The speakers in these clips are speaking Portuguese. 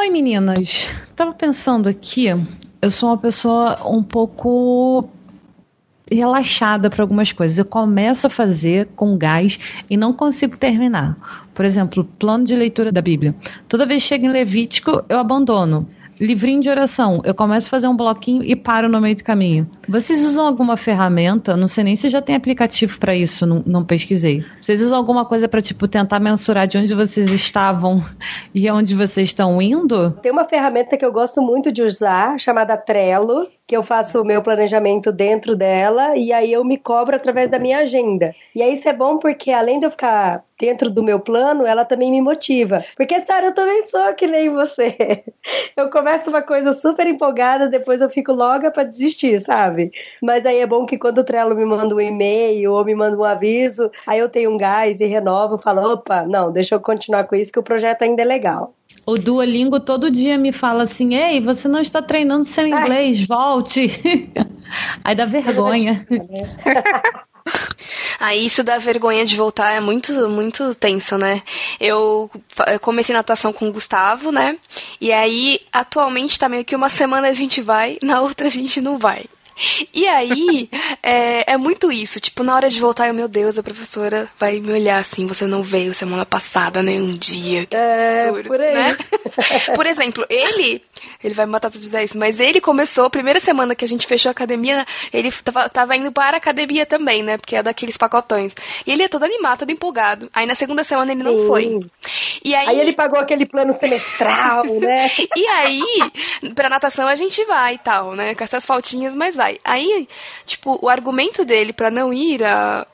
Oi, meninas. Tava pensando aqui, eu sou uma pessoa um pouco relaxada para algumas coisas. Eu começo a fazer com gás e não consigo terminar. Por exemplo, plano de leitura da Bíblia. Toda vez que chego em Levítico, eu abandono. Livrinho de oração, eu começo a fazer um bloquinho e paro no meio do caminho. Vocês usam alguma ferramenta? Não sei nem se já tem aplicativo para isso, não pesquisei. Vocês usam alguma coisa para tipo tentar mensurar de onde vocês estavam e aonde vocês estão indo? Tem uma ferramenta que eu gosto muito de usar, chamada Trello, que eu faço o meu planejamento dentro dela e aí eu me cobro através da minha agenda. E aí isso é bom porque além de eu ficar dentro do meu plano, ela também me motiva. Porque, Sarah, eu também sou que nem você. Eu começo uma coisa super empolgada, depois eu fico logo pra desistir, sabe? Mas aí é bom que quando o Trello me manda um e-mail ou me manda um aviso, aí eu tenho um gás e renovo, falo, opa, não, deixa eu continuar com isso que o projeto ainda é legal. O Duolingo todo dia me fala assim, ei, você não está treinando seu inglês, volte. Aí dá vergonha. Aí isso da vergonha de voltar é muito, muito tenso, né? Eu comecei natação com o Gustavo, né? E aí, atualmente, tá meio que uma semana a gente vai, na outra a gente não vai. E aí, é muito isso. Tipo, na hora de voltar, meu Deus, a professora vai me olhar assim, você não veio semana passada, nem um dia. Que absurdo, por aí. né? Por exemplo, ele vai me matar se eu dizer isso, mas ele começou, a primeira semana que a gente fechou a academia, ele tava indo para a academia também, né? Porque é daqueles pacotões. E ele é todo animado, todo empolgado. Aí na segunda semana ele não foi. E aí ele pagou aquele plano semestral, né? E aí, pra natação a gente vai e tal, né? Com essas faltinhas, mas vai. Aí, tipo, o argumento dele pra não ir à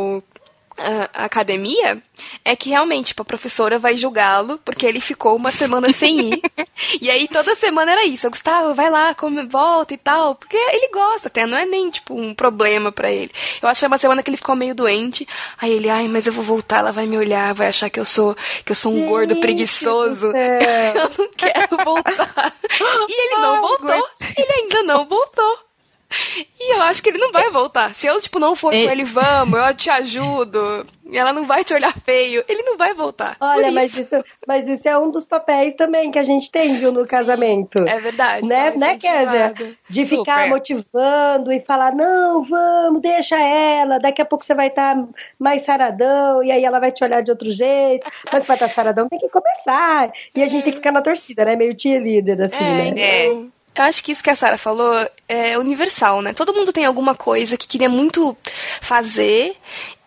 academia é que realmente, tipo, a professora vai julgá-lo porque ele ficou uma semana sem ir. E aí toda semana era isso, Gustavo, vai lá, volta e tal, porque ele gosta até, não é nem, tipo, um problema pra ele. Eu acho que é uma semana que ele ficou meio doente, aí ele, mas eu vou voltar, ela vai me olhar, vai achar que eu sou um gordo preguiçoso. Eu não quero voltar. E ele não voltou, ele ainda não voltou. E eu acho que ele não vai voltar. Se eu, tipo, não for com ele, vamos, eu te ajudo, e ela não vai te olhar feio, ele não vai voltar. Olha, mas isso é um dos papéis também que a gente tem, viu, no casamento. É verdade. Né, Kézia? De ficar motivando e falar, não, vamos, deixa ela, daqui a pouco você vai estar mais saradão, e aí ela vai te olhar de outro jeito, mas pra estar saradão tem que começar. E a gente tem que ficar na torcida, né, meio cheerleader, assim, né? Eu acho que isso que a Sarah falou é universal, né? Todo mundo tem alguma coisa que queria muito fazer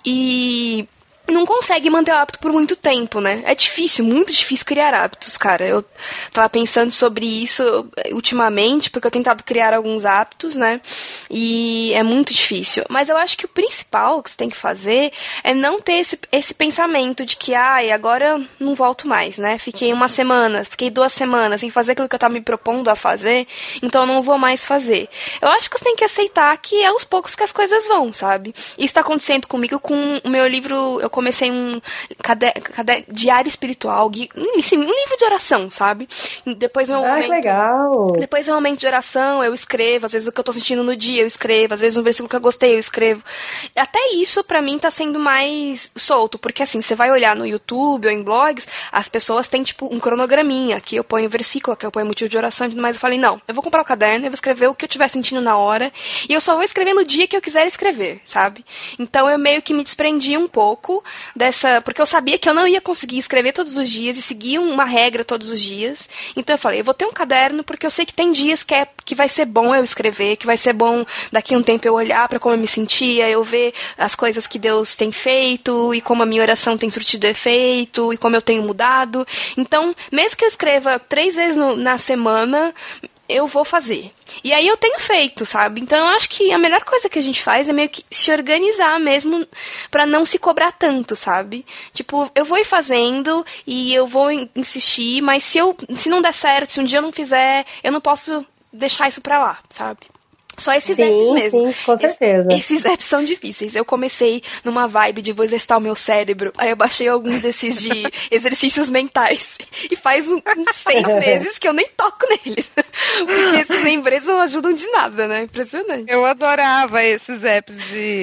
e não consegue manter o hábito por muito tempo, né? É difícil, muito difícil criar hábitos, cara. Eu tava pensando sobre isso ultimamente, porque eu tenho tentado criar alguns hábitos, né? E é muito difícil. Mas eu acho que o principal que você tem que fazer é não ter esse pensamento de que, agora eu não volto mais, né? Fiquei uma semana, fiquei 2 semanas sem fazer aquilo que eu tava me propondo a fazer, então eu não vou mais fazer. Eu acho que você tem que aceitar que é aos poucos que as coisas vão, sabe? Isso tá acontecendo comigo com o meu livro. Eu comecei um diário espiritual, um livro de oração, sabe? Depois meu momento, legal. Depois do momento de oração, eu escrevo, às vezes o que eu tô sentindo no dia eu escrevo, às vezes um versículo que eu gostei eu escrevo. Até isso pra mim tá sendo mais solto, porque assim, você vai olhar no YouTube ou em blogs, as pessoas têm tipo um cronograminha, aqui eu ponho versículo, aqui eu ponho motivo de oração e tudo mais. Eu falei, não, eu vou comprar o caderno, eu vou escrever o que eu estiver sentindo na hora, e eu só vou escrever no dia que eu quiser escrever, sabe? Então eu meio que me desprendi um pouco dessa, porque eu sabia que eu não ia conseguir escrever todos os dias e seguir uma regra todos os dias. Então eu falei, eu vou ter um caderno porque eu sei que tem dias que vai ser bom eu escrever, que vai ser bom daqui a um tempo eu olhar pra como eu me sentia, eu ver as coisas que Deus tem feito e como a minha oração tem surtido efeito e como eu tenho mudado. Então, mesmo que eu escreva 3 vezes na semana, eu vou fazer. E aí eu tenho feito, sabe? Então eu acho que a melhor coisa que a gente faz é meio que se organizar mesmo pra não se cobrar tanto, sabe? Tipo, eu vou ir fazendo e eu vou insistir, mas se não der certo, se um dia eu não fizer, eu não posso deixar isso pra lá, sabe? Só esses apps mesmo. Sim, com certeza. Esses apps são difíceis. Eu comecei numa vibe de vou exercitar o meu cérebro. Aí eu baixei alguns desses de exercícios mentais. E faz uns 6 meses que eu nem toco neles. Porque esses empresas não ajudam de nada, né? Impressionante. Eu adorava esses apps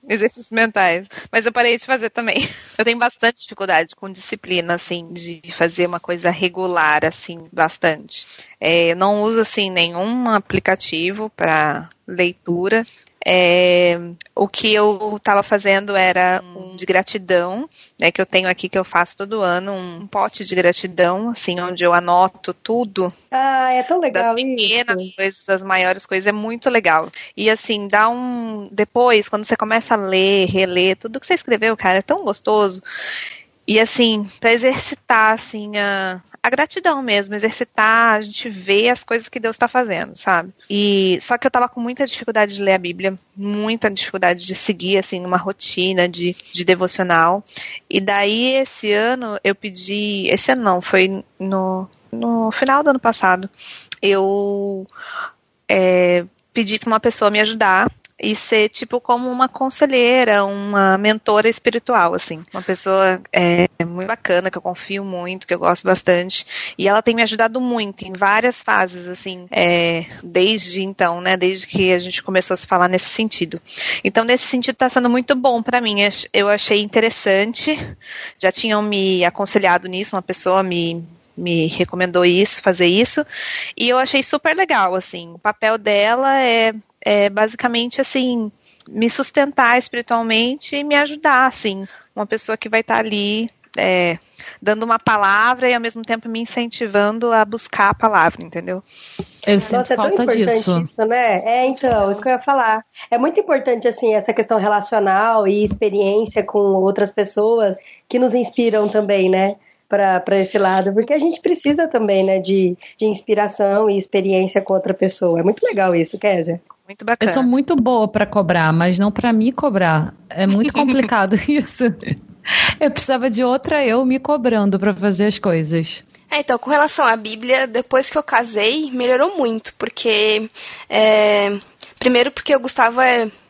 exercícios mentais. Mas eu parei de fazer também. Eu tenho bastante dificuldade com disciplina, assim, de fazer uma coisa regular, assim, bastante. Eu não uso, assim, nenhum aplicativo para leitura. O que eu estava fazendo era um de gratidão, né, que eu tenho aqui, que eu faço todo ano, um pote de gratidão, assim, onde eu anoto tudo. Ah, é tão legal das pequenas coisas, as maiores coisas, é muito legal. E assim, depois, quando você começa a ler, reler, tudo que você escreveu, cara, é tão gostoso. E assim, para exercitar, assim, a gratidão mesmo, exercitar, a gente vê as coisas que Deus está fazendo, sabe? E só que eu tava com muita dificuldade de ler a Bíblia, muita dificuldade de seguir, assim, numa rotina de devocional. E daí, esse ano não, foi no final do ano passado, eu pedi para uma pessoa me ajudar e ser tipo como uma conselheira, uma mentora espiritual, assim. Uma pessoa muito bacana, que eu confio muito, que eu gosto bastante. E ela tem me ajudado muito em várias fases, assim, desde então, né? Desde que a gente começou a se falar nesse sentido. Então, nesse sentido, tá sendo muito bom pra mim. Eu achei interessante. Já tinham me aconselhado nisso, uma pessoa me recomendou fazer isso, e eu achei super legal, assim. O papel dela é basicamente, assim, me sustentar espiritualmente e me ajudar, assim. Uma pessoa que vai estar ali dando uma palavra e ao mesmo tempo me incentivando a buscar a palavra, entendeu? Eu sinto falta é tão importante disso. isso, né? Então, isso que eu ia falar. É muito importante, assim, essa questão relacional e experiência com outras pessoas que nos inspiram também, né? Para esse lado, porque a gente precisa também, né, de inspiração e experiência com outra pessoa. É muito legal isso, Kézia. Muito bacana. Eu sou muito boa para cobrar, mas não para me cobrar. É muito complicado isso. Eu precisava de outra eu me cobrando para fazer as coisas. Então, com relação à Bíblia, depois que eu casei, melhorou muito, porque primeiro porque o Gustavo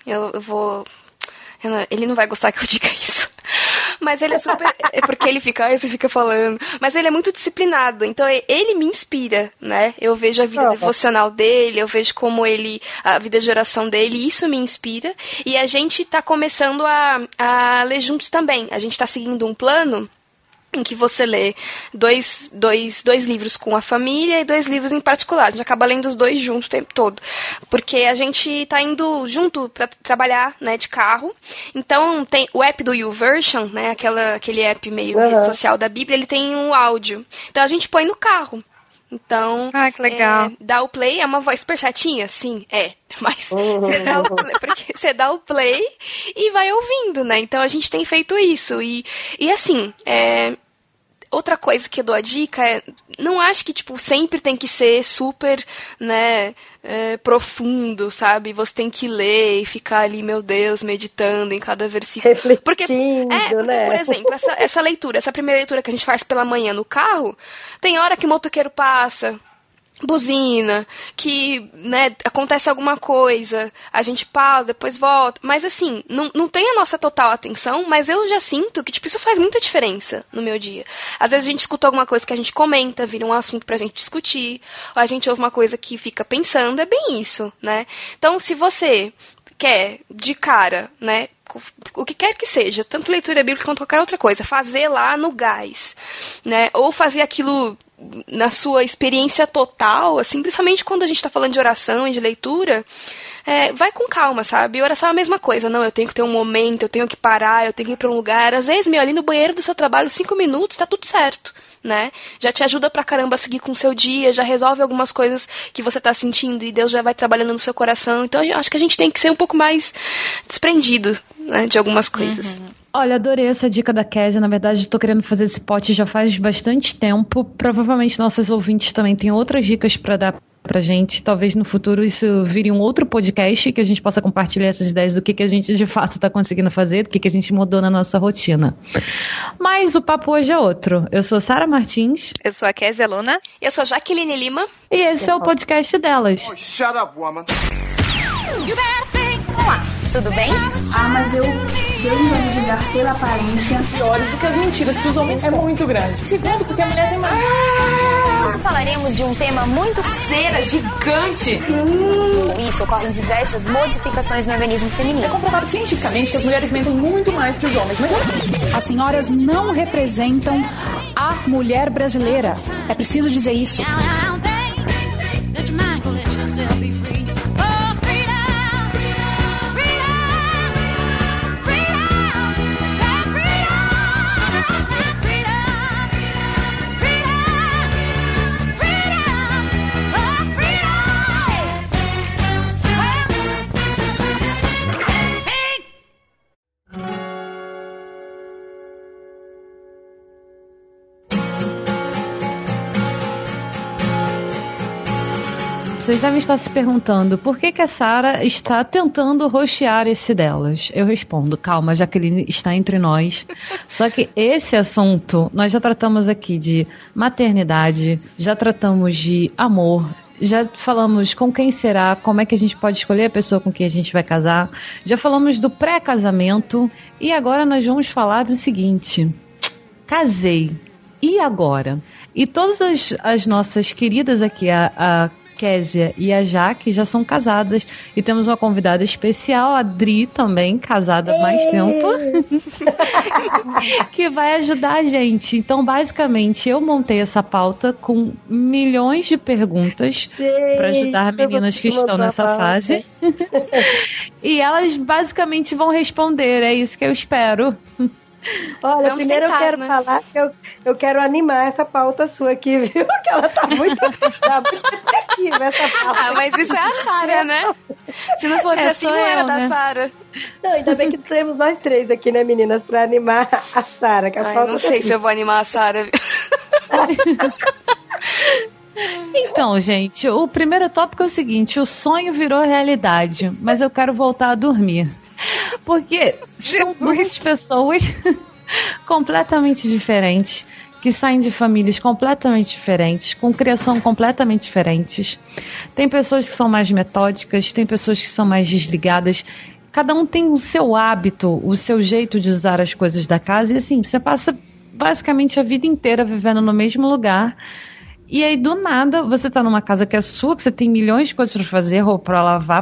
ele não vai gostar que eu diga isso. Mas ele é super... porque ele você fica falando. Mas ele é muito disciplinado. Então, ele me inspira, né? Eu vejo a vida devocional dele, eu vejo como a vida de oração dele, e isso me inspira. E a gente tá começando a ler juntos também. A gente tá seguindo um plano em que você lê dois livros com a família e 2 livros em particular. A gente acaba lendo os 2 juntos o tempo todo. Porque a gente tá indo junto para trabalhar, né, de carro. Então, tem o app do YouVersion, né, aquele app meio rede social da Bíblia, ele tem um áudio. Então, a gente põe no carro. Então, que legal. Dá o play, é uma voz super chatinha? Sim, mas você dá o play e vai ouvindo, né? Então a gente tem feito isso. E assim, outra coisa que eu dou a dica não acho que, tipo, sempre tem que ser super, né, profundo, sabe? Você tem que ler e ficar ali, meu Deus, meditando em cada versículo. Refletindo, né? Por exemplo, essa leitura, essa primeira leitura que a gente faz pela manhã no carro, tem hora que o motoqueiro passa, buzina, que, né, acontece alguma coisa, a gente pausa, depois volta, mas assim, não tem a nossa total atenção, mas eu já sinto que, tipo, isso faz muita diferença no meu dia. Às vezes a gente escuta alguma coisa que a gente comenta, vira um assunto pra gente discutir, ou a gente ouve uma coisa que fica pensando, é bem isso, né? Então, se você quer, de cara, né, o que quer que seja, tanto leitura bíblica quanto qualquer outra coisa, fazer lá no gás, né, ou fazer aquilo na sua experiência total, assim, principalmente quando a gente está falando de oração e de leitura, vai com calma, sabe? Oração é a mesma coisa, não, eu tenho que ter um momento, eu tenho que parar, eu tenho que ir para um lugar, às vezes, ali no banheiro do seu trabalho, 5 minutos, tá tudo certo, né? Já te ajuda pra caramba a seguir com o seu dia, já resolve algumas coisas que você tá sentindo e Deus já vai trabalhando no seu coração, então eu acho que a gente tem que ser um pouco mais desprendido, né, de algumas coisas. Olha, adorei essa dica da Kézia. Na verdade, estou querendo fazer esse pote já faz bastante tempo. Provavelmente nossos ouvintes também têm outras dicas para dar pra gente. Talvez no futuro isso vire um outro podcast que a gente possa compartilhar essas ideias do que a gente de fato está conseguindo fazer, do que a gente mudou na nossa rotina. Mas o papo hoje é outro. Eu sou Sara Martins. Eu sou a Kézia Luna. Eu sou Jaqueline Lima. E esse é o podcast delas. Oh, shut up, woman. Olá, tudo bem? Mas eu Deus não vai nos julgar pela aparência. Piores do que as mentiras que os homens é muito grande. Segundo, porque a mulher tem mais. Hoje falaremos de um tema muito cera gigante. Isso ocorre em diversas modificações no organismo feminino. É comprovado cientificamente que as mulheres mentem muito mais que os homens, mas as senhoras não representam a mulher brasileira. É preciso dizer isso. Vocês devem estar se perguntando por que a Sarah está tentando rostear esse delas. Eu respondo, calma, Jaqueline está entre nós. Só que esse assunto, nós já tratamos aqui de maternidade, já tratamos de amor, já falamos com quem será, como é que a gente pode escolher a pessoa com quem a gente vai casar, já falamos do pré-casamento e agora nós vamos falar do seguinte: casei, e agora? E todas as nossas queridas aqui, a Késia e a Jaque já são casadas e temos uma convidada especial, a Dri também, casada há mais tempo, que vai ajudar a gente. Então, basicamente, eu montei essa pauta com milhões de perguntas para ajudar meninas que estão nessa fase e elas basicamente vão responder, é isso que eu espero. Olha, vamos primeiro tentar, eu quero falar que eu quero animar essa pauta sua aqui, viu? Que ela tá muito depressiva, essa pauta. Ah, mas isso é a Sarah, né? Se não fosse assim, não era da Sarah. Não, ainda bem que temos nós três aqui, né, meninas, pra animar a Sarah. Não sei se eu vou animar a Sarah. Então, gente, o primeiro tópico é o seguinte: o sonho virou realidade, mas eu quero voltar a dormir. Porque são duas pessoas completamente diferentes, que saem de famílias completamente diferentes, com criação completamente diferentes. Tem pessoas que são mais metódicas, tem pessoas que são mais desligadas. Cada um tem o seu hábito, o seu jeito de usar as coisas da casa. E assim, você passa basicamente a vida inteira vivendo no mesmo lugar. E aí, do nada, você tá numa casa que é sua, que você tem milhões de coisas para fazer, roupa para lavar,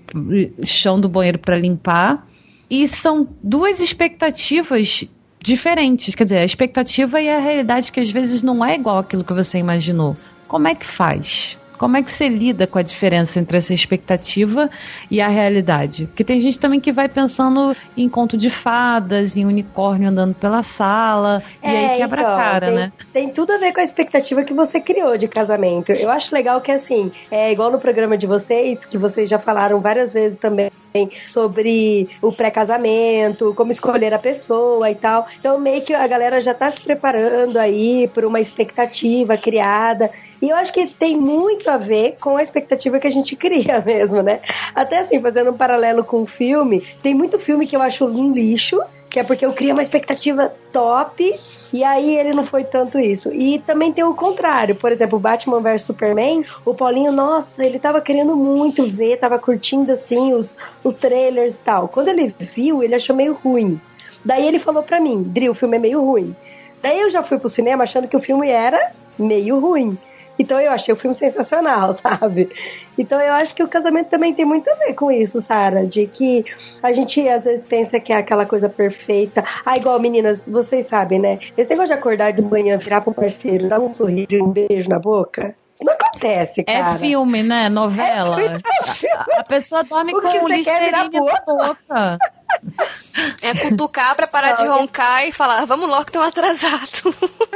chão do banheiro para limpar. E são duas expectativas diferentes. Quer dizer, a expectativa e a realidade que às vezes não é igual àquilo que você imaginou. Como é que faz? Como é que você lida com a diferença entre essa expectativa e a realidade? Porque tem gente também que vai pensando em conto de fadas, em unicórnio andando pela sala, e aí quebra a cara, né? Tem tudo a ver com a expectativa que você criou de casamento. Eu acho legal que, assim, é igual no programa de vocês, que vocês já falaram várias vezes também sobre o pré-casamento, como escolher a pessoa e tal. Então, meio que a galera já tá se preparando aí por uma expectativa criada. E eu acho que tem muito a ver com a expectativa que a gente cria mesmo, né? Até assim, fazendo um paralelo com o filme, tem muito filme que eu acho um lixo, que é porque eu crio uma expectativa top, e aí ele não foi tanto isso. E também tem o contrário, por exemplo, Batman vs Superman, o Paulinho, nossa, ele tava querendo muito ver, tava curtindo assim os trailers e tal. Quando ele viu, ele achou meio ruim. Daí ele falou pra mim, Dri, o filme é meio ruim. Daí eu já fui pro cinema achando que o filme era meio ruim. Então eu achei o filme sensacional, sabe? Então eu acho que o casamento também tem muito a ver com isso, Sarah, de que a gente às vezes pensa que é aquela coisa perfeita. Ah, igual meninas, vocês sabem, né? Esse negócio de acordar de manhã, virar pro parceiro, dar um sorriso e um beijo na boca, isso não acontece, cara. É filme, né? Novela. A pessoa dorme com o Listerine na boca. É cutucar pra parar de roncar e falar, vamos logo que estão atrasados.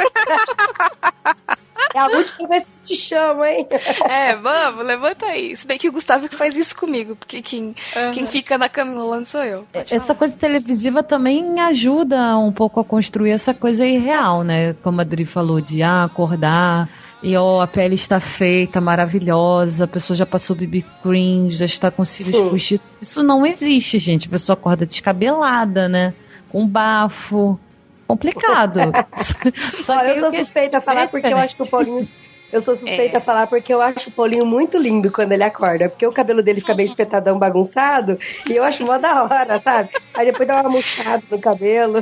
É a última vez que te chamo, hein? É, vamos, levanta aí. Se bem que o Gustavo que faz isso comigo, porque quem fica na cama enrolando sou eu. Essa coisa televisiva também ajuda um pouco a construir essa coisa irreal, né? Como a Dri falou, de acordar e a pele está feita, maravilhosa, a pessoa já passou BB cream, já está com cílios postiços. Isso não existe, gente. A pessoa acorda descabelada, né? Com bafo. Complicado. Só que eu sou suspeita a falar porque eu acho que Eu sou suspeita a falar porque eu acho o Paulinho muito lindo quando ele acorda. Porque o cabelo dele fica bem espetadão, bagunçado. E eu acho mó da hora, sabe? Aí depois dá uma murchada no cabelo.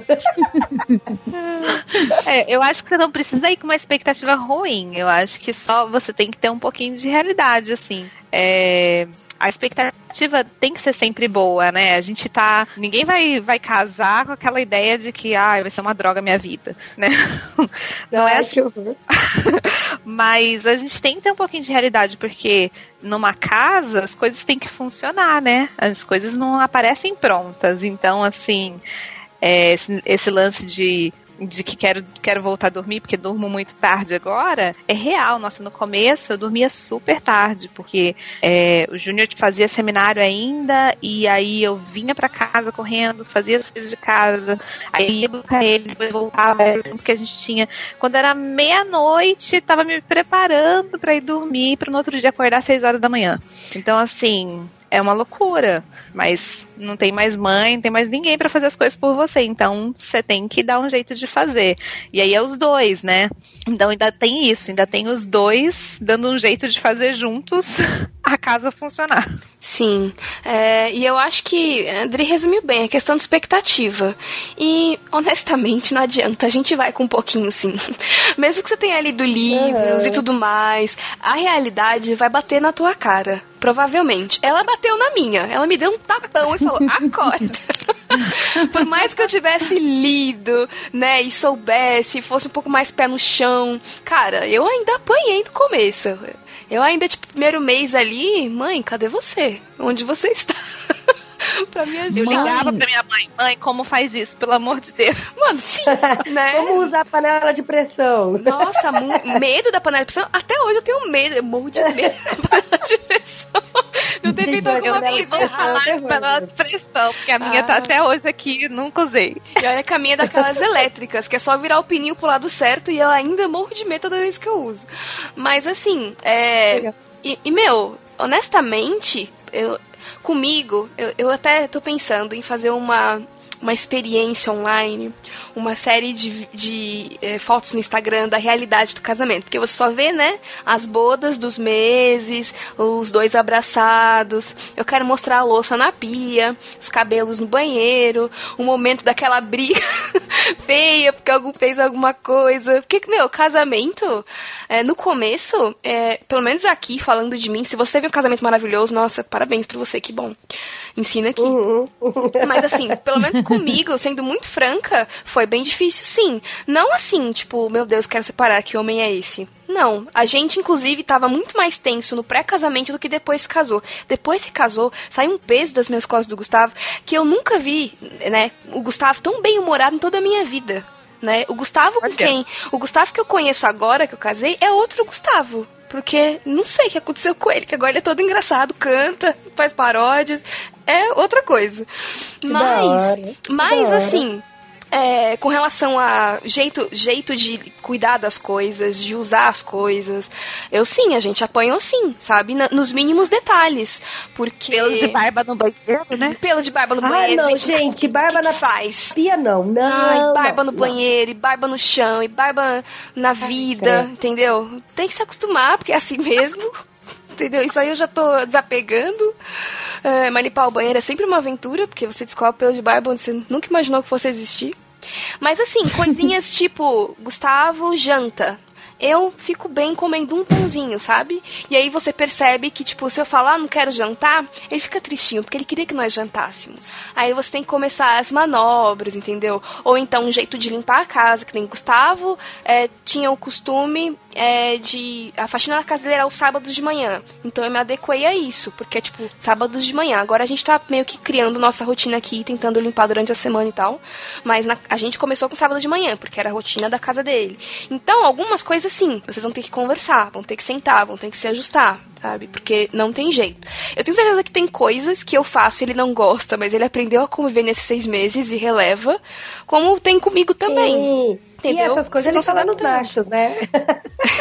Eu acho que você não precisa ir com uma expectativa ruim. Eu acho que só você tem que ter um pouquinho de realidade, assim. A expectativa tem que ser sempre boa, né? Ninguém vai casar com aquela ideia de que vai ser uma droga a minha vida, né? Não é assim. Mas a gente tem que ter um pouquinho de realidade, porque numa casa as coisas têm que funcionar, né? As coisas não aparecem prontas. Então, assim, esse lance de que quero voltar a dormir porque durmo muito tarde agora, é real. Nossa, no começo eu dormia super tarde, porque o Júnior fazia seminário ainda, e aí eu vinha pra casa correndo, fazia as coisas de casa, aí ia buscar ele, depois voltava, porque a gente tinha, quando era meia-noite, tava me preparando pra ir dormir, pra no outro dia acordar às 6 horas da manhã. Então, assim, é uma loucura, mas não tem mais mãe, não tem mais ninguém pra fazer as coisas por você, então você tem que dar um jeito de fazer. E aí é os dois, né? Então ainda tem isso, ainda tem os dois dando um jeito de fazer juntos a casa funcionar. Sim, e eu acho que a Adri resumiu bem a questão de expectativa. E, honestamente, não adianta, a gente vai com um pouquinho, sim. Mesmo que você tenha lido livros e tudo mais, a realidade vai bater na tua cara, provavelmente. Ela bateu na minha, ela me deu um tapão e falou, acorda. Por mais que eu tivesse lido, né, e soubesse, fosse um pouco mais pé no chão, cara, eu ainda apanhei no começo. Eu ainda, primeiro mês ali, mãe, cadê você? Onde você está? Pra me ajudar. Eu ligava pra minha mãe, como faz isso, pelo amor de Deus? Mano, sim, né? Como usar a panela de pressão? Nossa, medo da panela de pressão. Até hoje eu tenho medo, eu morro de medo da panela de pressão. Não ter feito alguma coisa vou falar de panela de pressão, porque a minha tá até hoje aqui, nunca usei. E olha que a minha é daquelas elétricas, que é só virar o pininho pro lado certo, e eu ainda morro de medo toda vez que eu uso. Mas assim, meu, honestamente, comigo, eu até tô pensando em fazer uma experiência online, uma série de fotos no Instagram da realidade do casamento, porque você só vê, né, as bodas dos meses, os dois abraçados. Eu quero mostrar a louça na pia, os cabelos no banheiro, o momento daquela briga feia porque algum fez alguma coisa. Porque, meu, casamento, no começo, pelo menos aqui, falando de mim, se você teve um casamento maravilhoso, nossa, parabéns pra você, que bom. Ensina aqui. Mas assim, pelo menos comigo, sendo muito franca, foi bem difícil, sim. Não assim, tipo, meu Deus, quero separar, que homem é esse? Não. A gente, inclusive, tava muito mais tenso no pré-casamento do que depois se casou. Depois se casou, saiu um peso das minhas costas do Gustavo, que eu nunca vi, né, o Gustavo tão bem-humorado em toda a minha vida. Né? O Gustavo o Gustavo que eu conheço agora, que eu casei, é outro Gustavo. Porque não sei o que aconteceu com ele, que agora ele é todo engraçado, canta, faz paródias, é outra coisa. Mas assim, com relação a jeito de cuidar das coisas, de usar as coisas, a gente apanhou sim, sabe? Nos mínimos detalhes. Porque... Pelo de barba no banheiro, né? Pelo de barba no banheiro. Não, gente, barba na faz. Pia não. Barba no banheiro, e barba no chão, e barba na vida, entendeu? Tem que se acostumar, porque é assim mesmo. Entendeu? Isso aí eu já tô desapegando. Mas limpar o banheiro é sempre uma aventura, porque você descobre pelo de barba onde você nunca imaginou que fosse existir. Mas assim, coisinhas tipo, Gustavo janta. Eu fico bem comendo um pãozinho, sabe? E aí você percebe que, tipo, se eu falar, não quero jantar, ele fica tristinho, porque ele queria que nós jantássemos. Aí você tem que começar as manobras, entendeu? Ou então um jeito de limpar a casa, que nem Gustavo tinha o costume a faxina da casa dele era aos sábados de manhã. Então eu me adequei a isso, porque é tipo, sábados de manhã. Agora a gente tá meio que criando nossa rotina aqui, tentando limpar durante a semana e tal. Mas a gente começou com sábado de manhã, porque era a rotina da casa dele. Então, algumas coisas sim, vocês vão ter que conversar, vão ter que sentar, vão ter que se ajustar, sabe? Porque não tem jeito. Eu tenho certeza que tem coisas que eu faço e ele não gosta, mas ele aprendeu a conviver nesses 6 meses e releva, como tem comigo também. Sim. Entendeu? E essas coisas ele fala nos nachos, né?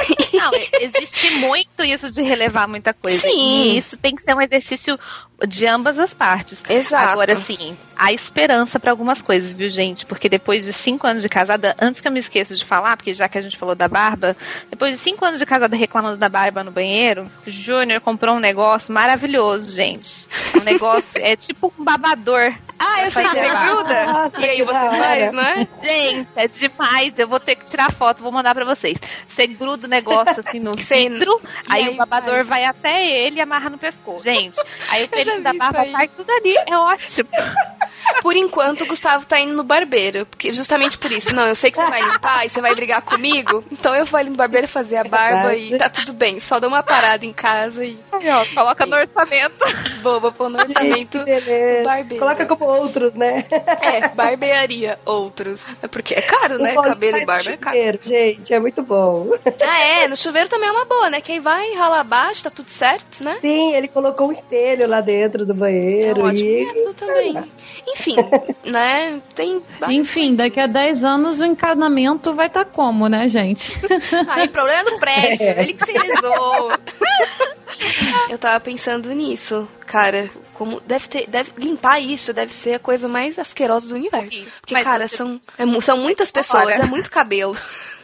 Não, existe muito isso de relevar muita coisa. Sim. E isso tem que ser um exercício de ambas as partes. Exato. Agora, sim, há esperança pra algumas coisas, viu, gente? Porque depois de 5 anos de casada, antes que eu me esqueça de falar, porque já que a gente falou da barba, depois de 5 anos de casada reclamando da barba no banheiro, o Júnior comprou um negócio maravilhoso, gente. Um negócio, é tipo um babador. Eu sei que você gruda. Nossa, E aí que você da hora. faz, não é? Gente, é demais. Eu vou ter que tirar foto, vou mandar pra vocês. Você gruda o negócio assim no vidro, aí o babador vai até ele e amarra no pescoço. Gente, aí o pelinho da barba sai tudo ali. É ótimo. Por enquanto, o Gustavo tá indo no barbeiro. Porque justamente por isso. Não, eu sei que você vai limpar e você vai brigar comigo. Então eu vou ali no barbeiro fazer a barba e tá tudo bem. Só dou uma parada em casa e... Aí, ó, coloca no orçamento. Vou pôr no orçamento do barbeiro. Coloca como outros, né? Barbearia, outros. É porque é caro, né? Cabelo e barba é caro. Chuveiro, gente, é muito bom. No chuveiro também é uma boa, né? Quem vai rala abaixo, tá tudo certo, né? Sim, ele colocou um espelho lá dentro do banheiro. É um ótimo método também. Enfim, né? Enfim, daqui a 10 anos o encanamento vai estar como, né, gente? Aí, problema no prédio, ele que se resolve. Eu tava pensando nisso, cara. Como deve limpar isso deve ser a coisa mais asquerosa do universo. Porque, mas, cara, são muitas pessoas, é muito cabelo.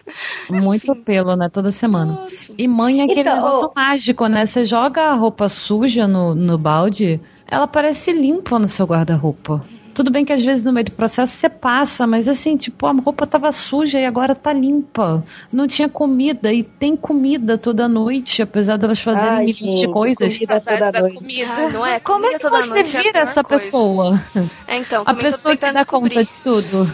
Muito pelo, né? Toda semana. E mãe é aquele negócio mágico, né? Você joga a roupa suja no balde, ela parece limpa no seu guarda-roupa. Tudo bem que às vezes no meio do processo você passa, mas assim, tipo, a roupa tava suja e agora tá limpa. Não tinha comida e tem comida toda noite, apesar delas fazerem milhões de coisas. Comida toda noite. Comida. Não é? Como é que você vira essa pessoa? Então, a pessoa que dá conta de tudo.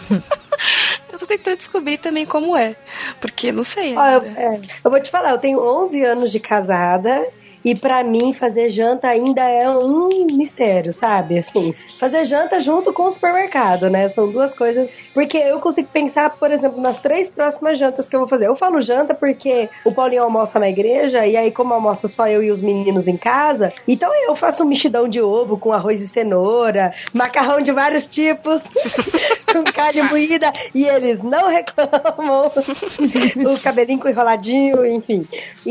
Eu tô tentando descobrir também como é, porque não sei. Eu vou te falar, eu tenho 11 anos de casada. E pra mim, fazer janta ainda é um mistério, sabe? Assim, fazer janta junto com o supermercado, né? São duas coisas. Porque eu consigo pensar, por exemplo, nas 3 próximas jantas que eu vou fazer. Eu falo janta porque o Paulinho almoça na igreja, e aí como almoça só eu e os meninos em casa, então eu faço um mexidão de ovo com arroz e cenoura, macarrão de vários tipos, com carne moída, e eles não reclamam. O cabelinho enroladinho, enfim.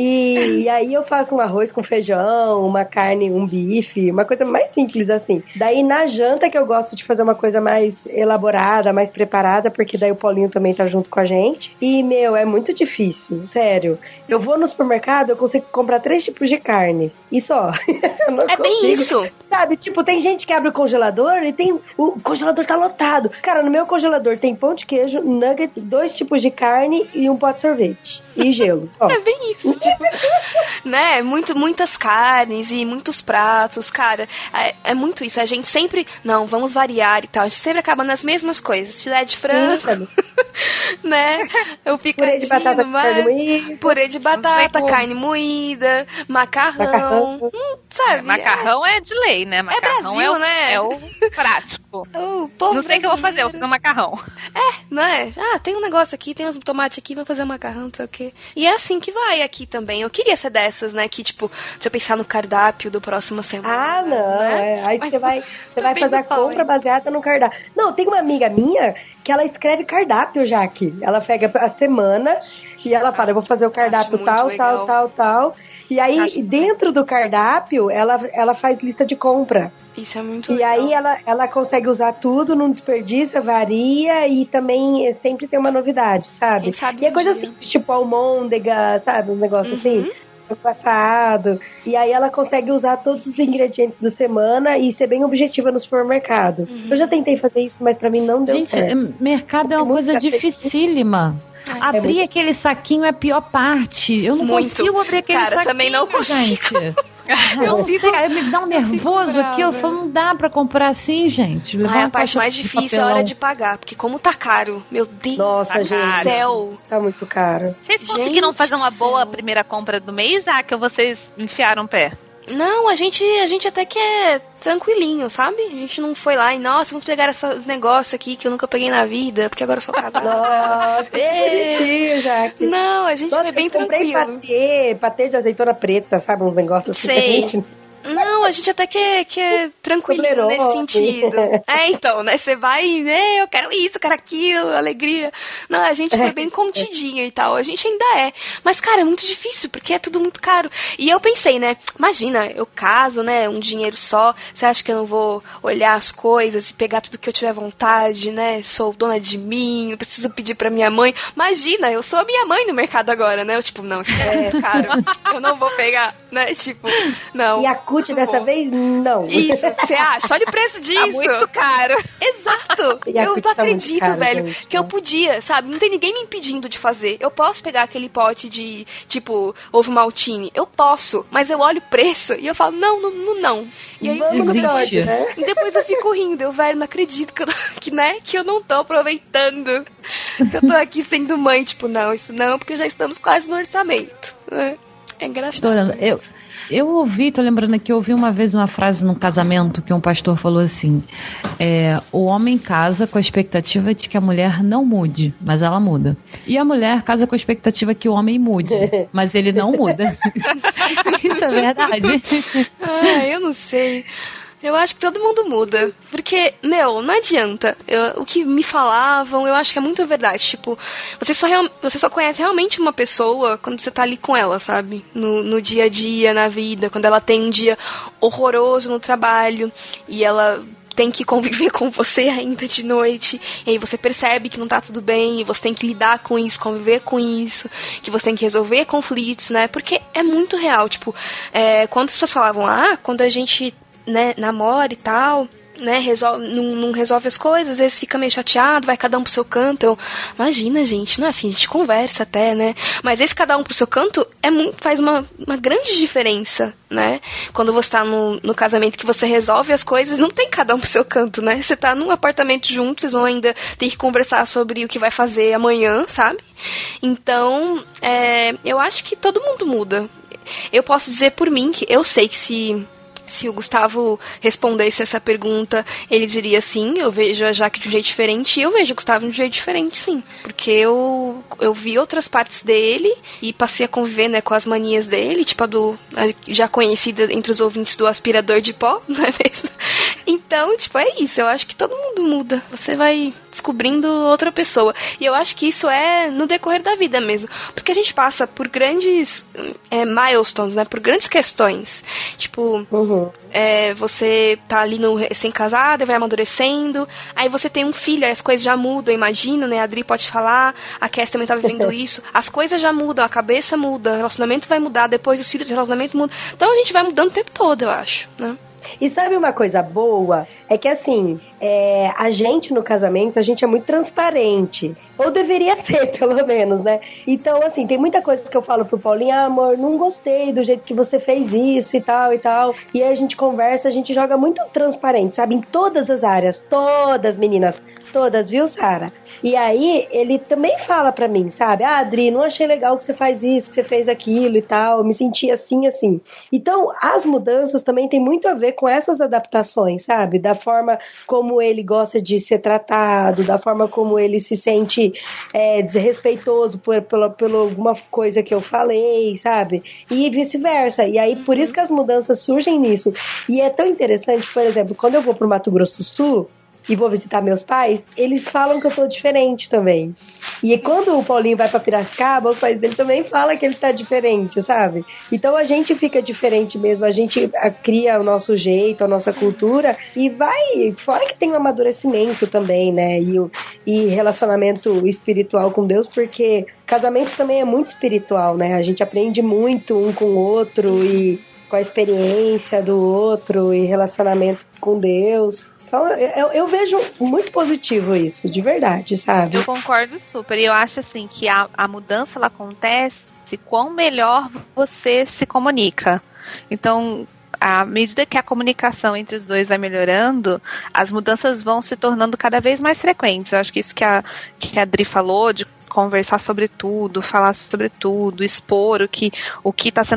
E aí eu faço um arroz com feijão, uma carne, um bife, uma coisa mais simples assim. Daí na janta que eu gosto de fazer uma coisa mais elaborada, mais preparada, porque daí o Paulinho também tá junto com a gente. E, é muito difícil, sério. Eu vou no supermercado, eu consigo comprar 3 tipos de carnes. E só. Eu não consigo. Bem isso. Sabe, tipo, tem gente que abre o congelador e o congelador tá lotado. Cara, no meu congelador tem pão de queijo, nuggets, 2 tipos de carne e um pote de sorvete. E gelo, só. É bem isso, tipo, né? Muitas carnes e muitos pratos, cara. É muito isso. A gente sempre, não, vamos variar e tal. A gente sempre acaba nas mesmas coisas. Filé de frango, né? Eu fico purê de batata com carne moída. Purê de batata, carne moída, macarrão. Sabe? Macarrão é de lei, né? Macarrão Brasil, né? É o prático. Não sei o que eu vou fazer, eu vou fazer um macarrão. Não é? Tem um negócio aqui, tem uns tomates aqui, vou fazer um macarrão, não sei o quê. E é assim que vai aqui também. Eu queria ser dessas, né? Que, tipo, deixa eu pensar no cardápio do próximo semana. Não. Né? Aí você vai fazer a compra baseada no cardápio. Não, tem uma amiga minha que ela escreve cardápio, Jaque. Ela pega a semana e ela fala, eu vou fazer o cardápio tal. E aí, dentro do cardápio, ela faz lista de compra. Isso é muito legal. E aí ela consegue usar tudo, não desperdiça, varia e também sempre tem uma novidade, sabe? E é coisa assim, tipo almôndega, sabe? Um negócio assim, passado. E aí ela consegue usar todos os ingredientes da semana e ser bem objetiva no supermercado. Eu já tentei fazer isso, mas pra mim não deu certo. Gente, mercado é uma coisa dificílima. Abrir aquele saquinho é a pior parte. Eu não consigo abrir aquele saquinho, também não consigo. Gente. Me dá um nervoso aqui. Eu falo, não dá pra comprar assim, gente. A parte mais difícil é a hora de pagar. Porque como tá caro, meu Deus. Nossa, do gente. Céu. Tá muito caro. Vocês conseguiram fazer uma boa primeira compra do mês, já que vocês enfiaram o pé? Não, a gente até que é tranquilinho, sabe? A gente não foi lá e, nossa, vamos pegar esses negócios aqui que eu nunca peguei na vida, porque agora eu sou casada. Nossa, que bonitinho, Jaque. Não, a gente foi bem tranquilo. Patê de azeitona preta, sabe? Uns negócios assim. Sei. Não, Não, a gente até que é tranquilinho nesse sentido. Então, né? Você vai, eu quero isso, eu quero aquilo, alegria. Não, a gente foi bem contidinho e tal. A gente ainda é. Mas, cara, é muito difícil, porque é tudo muito caro. E eu pensei, né? Imagina, eu caso, né? Um dinheiro só. Você acha que eu não vou olhar as coisas e pegar tudo que eu tiver vontade, né? Sou dona de mim, não preciso pedir pra minha mãe. Imagina, eu sou a minha mãe no mercado agora, né? Eu, tipo, não, isso é muito caro. Eu não vou pegar, né? Tipo, não. E a CUT dessa vez, não. Isso, você acha? Olha o preço disso. Tá muito caro. Exato. Eu não acredito, caro, velho, gente, que eu podia, sabe? Não tem ninguém me impedindo de fazer. Eu posso pegar aquele pote de, tipo, ovo maltine. Eu posso, mas eu olho o preço e eu falo, não. E aí desiste, né? E depois eu fico rindo. Eu, velho, não acredito que eu não tô aproveitando. Que eu tô aqui sendo mãe. Tipo, não, isso não, porque já estamos quase no orçamento. É engraçado. Estourando. Eu ouvi, tô lembrando aqui, eu ouvi uma vez uma frase num casamento que um pastor falou assim: o homem casa com a expectativa de que a mulher não mude, mas ela muda. E a mulher casa com a expectativa que o homem mude, mas ele não muda. Isso é verdade. Eu não sei. Eu acho que todo mundo muda. Porque, não adianta. O que me falavam, eu acho que é muito verdade. Tipo, você só conhece realmente uma pessoa quando você tá ali com ela, sabe? No dia a dia, na vida. Quando ela tem um dia horroroso no trabalho e ela tem que conviver com você ainda de noite, e aí você percebe que não tá tudo bem, e você tem que lidar com isso, conviver com isso, que você tem que resolver conflitos, né? Porque é muito real. Tipo, quando as pessoas falavam, quando a gente, né, namora e tal, né, não resolve as coisas, às vezes fica meio chateado, vai cada um pro seu canto. Imagina, gente, não é assim, a gente conversa até, né? Mas esse cada um pro seu canto faz uma grande diferença, né? Quando você tá no casamento que você resolve as coisas, não tem cada um pro seu canto, né? Você tá num apartamento juntos, vocês vão ainda ter que conversar sobre o que vai fazer amanhã, sabe? Então, eu acho que todo mundo muda. Eu posso dizer por mim que eu sei que se o Gustavo respondesse essa pergunta, ele diria sim, eu vejo a Jaque de um jeito diferente, e eu vejo o Gustavo de um jeito diferente, sim. Porque eu vi outras partes dele e passei a conviver, né, com as manias dele, tipo a já conhecida entre os ouvintes do aspirador de pó, não é mesmo? Então, tipo, é isso. Eu acho que todo mundo muda. Você vai descobrindo outra pessoa. E eu acho que isso é no decorrer da vida mesmo. Porque a gente passa por grandes milestones, né? Por grandes questões. Tipo, você tá ali no recém-casado, vai amadurecendo. Aí você tem um filho, aí as coisas já mudam, eu imagino, né? A Adri pode falar, a Cass também tá vivendo isso. As coisas já mudam, a cabeça muda, o relacionamento vai mudar, depois os filhos, o relacionamento muda. Então a gente vai mudando o tempo todo, eu acho, né? E sabe uma coisa boa? É que assim, a gente no casamento, a gente é muito transparente. Ou deveria ser, pelo menos, né? Então, assim, tem muita coisa que eu falo pro Paulinho, amor, não gostei do jeito que você fez isso e tal e tal. E aí a gente conversa, a gente joga muito transparente, sabe? Em todas as áreas, todas, meninas, todas, viu, Sara? E aí, ele também fala pra mim, sabe? Adri, não achei legal que você faz isso, que você fez aquilo e tal, eu me senti assim, assim. Então, as mudanças também tem muito a ver com essas adaptações, sabe? Da forma como ele gosta de ser tratado, da forma como ele se sente desrespeitoso por alguma coisa que eu falei, sabe? E vice-versa. E aí, por isso que as mudanças surgem nisso. E é tão interessante, por exemplo, quando eu vou pro Mato Grosso do Sul, e vou visitar meus pais, eles falam que eu tô diferente também. E quando o Paulinho vai pra Piracicaba, os pais dele também falam que ele tá diferente, sabe? Então a gente fica diferente mesmo, a gente cria o nosso jeito, a nossa cultura e vai, fora que tem um amadurecimento também, né? E relacionamento espiritual com Deus, porque casamento também é muito espiritual, né? A gente aprende muito um com o outro e com a experiência do outro e relacionamento com Deus. Então, eu vejo muito positivo isso, de verdade, sabe? Eu concordo super. E eu acho, assim, que a mudança, ela acontece quão melhor você se comunica. Então, à medida que a comunicação entre os dois vai melhorando, as mudanças vão se tornando cada vez mais frequentes. Eu acho que isso que a Adri falou, de conversar sobre tudo, falar sobre tudo, expor o que está sendo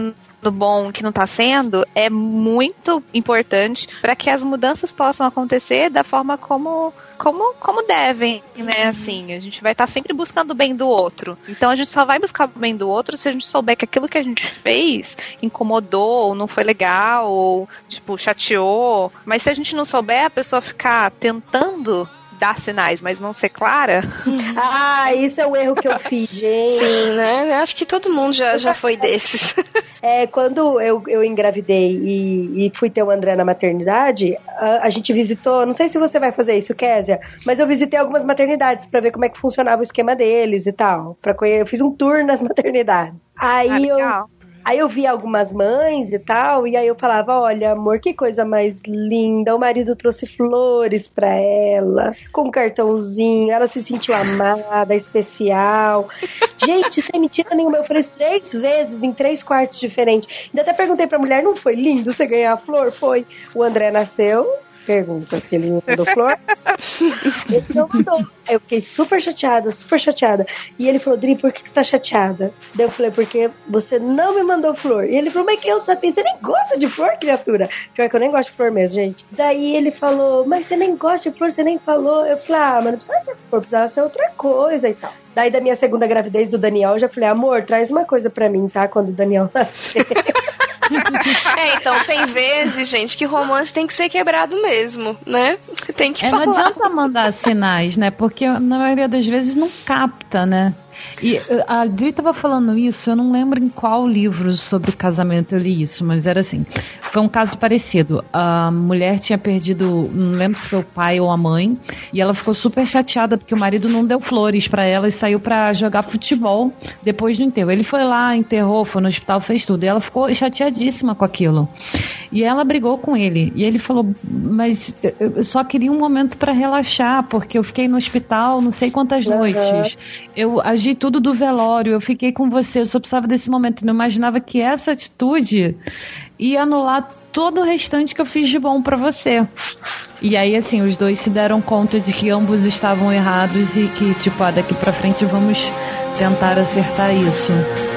bom, o que não tá sendo, é muito importante para que as mudanças possam acontecer da forma como devem, né? Assim, a gente vai estar sempre buscando o bem do outro. Então a gente só vai buscar o bem do outro se a gente souber que aquilo que a gente fez incomodou, ou não foi legal, ou tipo, chateou. Mas se a gente não souber, a pessoa ficar tentando dar sinais, mas não ser clara. Isso é um erro que eu fiz, gente. Sim, né? Acho que todo mundo já foi desses. Quando eu engravidei e fui ter o André na maternidade, a gente visitou, não sei se você vai fazer isso, Kézia, mas eu visitei algumas maternidades pra ver como é que funcionava o esquema deles e tal. Eu fiz um tour nas maternidades. Aí eu vi algumas mães e tal, e aí eu falava, olha, amor, que coisa mais linda, o marido trouxe flores pra ela, com um cartãozinho, ela se sentiu amada, especial. Gente, sem mentira nenhuma, eu fiz 3 vezes, em 3 quartos diferentes. Ainda até perguntei pra mulher, não foi lindo você ganhar a flor? Foi. O André nasceu, pergunta se ele me mandou flor. Ele não mandou. Eu fiquei super chateada. E ele falou, Dri, por que você tá chateada? Daí eu falei, porque você não me mandou flor. E ele falou, mas que eu sabia? Você nem gosta de flor, criatura? Pior que eu nem gosto de flor mesmo, gente. Daí ele falou, mas você nem gosta de flor, você nem falou. Eu falei, mas não precisa ser flor, precisava ser outra coisa e tal. Daí da minha segunda gravidez do Daniel, eu já falei, amor, traz uma coisa pra mim, tá? Quando o Daniel nascer. Então tem vezes, gente, que romance tem que ser quebrado mesmo, né? Tem que falar. Não adianta mandar sinais, né? Porque na maioria das vezes não capta, né? E a Adri estava falando isso, eu não lembro em qual livro sobre casamento eu li isso, mas era assim, foi um caso parecido. A mulher tinha perdido, não lembro se foi o pai ou a mãe, e ela ficou super chateada porque o marido não deu flores para ela e saiu para jogar futebol depois do enterro. Ele foi lá, enterrou, foi no hospital, fez tudo, e ela ficou chateadíssima com aquilo. E ela brigou com ele, e ele falou, mas eu só queria um momento para relaxar, porque eu fiquei no hospital não sei quantas noites, eu agi tudo do velório, eu fiquei com você, eu só precisava desse momento. Não imaginava que essa atitude ia anular todo o restante que eu fiz de bom pra você. E aí, assim, os dois se deram conta de que ambos estavam errados e que, tipo, daqui pra frente vamos tentar acertar isso.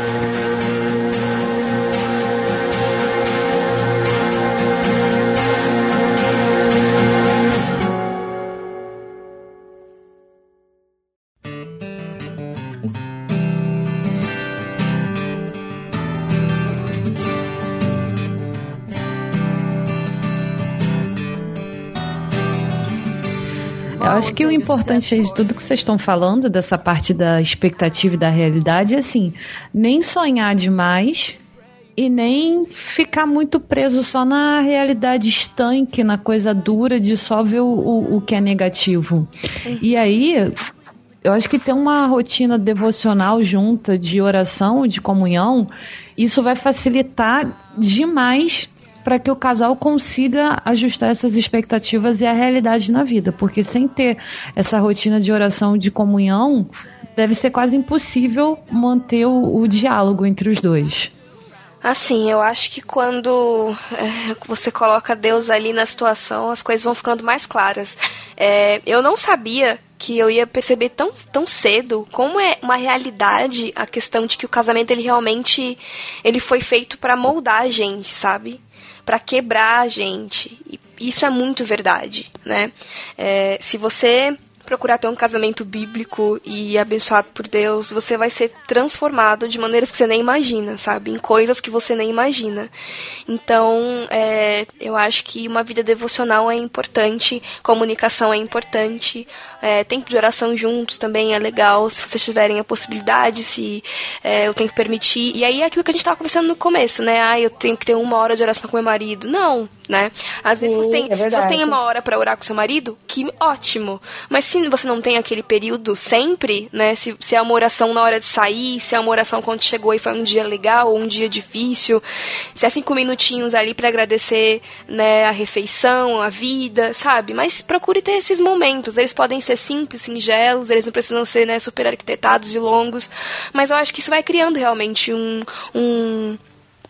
Eu acho que o importante de tudo que vocês estão falando, dessa parte da expectativa e da realidade, é assim, nem sonhar demais e nem ficar muito preso só na realidade estanque, na coisa dura de só ver o que é negativo. E aí, eu acho que ter uma rotina devocional junta, de oração, de comunhão, isso vai facilitar demais para que o casal consiga ajustar essas expectativas e a realidade na vida, porque sem ter essa rotina de oração, de comunhão, deve ser quase impossível manter o diálogo entre os dois. Assim, eu acho que quando você coloca Deus ali na situação, as coisas vão ficando mais claras. Eu não sabia que eu ia perceber tão cedo como é uma realidade a questão de que o casamento ele foi feito para moldar a gente, sabe? Para quebrar a gente. E isso é muito verdade, né? Se você procurar ter um casamento bíblico e abençoado por Deus, você vai ser transformado de maneiras que você nem imagina, sabe? Em coisas que você nem imagina. Então, eu acho que uma vida devocional é importante, comunicação é importante, tempo de oração juntos também é legal, se vocês tiverem a possibilidade, se o tempo permitir. E aí é aquilo que a gente estava conversando no começo, né? Eu tenho que ter 1 hora de oração com meu marido. Não, né? Às vezes se você tem 1 hora para orar com seu marido, que ótimo. Mas se você não tem aquele período sempre, né? Se é uma oração na hora de sair, se é uma oração quando chegou e foi um dia legal ou um dia difícil, se é 5 minutinhos ali para agradecer, né, a refeição, a vida, sabe? Mas procure ter esses momentos. Eles podem ser simples, singelos, eles não precisam ser, né, super arquitetados e longos, mas eu acho que isso vai criando realmente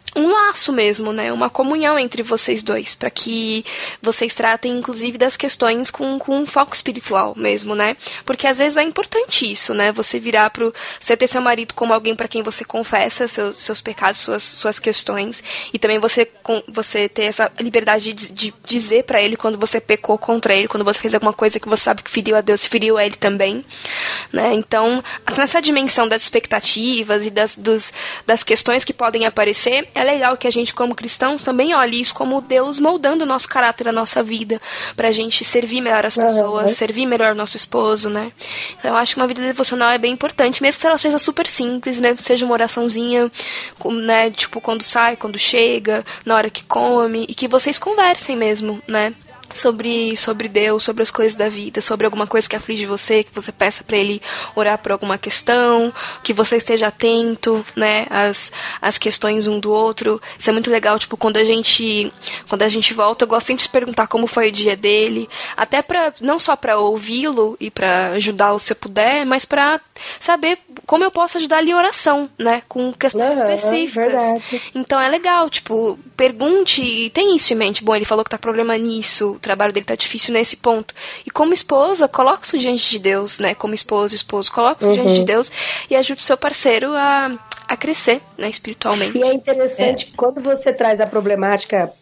um laço mesmo, né? Uma comunhão entre vocês dois, para que vocês tratem, inclusive, das questões com um foco espiritual mesmo, né? Porque às vezes é importante isso, né? Você você ter seu marido como alguém para quem você confessa seus pecados, suas questões, e também você ter essa liberdade de dizer para ele quando você pecou contra ele, quando você fez alguma coisa que você sabe que feriu a Deus, feriu a ele também, né? Então, nessa dimensão das expectativas e das questões que podem aparecer, é legal que a gente, como cristãos, também olhe isso como Deus moldando o nosso caráter, a nossa vida, pra gente servir melhor as pessoas, servir melhor o nosso esposo, né? Então eu acho que uma vida devocional é bem importante, mesmo que ela seja super simples, né? Seja uma oraçãozinha, né? Tipo, quando sai, quando chega, na hora que come, e que vocês conversem mesmo, né? Sobre Deus, sobre as coisas da vida, sobre alguma coisa que aflige você, que você peça pra ele orar por alguma questão, que você esteja atento, né, às questões um do outro. Isso é muito legal, tipo, quando a gente volta, eu gosto sempre de perguntar como foi o dia dele, até não só pra ouvi-lo e pra ajudá-lo se eu puder, mas pra saber como eu posso ajudar ele em oração, né, com questões específicas. Verdade. Então é legal, tipo, pergunte e tem isso em mente. Bom, ele falou que tá com problema nisso, o trabalho dele tá difícil nesse ponto. E como esposa, coloque isso diante de Deus, né? Como esposo, coloque isso diante de Deus e ajude o seu parceiro a crescer, né, espiritualmente. E é interessante que quando você traz a problemática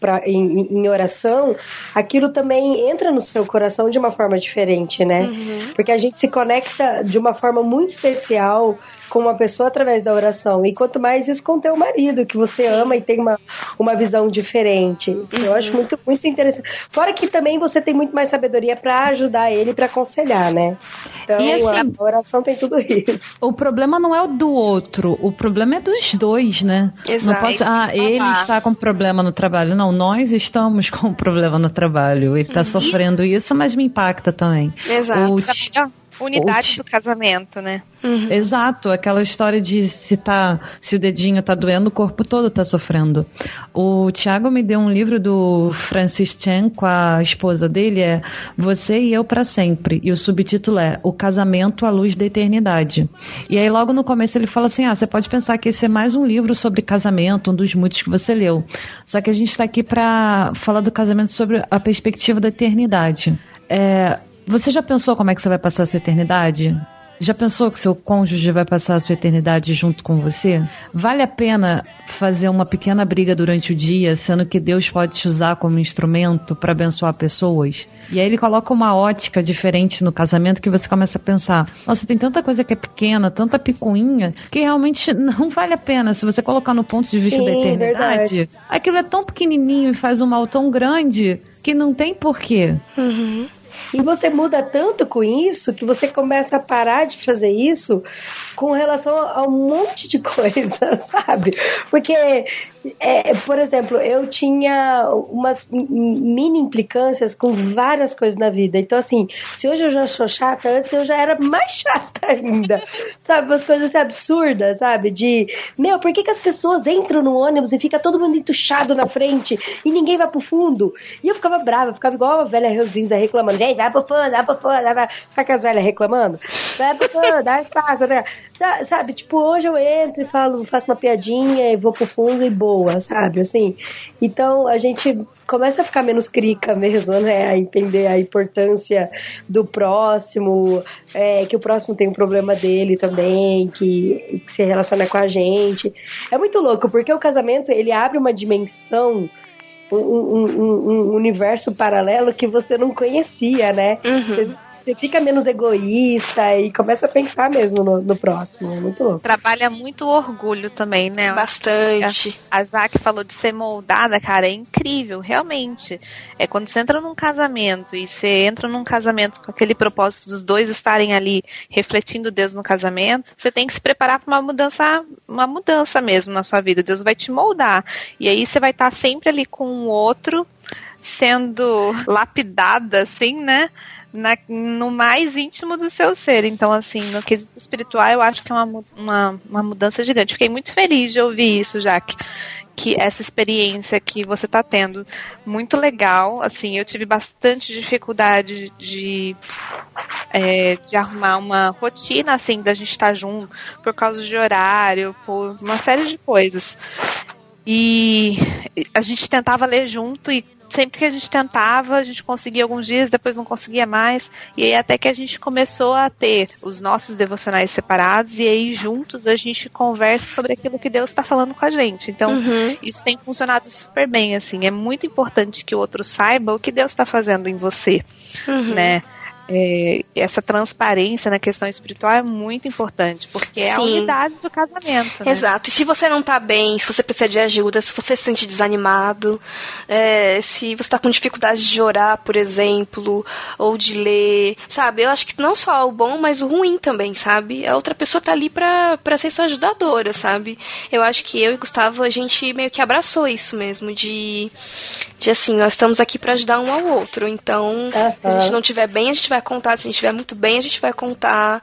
em oração, aquilo também entra no seu coração de uma forma diferente, né? Porque a gente se conecta de uma forma muito especial com uma pessoa através da oração. E quanto mais isso com o teu marido, que você ama e tem uma visão diferente. Eu acho muito, muito interessante. Fora que também você tem muito mais sabedoria para ajudar ele, para aconselhar, né? Então, e assim, a oração tem tudo isso. O problema não é o do outro, o problema é dos dois, né? Exato. Não posso, ele está com problema no trabalho. Não, nós estamos com problema no trabalho. Ele está sofrendo isso, mas me impacta também. Exato. Unidade do casamento, né? Exato, aquela história de se o dedinho tá doendo, o corpo todo tá sofrendo. O Thiago me deu um livro do Francis Chan com a esposa dele, é Você e Eu para Sempre, e o subtítulo é O Casamento à Luz da Eternidade. E aí logo no começo ele fala assim, você pode pensar que esse é mais um livro sobre casamento, um dos muitos que você leu, só que a gente tá aqui para falar do casamento sobre a perspectiva da eternidade. Você já pensou como é que você vai passar a sua eternidade? Já pensou que seu cônjuge vai passar a sua eternidade junto com você? Vale a pena fazer uma pequena briga durante o dia, sendo que Deus pode te usar como instrumento para abençoar pessoas? E aí ele coloca uma ótica diferente no casamento que você começa a pensar, nossa, tem tanta coisa que é pequena, tanta picuinha, que realmente não vale a pena. Se você colocar no ponto de vista da eternidade, verdade. Aquilo é tão pequenininho e faz um mal tão grande que não tem porquê. E você muda tanto com isso que você começa a parar de fazer isso com relação a um monte de coisa, sabe? Porque, por exemplo, eu tinha umas mini implicâncias com várias coisas na vida. Então, assim, se hoje eu já sou chata, antes eu já era mais chata ainda. Sabe? Umas coisas absurdas, sabe? Por que as pessoas entram no ônibus e fica todo mundo entuchado na frente e ninguém vai pro fundo? E eu ficava brava, ficava igual a velha ranzinza reclamando. Vai pro fundo, vai pro fundo. Sabe que as velhas reclamando? Vai pro fundo, dá espaço, né? Sabe, tipo, hoje eu entro e faço uma piadinha e vou pro fundo e boa, sabe, assim. Então, a gente começa a ficar menos crica mesmo, né, a entender a importância do próximo, que o próximo tem um problema dele também, que se relaciona com a gente. É muito louco, porque o casamento, ele abre uma dimensão, um universo paralelo que você não conhecia, né? Você fica menos egoísta e começa a pensar mesmo no próximo. É muito louco. Trabalha muito o orgulho também, né? Bastante. A Zac falou de ser moldada, cara, é incrível, realmente. Quando você entra num casamento e você entra num casamento com aquele propósito dos dois estarem ali refletindo Deus no casamento, você tem que se preparar para uma mudança mesmo na sua vida. Deus vai te moldar. E aí você vai estar sempre ali com o outro, sendo lapidada, assim, né? No mais íntimo do seu ser. Então, assim, no quesito espiritual, eu acho que é uma mudança gigante. Fiquei muito feliz de ouvir isso, Jaque, que essa experiência que você está tendo, muito legal. Assim, eu tive bastante dificuldade de arrumar uma rotina, assim, da gente estar junto, por causa de horário, por uma série de coisas. E a gente tentava ler junto e sempre que a gente tentava, a gente conseguia alguns dias, depois não conseguia mais. E aí até que a gente começou a ter os nossos devocionais separados e aí juntos a gente conversa sobre aquilo que Deus está falando com a gente. Então, isso tem funcionado super bem, assim. É muito importante que o outro saiba o que Deus está fazendo em você, né? Essa transparência na questão espiritual é muito importante, porque é a unidade do casamento, né? Exato. E se você não tá bem, se você precisa de ajuda, se você se sente desanimado, se você tá com dificuldade de orar, por exemplo, ou de ler, sabe? Eu acho que não só o bom, mas o ruim também, sabe? A outra pessoa tá ali pra ser sua ajudadora, sabe? Eu acho que eu e Gustavo, a gente meio que abraçou isso mesmo, de assim, nós estamos aqui pra ajudar um ao outro. Então, se a gente não estiver bem, a gente vai contar. Se a gente estiver muito bem, a gente vai contar.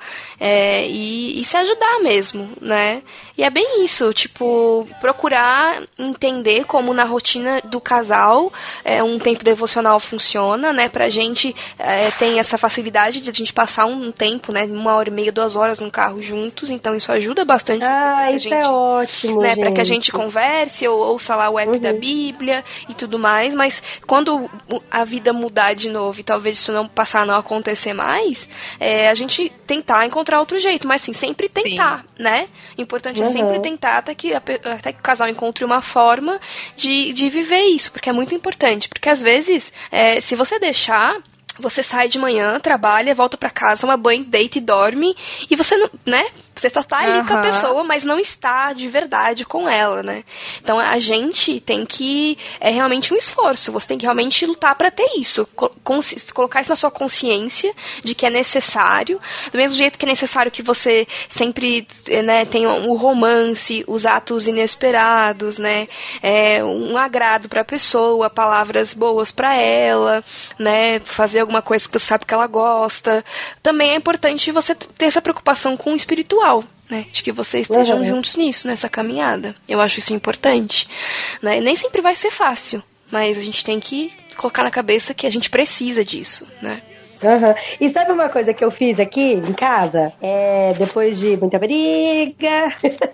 E se ajudar mesmo, né? E é bem isso, tipo, procurar entender como na rotina do casal um tempo devocional funciona, né? Pra gente tem essa facilidade de a gente passar um tempo, né? 1h30, 2 horas no carro juntos. Então, isso ajuda bastante. Isso é ótimo, né, gente. pra que a gente converse ou ouça lá o app da Bíblia e tudo mais. Mas quando a vida mudar de novo e talvez isso não passar a não acontecer mais, a gente tentar encontrar outro jeito, mas sim, sempre tentar, né? O importante é sempre tentar até que o casal encontre uma forma de viver isso, porque é muito importante, porque às vezes, se você deixar, você sai de manhã, trabalha, volta pra casa, toma banho, deita e dorme, e você não, né? Você só tá ali com a pessoa, mas não está de verdade com ela, né? Então a gente tem que... É realmente um esforço. Você tem que realmente lutar pra ter isso. Colocar isso na sua consciência de que é necessário. Do mesmo jeito que é necessário que você sempre, né, tenha o romance, os atos inesperados, né? Um agrado pra pessoa, palavras boas pra ela, né? Fazer alguma coisa que você sabe que ela gosta. Também é importante você ter essa preocupação com o espiritual, né? De que vocês estejam juntos nisso, nessa caminhada. Eu acho isso importante, né? Nem sempre vai ser fácil, mas a gente tem que colocar na cabeça que a gente precisa disso, né? E sabe uma coisa que eu fiz aqui em casa? Depois de muita briga,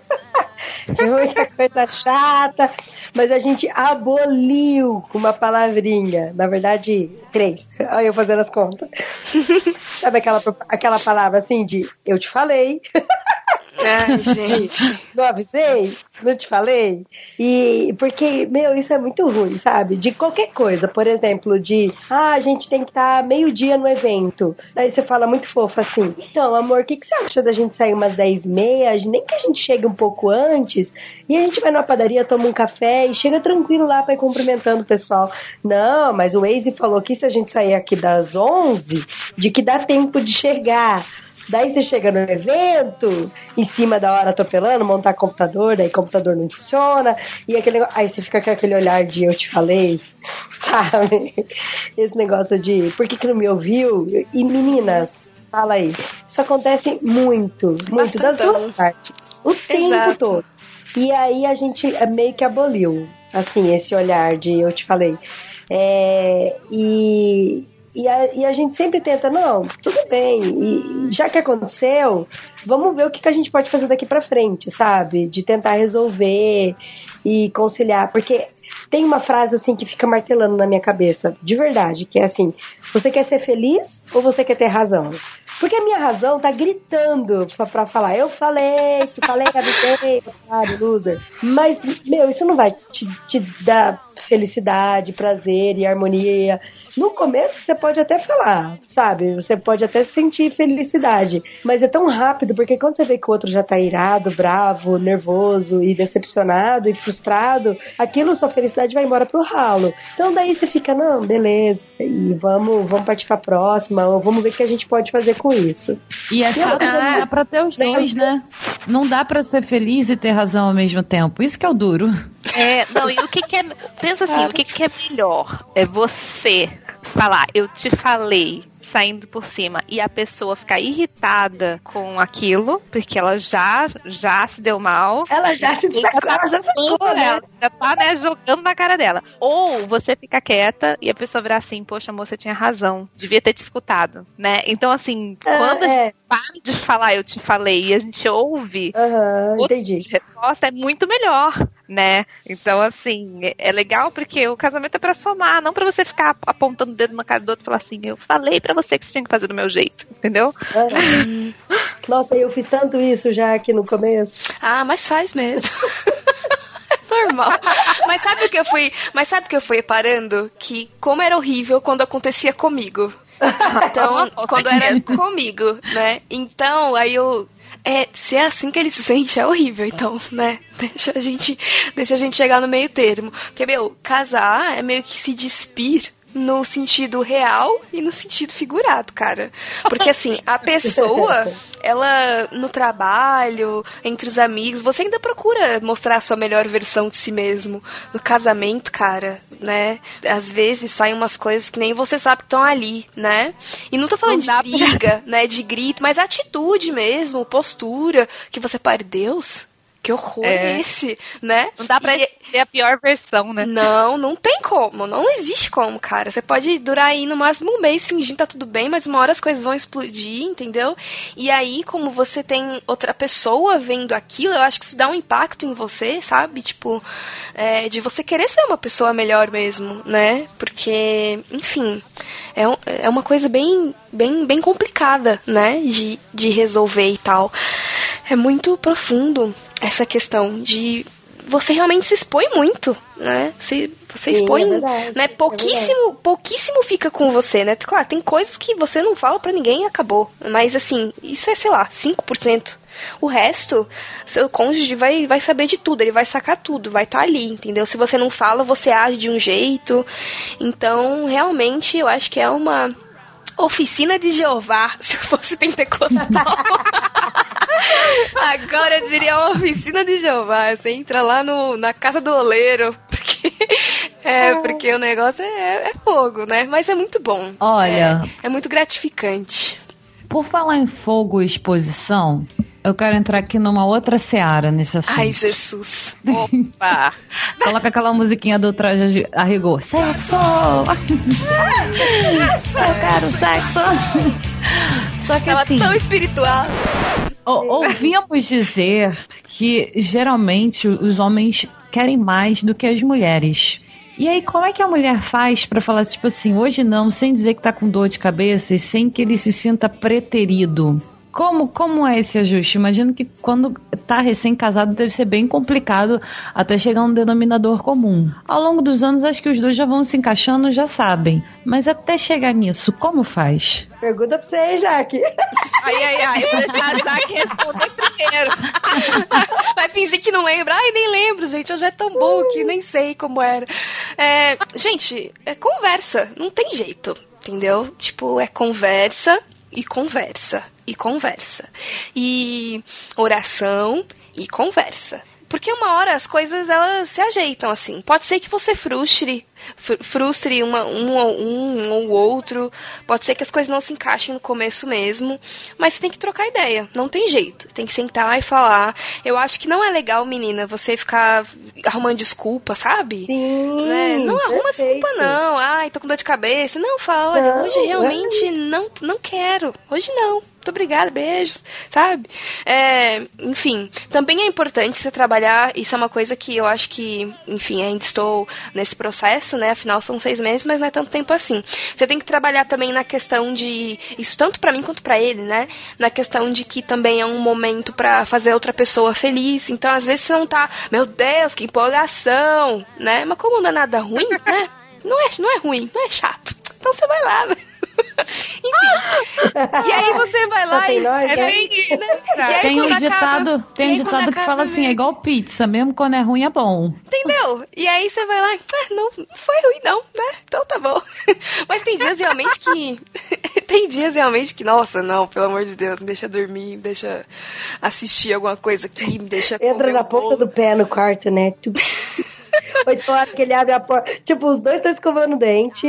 de muita coisa chata, mas a gente aboliu uma palavrinha, na verdade 3, olha eu fazendo as contas. Sabe aquela palavra assim de eu te falei? Ai, gente. Não avisei? Não te falei? E porque, isso é muito ruim, sabe? De qualquer coisa, por exemplo, a gente tem que estar meio-dia no evento. Daí você fala muito fofo assim, então, amor, o que você acha da gente sair umas 10h30? Nem que a gente chegue um pouco antes e a gente vai na padaria, toma um café e chega tranquilo lá pra ir cumprimentando o pessoal. Não, mas o Waze falou que se a gente sair aqui das 11, de que dá tempo de chegar. Daí você chega no evento, em cima da hora atropelando, montar computador, daí computador não funciona, e aí você fica com aquele olhar de eu te falei, sabe? Esse negócio de por que não me ouviu? E meninas, fala aí, isso acontece muito, das duas partes, o tempo todo. E aí a gente meio que aboliu, assim, esse olhar de eu te falei. E a gente sempre tenta, não, tudo bem, e já que aconteceu, vamos ver o que a gente pode fazer daqui pra frente, sabe? De tentar resolver e conciliar, porque tem uma frase assim que fica martelando na minha cabeça, de verdade, que é assim, você quer ser feliz ou você quer ter razão? Porque a minha razão tá gritando pra falar, eu falei, avisei, sabe, loser. Mas, isso não vai te dar felicidade, prazer e harmonia. No começo você pode até falar, sabe? Você pode até sentir felicidade. Mas é tão rápido, porque quando você vê que o outro já tá irado, bravo, nervoso e decepcionado e frustrado, sua felicidade vai embora pro ralo. Então daí você fica, não, beleza, e vamos partir pra próxima, ou vamos ver o que a gente pode fazer com isso. E é chato pra ter os dois, né? Não dá pra ser feliz e ter razão ao mesmo tempo. Isso que é o duro. Não, e o que é... Pensa assim, o que é melhor? É você falar, eu te falei, saindo por cima, e a pessoa ficar irritada com aquilo, porque ela já se deu mal. Ela já se sacou, ela já sacou, né? Já tá, né, jogando na cara dela. Ou você fica quieta e a pessoa virar assim, poxa, amor, você tinha razão, devia ter te escutado, né? Então, assim, quando a gente para de falar, eu te falei, e a gente ouve outra resposta, é muito melhor, né? Então, assim, é legal porque o casamento é pra somar, não pra você ficar apontando o dedo na cara do outro e falar assim, eu falei pra você que você tinha que fazer do meu jeito, entendeu? Nossa, eu fiz tanto isso já aqui no começo. Ah, mas faz mesmo. Normal. Mas sabe o que eu fui reparando? Que como era horrível quando acontecia comigo. Então, quando era comigo, né? Então, aí eu... se é assim que ele se sente, é horrível. Então, né? Deixa a gente chegar no meio termo. Porque, casar é meio que se despir no sentido real e no sentido figurado, cara. Porque, assim, a pessoa, ela, no trabalho, entre os amigos, você ainda procura mostrar a sua melhor versão de si mesmo. No casamento, cara, né? Às vezes saem umas coisas que nem você sabe que estão ali, né? E não tô falando de briga, né? De grito, mas atitude mesmo, postura, que você pare, Deus... Que horror é esse, né? Não dá pra ter a pior versão, né? Não tem como. Não existe como, cara. Você pode durar aí no máximo um mês fingindo que tá tudo bem, mas uma hora as coisas vão explodir, entendeu? E aí, como você tem outra pessoa vendo aquilo, eu acho que isso dá um impacto em você, sabe? Tipo, de você querer ser uma pessoa melhor mesmo, né? Porque, enfim, é uma coisa bem complicada, né? De resolver e tal. É muito profundo essa questão de você realmente se expõe muito, né? Você expõe, verdade, né? Pouquíssimo fica com você, né? Claro, tem coisas que você não fala pra ninguém e acabou. Mas assim, isso é, sei lá, 5%. O resto, seu cônjuge vai saber de tudo, ele vai sacar tudo, vai estar ali, entendeu? Se você não fala, você age de um jeito. Então, realmente, eu acho que é uma oficina de Jeová, se eu fosse pentecostal. Agora eu diria uma oficina de Jeová. Você entra lá na casa do oleiro, porque o negócio é fogo, né? Mas é muito bom. Olha, é muito gratificante. Por falar em fogo e exposição, eu quero entrar aqui numa outra seara nesse assunto. Ai, Jesus. Opa! Coloca aquela musiquinha do Traje a Rigor. Sexo! Eu quero sexo! Só que ela assim... tão espiritual. Ouvimos dizer que geralmente os homens querem mais do que as mulheres. E aí, como é que a mulher faz pra falar, tipo assim, hoje não, sem dizer que tá com dor de cabeça e sem que ele se sinta preterido? Como é esse ajuste? Imagino que quando tá recém-casado deve ser bem complicado até chegar a um denominador comum. Ao longo dos anos, acho que os dois já vão se encaixando, já sabem. Mas até chegar nisso, como faz? Pergunta pra você aí, Jaque. Ai, vou deixar a Jaque responder primeiro. Vai fingir que não lembra. Ai, nem lembro, gente. Hoje é tão bom que nem sei como era. Gente, é conversa. Não tem jeito, entendeu? Tipo, é conversa e conversa. E conversa. E oração e conversa. Porque uma hora as coisas, elas se ajeitam, assim. Pode ser que você frustre um ou outro. Pode ser que as coisas não se encaixem no começo mesmo. Mas você tem que trocar ideia. Não tem jeito. Tem que sentar e falar. Eu acho que não é legal, menina, você ficar arrumando desculpa, sabe? Sim, né? Não arruma perfeito. desculpa, não. Ai, tô com dor de cabeça. Não, fala, olha, hoje realmente não quero. Hoje não. Muito obrigada, beijos, sabe? Enfim, também é importante você trabalhar, isso é uma coisa que eu acho que, enfim, ainda estou nesse processo, né? Afinal, são 6 meses, mas não é tanto tempo assim. Você tem que trabalhar também na questão de, isso tanto pra mim quanto pra ele, né? Na questão de que também é um momento pra fazer outra pessoa feliz. Então, às vezes você não tá, meu Deus, que empolgação, né? Mas como não é nada ruim, né? Não é ruim, não é chato. Então você vai lá, né? Enfim. E aí você vai lá e tem um ditado que fala assim, é igual pizza, mesmo quando é ruim é bom. Entendeu? E aí você vai lá, não foi ruim não, né? Então tá bom. Mas tem dias realmente que, nossa, não, pelo amor de Deus, me deixa dormir, me deixa assistir alguma coisa aqui, me deixa entra na ponta do pé no quarto, né? Ou então hora que ele abre a porta, tipo, os dois estão escovando o dente,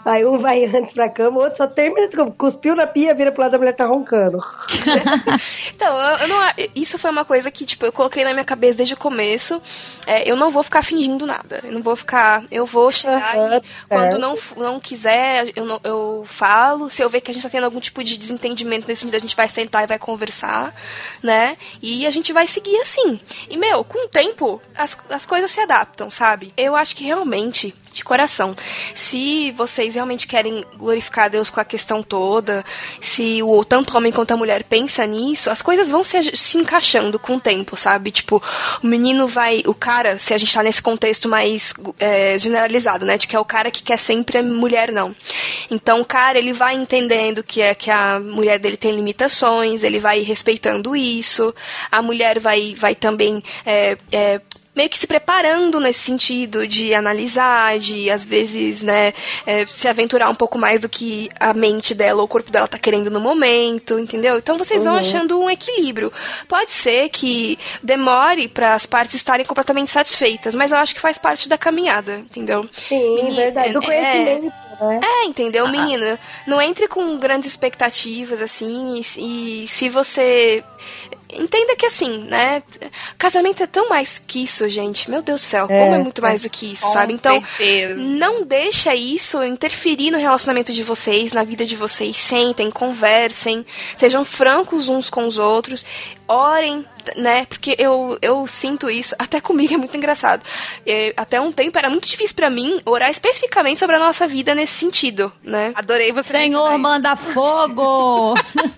Aí um vai antes pra cama, o outro só termina, cuspiu na pia, vira pro lado da mulher, tá roncando. Então, eu não, isso foi uma coisa que, tipo, eu coloquei na minha cabeça desde o começo. Eu não vou ficar fingindo nada. Eu vou chegar e quando não quiser, eu falo. Se eu ver que a gente tá tendo algum tipo de desentendimento nesse sentido, a gente vai sentar e vai conversar, né? E a gente vai seguir assim. E, com o tempo, as coisas se adaptam, sabe? Eu acho que realmente, de coração, se vocês realmente querem glorificar a Deus com a questão toda, se tanto o homem quanto a mulher pensa nisso, as coisas vão se encaixando com o tempo, sabe? Tipo, o cara, se a gente tá nesse contexto mais generalizado, né? De que é o cara que quer sempre, a mulher não. Então o cara, ele vai entendendo que a mulher dele tem limitações, ele vai respeitando isso, a mulher vai também meio que se preparando nesse sentido de analisar, de às vezes, né, se aventurar um pouco mais do que a mente dela ou o corpo dela tá querendo no momento, entendeu? Então vocês vão achando um equilíbrio. Pode ser que demore para as partes estarem completamente satisfeitas, mas eu acho que faz parte da caminhada, entendeu? Sim, verdade. Do conhecimento. Entendeu, menina? Não entre com grandes expectativas, assim, e se você... Entenda que, assim, né? Casamento é tão mais que isso, gente. Meu Deus do céu, como é muito mais do que isso, sabe? Então, não deixa isso interferir no relacionamento de vocês, na vida de vocês. Sentem, conversem, sejam francos uns com os outros. Orem, né? Porque eu sinto isso, até comigo é muito engraçado. Até um tempo era muito difícil pra mim orar especificamente sobre a nossa vida nesse sentido, né? Adorei você. Senhor, manda fogo!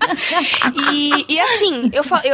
E assim,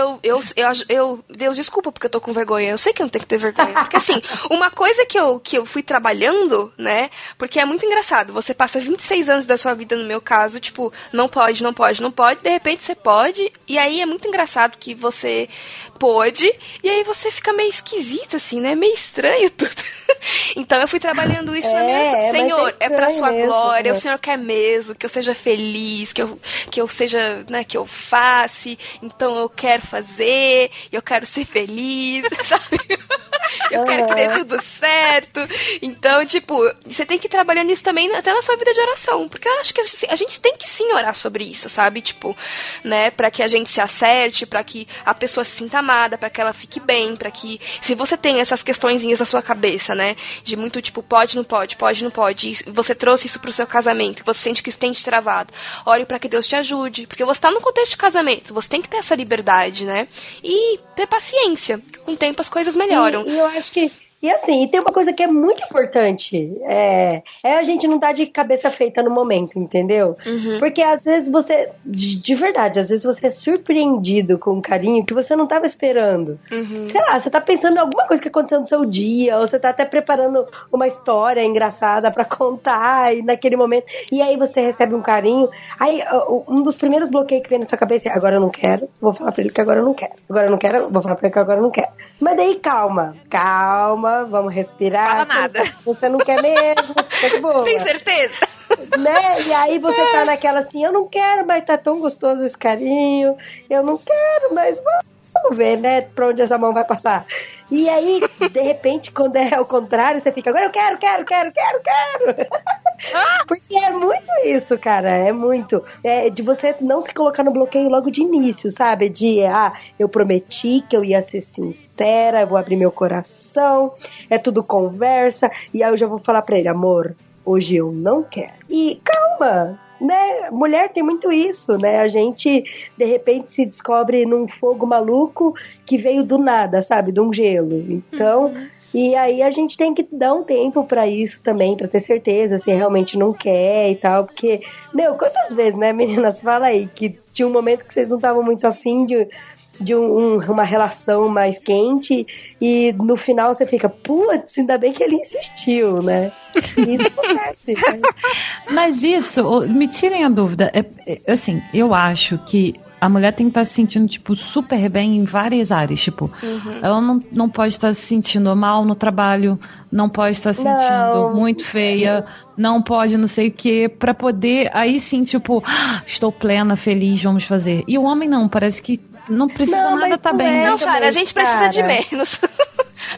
Deus, desculpa porque eu tô com vergonha. Eu sei que eu não tenho que ter vergonha. Porque assim, uma coisa que eu fui trabalhando, né? Porque é muito engraçado. Você passa 26 anos da sua vida, no meu caso, tipo, não pode. De repente você pode. E aí é muito engraçado que você pôde, e aí você fica meio esquisito, assim, né? Meio estranho tudo. Então eu fui trabalhando isso na minha... Senhor, é pra sua glória, o Senhor quer mesmo que eu seja feliz, que eu seja, né, que eu faça, então eu quero fazer, eu quero ser feliz, sabe? Eu quero que dê tudo certo. Então, tipo, você tem que ir trabalhando isso também até na sua vida de oração, porque eu acho que a gente tem que sim orar sobre isso, sabe? Tipo, né, pra que a gente se acerte, pra que a pessoa se sinta amada, pra que ela fique bem, pra que, se você tem essas questõezinhas na sua cabeça, né, de muito tipo, pode, não pode, e você trouxe isso pro seu casamento, você sente que isso tem te travado, ore pra que Deus te ajude, porque você tá no contexto de casamento, você tem que ter essa liberdade, né, e ter paciência, que com o tempo as coisas melhoram. E eu acho que... E assim, tem uma coisa que é muito importante, é a gente não dar de cabeça feita no momento, entendeu? Porque às vezes você, de verdade, às vezes você é surpreendido com um carinho que você não estava esperando. Sei lá, você tá pensando em alguma coisa que aconteceu no seu dia, ou você tá até preparando uma história engraçada pra contar, e naquele momento, e aí você recebe um carinho, aí um dos primeiros bloqueios que vem na sua cabeça é, agora eu não quero, vou falar pra ele que agora eu não quero. Agora eu não quero, vou falar pra ele que agora eu não quero. Mas daí calma, vamos respirar. Fala nada. Você não quer mesmo, fica de boa. Tem certeza? Né? E aí você tá naquela assim, eu não quero, mas tá tão gostoso esse carinho, eu não quero, mas vamos ver, né, pra onde essa mão vai passar. E aí, de repente, quando é ao contrário, você fica, agora eu quero. Porque é muito isso, cara, é muito. De você não se colocar no bloqueio logo de início, sabe? Eu prometi que eu ia ser sincera, eu vou abrir meu coração, é tudo conversa, e aí eu já vou falar pra ele, amor, hoje eu não quero. E calma, né? Mulher tem muito isso, né? A gente, de repente, se descobre num fogo maluco que veio do nada, sabe? De um gelo. Então, e aí a gente tem que dar um tempo pra isso também, pra ter certeza se realmente não quer e tal, porque, quantas vezes, né, meninas? Fala aí, que tinha um momento que vocês não estavam muito afim de uma relação mais quente e no final você fica, putz, ainda bem que ele insistiu, né? Isso acontece. Né? Mas isso, me tirem a dúvida, assim, eu acho que a mulher tem que estar se sentindo, tipo, super bem em várias áreas, tipo, ela não pode estar se sentindo mal no trabalho, não pode estar se sentindo muito feia, não pode não sei o que, pra poder, aí sim, tipo, estou plena, feliz, vamos fazer. E o homem não, parece que não precisa nada, tá bem. Não, Sara, a gente precisa de menos.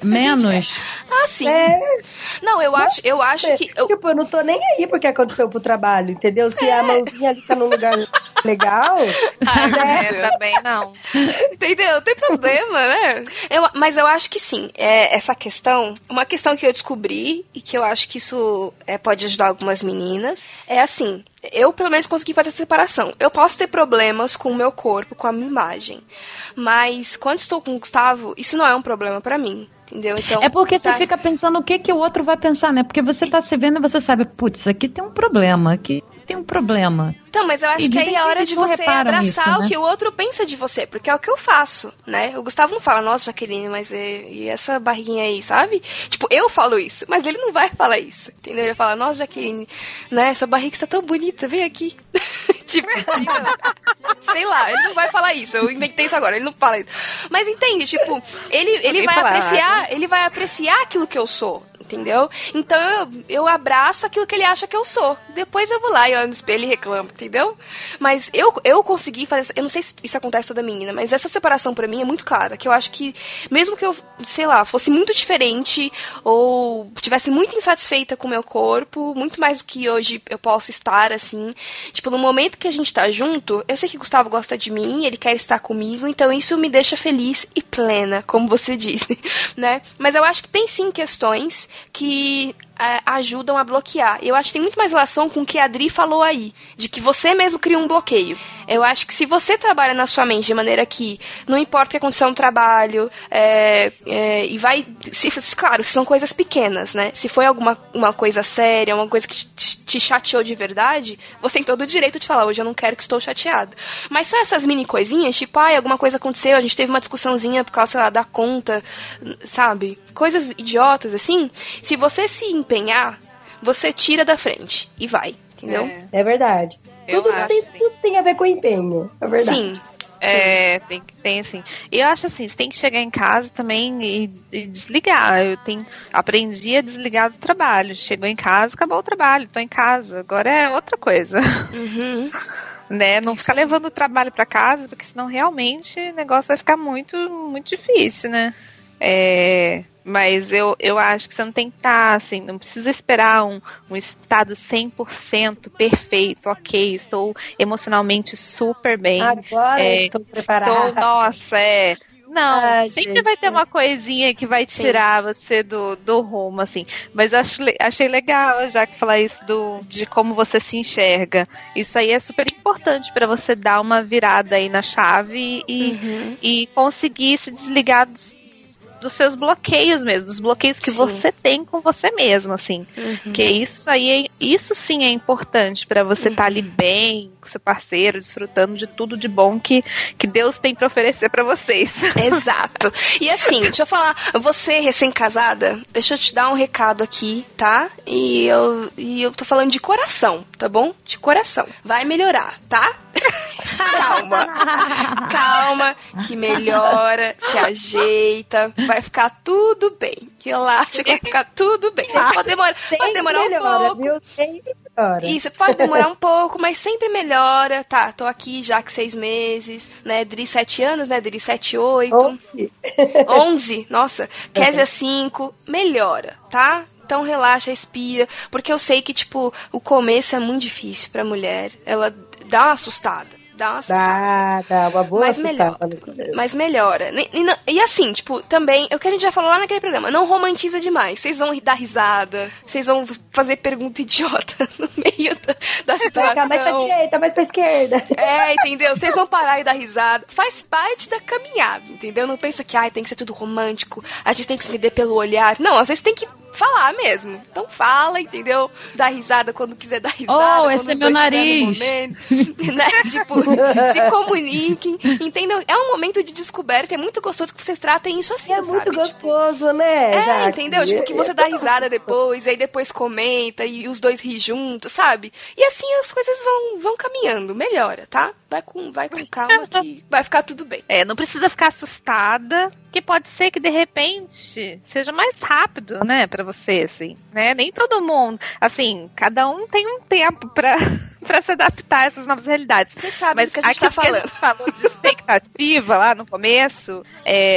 Menos? Sim. Não, eu acho que... Tipo, eu não tô nem aí porque aconteceu pro trabalho, entendeu? Se a mãozinha ali tá num lugar legal... também não. Entendeu? Não tem problema, né? Mas eu acho que sim. Essa questão... Uma questão que eu descobri e que eu acho que isso pode ajudar algumas meninas é assim... Eu, pelo menos, consegui fazer essa separação. Eu posso ter problemas com o meu corpo, com a minha imagem. Mas, quando estou com o Gustavo, isso não é um problema pra mim. Entendeu? Então, é porque você fica pensando o que o outro vai pensar, né? Porque você tá se vendo e você sabe, putz, aqui tem um problema, aqui tem um problema. Então, mas eu acho que aí é a hora de você abraçar isso, né? o que o outro pensa de você, porque é o que eu faço, né? O Gustavo não fala, nossa, Jaqueline, mas e essa barriguinha aí, sabe? Tipo, eu falo isso, mas ele não vai falar isso, entendeu? Ele fala, nossa, Jaqueline, né, sua barriga está tão bonita, vem aqui. Tipo, sei lá, ele não vai falar isso, eu inventei isso agora, ele não fala isso. Mas entende, tipo, ele vai apreciar aquilo que eu sou. Entendeu? Então eu abraço aquilo que ele acha que eu sou. Depois eu vou lá e olho no espelho e reclamo, entendeu? Mas eu consegui fazer... Eu não sei se isso acontece toda menina, mas essa separação pra mim é muito clara. Que eu acho que, mesmo que eu, sei lá, fosse muito diferente ou tivesse muito insatisfeita com o meu corpo, muito mais do que hoje eu posso estar, assim. Tipo, no momento que a gente tá junto, eu sei que o Gustavo gosta de mim, ele quer estar comigo, então isso me deixa feliz e plena, como você disse, né? Mas eu acho que tem sim questões que ajudam a bloquear. Eu acho que tem muito mais relação com o que a Adri falou aí, de que você mesmo cria um bloqueio. Eu acho que se você trabalha na sua mente de maneira que não importa o que acontecer no trabalho, e vai... claro, se são coisas pequenas, né? Se foi uma coisa séria, uma coisa que te chateou de verdade, você tem todo o direito de falar, hoje eu não quero que estou chateado. Mas são essas mini coisinhas, tipo, alguma coisa aconteceu, a gente teve uma discussãozinha por causa, sei lá, da conta, sabe? Coisas idiotas, assim. Se você se empenhar, você tira da frente e vai, entendeu? É verdade. Tudo tem a ver com empenho, é verdade. Sim. Tem assim. E eu acho assim, você tem que chegar em casa também e desligar. Aprendi a desligar do trabalho. Chegou em casa, acabou o trabalho, tô em casa. Agora é outra coisa. Uhum. Né? Não ficar levando o trabalho pra casa, porque senão realmente o negócio vai ficar muito, muito difícil, né? Mas eu acho que você não tem que estar, assim, não precisa esperar um estado 100% perfeito, ok, estou emocionalmente super bem. Agora estou preparada. Não, sempre vai ter uma coisinha que vai tirar você do rumo, assim. Mas eu achei legal, já que falar isso de como você se enxerga. Isso aí é super importante para você dar uma virada aí na chave e conseguir se desligar dos seus bloqueios mesmo, dos bloqueios que você tem com você mesmo, assim. Porque isso sim é importante para você estar ali bem com seu parceiro, desfrutando de tudo de bom que Deus tem para oferecer para vocês. Exato. E assim, deixa eu falar, você recém-casada, deixa eu te dar um recado aqui, tá? E eu tô falando de coração, tá bom? De coração. Vai melhorar, tá? Calma, que melhora, se ajeita, vai ficar tudo bem. Relaxa, que vai ficar tudo bem. Pode demorar um pouco. Viu? Sempre melhora. Isso, pode demorar um pouco, mas sempre melhora. Tá, tô aqui já que 6 meses, né? Dri 7 anos, né? Dri 7, 8. 11, nossa. Kézia 5, melhora, tá? Então relaxa, respira, porque eu sei que, tipo, o começo é muito difícil pra mulher. Ela dá uma assustada. Dá uma boa assustada. Mas melhora. E assim, tipo, também, é o que a gente já falou lá naquele programa, não romantiza demais. Vocês vão dar risada, vocês vão fazer pergunta idiota no meio da situação. Mais pra direita, mais pra esquerda. Entendeu? Vocês vão parar e dar risada. Faz parte da caminhada, entendeu? Não pensa que, tem que ser tudo romântico, a gente tem que se lider pelo olhar. Não, às vezes tem que falar mesmo. Então fala, entendeu? Dá risada quando quiser dar risada. Esse é meu nariz. Momento, né? Tipo, se comuniquem, entendeu? É um momento de descoberta, é muito gostoso que vocês tratem isso assim, sabe? Muito gostoso, né? Entendeu? Tipo, que você dá risada depois, aí depois comenta e os dois ri juntos, sabe? E assim as coisas vão caminhando, melhora, tá? Vai com calma que vai ficar tudo bem. Não precisa ficar assustada, que pode ser que de repente seja mais rápido, né, pra você, assim, né? Nem todo mundo, assim, cada um tem um tempo pra se adaptar a essas novas realidades. Você sabe o que a gente tá falando. Que a gente falou de expectativa lá no começo,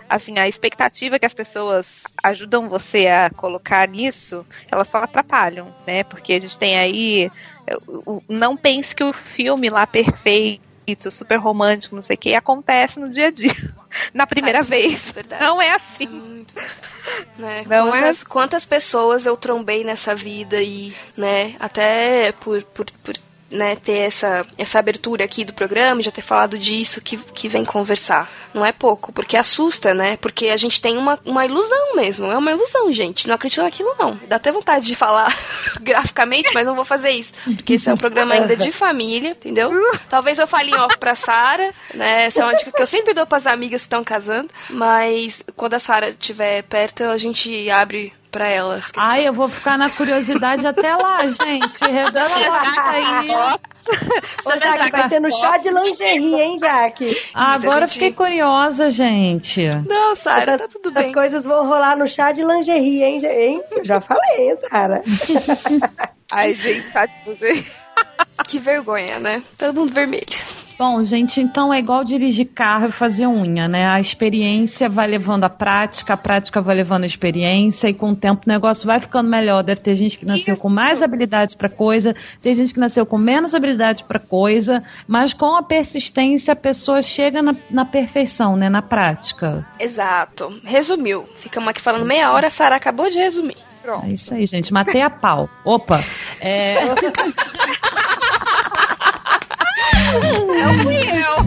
assim, a expectativa que as pessoas ajudam você a colocar nisso, elas só atrapalham, né? Porque a gente tem aí, não pense que o filme lá perfeito, super romântico, não sei o que, acontece no dia a dia, na primeira vez. Verdade. Não é assim. Né? Quantas pessoas eu trombei nessa vida e, né, até por né, ter essa abertura aqui do programa, já ter falado disso, que vem conversar. Não é pouco, porque assusta, né? Porque a gente tem uma ilusão mesmo. É uma ilusão, gente. Não acredito naquilo, não. Dá até vontade de falar graficamente, mas não vou fazer isso. Porque esse é um programa ainda de família, entendeu? Talvez eu fale em off pra Sarah, né? Essa é uma dica que eu sempre dou pras amigas que estão casando. Mas quando a Sarah estiver perto, a gente abre pra elas. Ai, eu vou ficar na curiosidade até lá, gente. Revela isso aí. Ô, Jaque, vai ter no chá de lingerie, hein, Jaque? Agora eu fiquei curiosa, gente. Não, Sarah, tá tudo bem. As coisas vão rolar no chá de lingerie, hein? Eu já falei, Sarah. Ai, gente, tá tudo, gente. Que vergonha, né? Todo mundo vermelho. Bom, gente, então é igual dirigir carro e fazer unha, né? A experiência vai levando a prática vai levando a experiência, e com o tempo o negócio vai ficando melhor. Deve ter gente que nasceu com mais habilidade para coisa, tem gente que nasceu com menos habilidade para coisa, mas com a persistência a pessoa chega na perfeição, né? Na prática. Exato. Resumiu. Ficamos aqui falando meia hora, a Sarah acabou de resumir. Pronto. É isso aí, gente. Matei a pau. Opa! Não fui eu.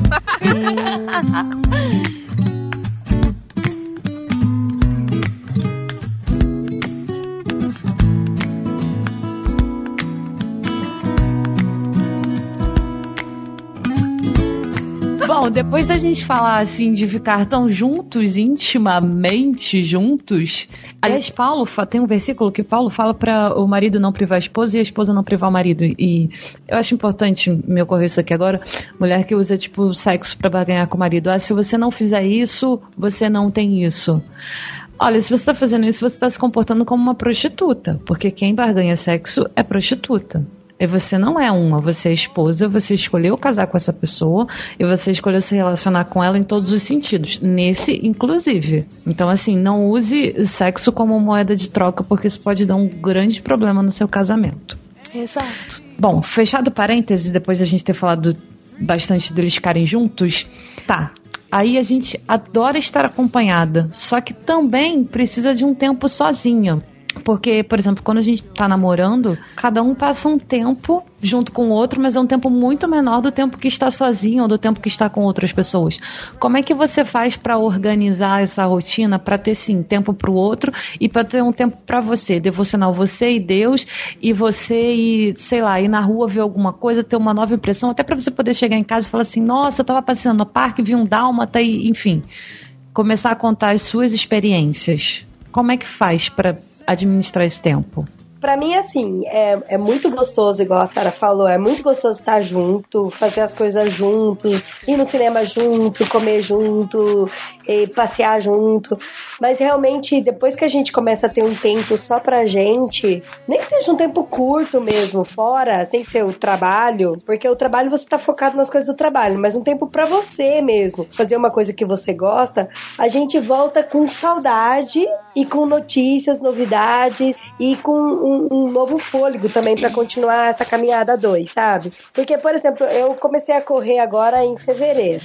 Bom, depois da gente falar assim de ficar tão juntos, intimamente juntos, aliás, Paulo tem um versículo que Paulo fala para o marido não privar a esposa e a esposa não privar o marido. E eu acho importante, me ocorreu isso aqui agora, mulher que usa tipo sexo para barganhar com o marido. Ah, se você não fizer isso, você não tem isso. Olha, se você está fazendo isso, você está se comportando como uma prostituta, porque quem barganha sexo é prostituta. E você não é você é esposa, você escolheu casar com essa pessoa e você escolheu se relacionar com ela em todos os sentidos, nesse inclusive. Então, assim, não use o sexo como moeda de troca, porque isso pode dar um grande problema no seu casamento. Exato. Bom, fechado parênteses, depois da gente ter falado bastante deles ficarem juntos, tá. Aí a gente adora estar acompanhada, só que também precisa de um tempo sozinha. Porque, por exemplo, quando a gente tá namorando, cada um passa um tempo junto com o outro, mas é um tempo muito menor do tempo que está sozinho ou do tempo que está com outras pessoas. Como é que você faz para organizar essa rotina, para ter, sim, tempo pro outro e para ter um tempo para você, devocional, você e Deus, e você ir, sei lá, ir na rua ver alguma coisa, ter uma nova impressão, até para você poder chegar em casa e falar assim, nossa, eu tava passeando no parque, vi um dálmata, e, enfim, começar a contar as suas experiências. Como é que faz para administrar esse tempo? Pra mim, assim, é muito gostoso, igual a Sarah falou, é muito gostoso estar junto, fazer as coisas juntos, ir no cinema junto, comer junto, passear junto. Mas realmente, depois que a gente começa a ter um tempo só pra gente, nem que seja um tempo curto mesmo, fora, sem ser o trabalho, porque o trabalho você tá focado nas coisas do trabalho, mas um tempo pra você mesmo, fazer uma coisa que você gosta, a gente volta com saudade e com notícias, novidades e com um novo fôlego também pra continuar essa caminhada 2, sabe? Porque, por exemplo, eu comecei a correr agora em fevereiro.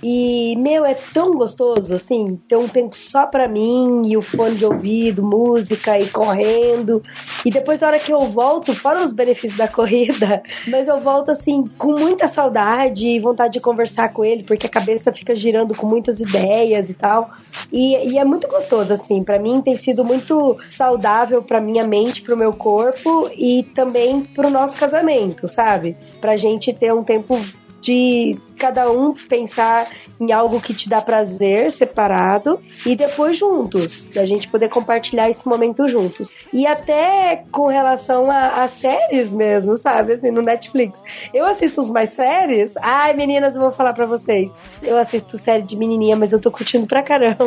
E, é tão gostoso, assim, ter um tempo só pra mim e o fone de ouvido, música e correndo. E depois, na hora que eu volto, fora os benefícios da corrida, mas eu volto, assim, com muita saudade e vontade de conversar com ele, porque a cabeça fica girando com muitas ideias e tal. E é muito gostoso, assim, pra mim tem sido muito saudável pra minha mente, pro meu corpo e também pro nosso casamento, sabe? Pra gente ter um tempo de cada um pensar em algo que te dá prazer separado e depois juntos, da gente poder compartilhar esse momento juntos. E até com relação a séries mesmo, sabe? Assim, no Netflix. Eu assisto uns mais séries. Ai, meninas, eu vou falar pra vocês. Eu assisto série de menininha, mas eu tô curtindo pra caramba.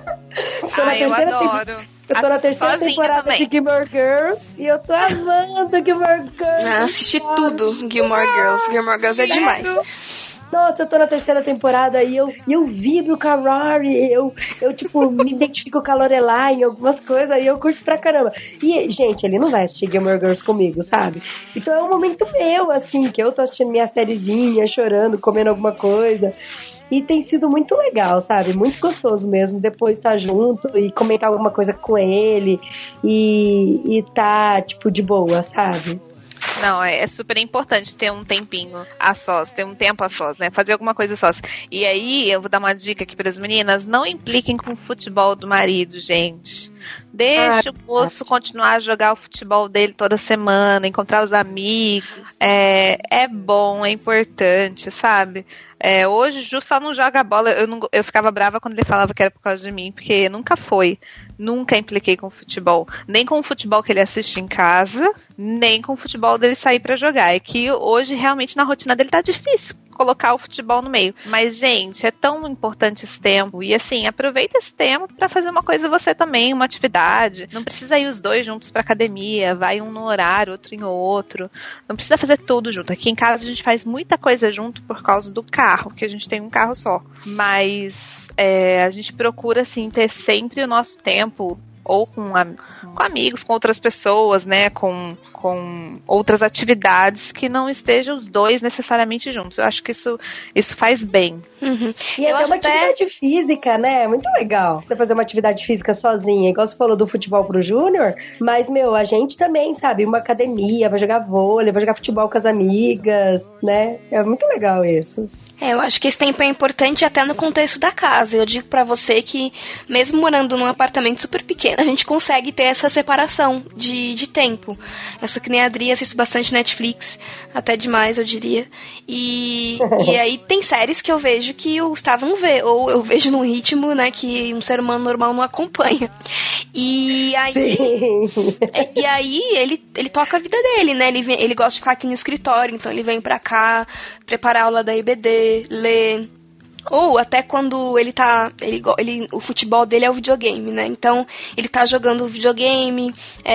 Eu adoro. Eu tô na terceira temporada também de Gilmore Girls e eu tô amando Gilmore Girls. Assisti tudo Gilmore Girls. Gilmore Girls é demais. Nossa, eu tô na 3ª temporada e eu vibro com a Rory, eu tipo, me identifico com a Lorelai em algumas coisas e eu curto pra caramba. E, gente, ele não vai assistir Gilmore Girls comigo, sabe? Então é um momento meu, assim, que eu tô assistindo minha sériezinha, chorando, comendo alguma coisa. E tem sido muito legal, sabe? Muito gostoso mesmo depois estar junto e comentar alguma coisa com ele e tá, tipo, de boa, sabe? Não, é super importante ter um tempinho a sós, ter um tempo a sós, né? Fazer alguma coisa a sós. E aí, eu vou dar uma dica aqui para as meninas, não impliquem com o futebol do marido, gente. Deixa o moço continuar a jogar o futebol dele toda semana, encontrar os amigos. É bom, é importante, sabe? Hoje o Ju só não joga bola. Eu ficava brava quando ele falava que era por causa de mim, porque nunca foi. Nunca impliquei com o futebol. Nem com o futebol que ele assiste em casa, nem com o futebol dele sair pra jogar. É que hoje realmente na rotina dele tá difícil colocar o futebol no meio. Mas, gente, é tão importante esse tempo. E assim, aproveita esse tempo pra fazer uma coisa você também, uma atividade. Não precisa ir os dois juntos pra academia. Vai um no horário, outro em outro. Não precisa fazer tudo junto. Aqui em casa a gente faz muita coisa junto por causa do carro, que a gente tem um carro só. Mas a gente procura, assim, ter sempre o nosso tempo ou com amigos, com outras pessoas, né, com outras atividades que não estejam os dois necessariamente juntos. Eu acho que isso faz bem. Uhum. E é uma atividade física, né? É muito legal você fazer uma atividade física sozinha, igual você falou do futebol pro Júnior, mas, a gente também, sabe, uma academia, vai jogar vôlei, vai jogar futebol com as amigas, né? É muito legal isso. Eu acho que esse tempo é importante até no contexto da casa. Eu digo pra você que, mesmo morando num apartamento super pequeno, a gente consegue ter essa separação de tempo. Eu sou que nem a Adri, assisto bastante Netflix, até demais, eu diria. E aí tem séries que eu vejo que o Gustavo não vê, ou eu vejo num ritmo, né, que um ser humano normal não acompanha. E aí ele toca a vida dele, né? Ele gosta de ficar aqui no escritório, então ele vem pra cá preparar a aula da IBD, ler. Ou até quando o futebol dele é o videogame, né? Então, ele tá jogando videogame,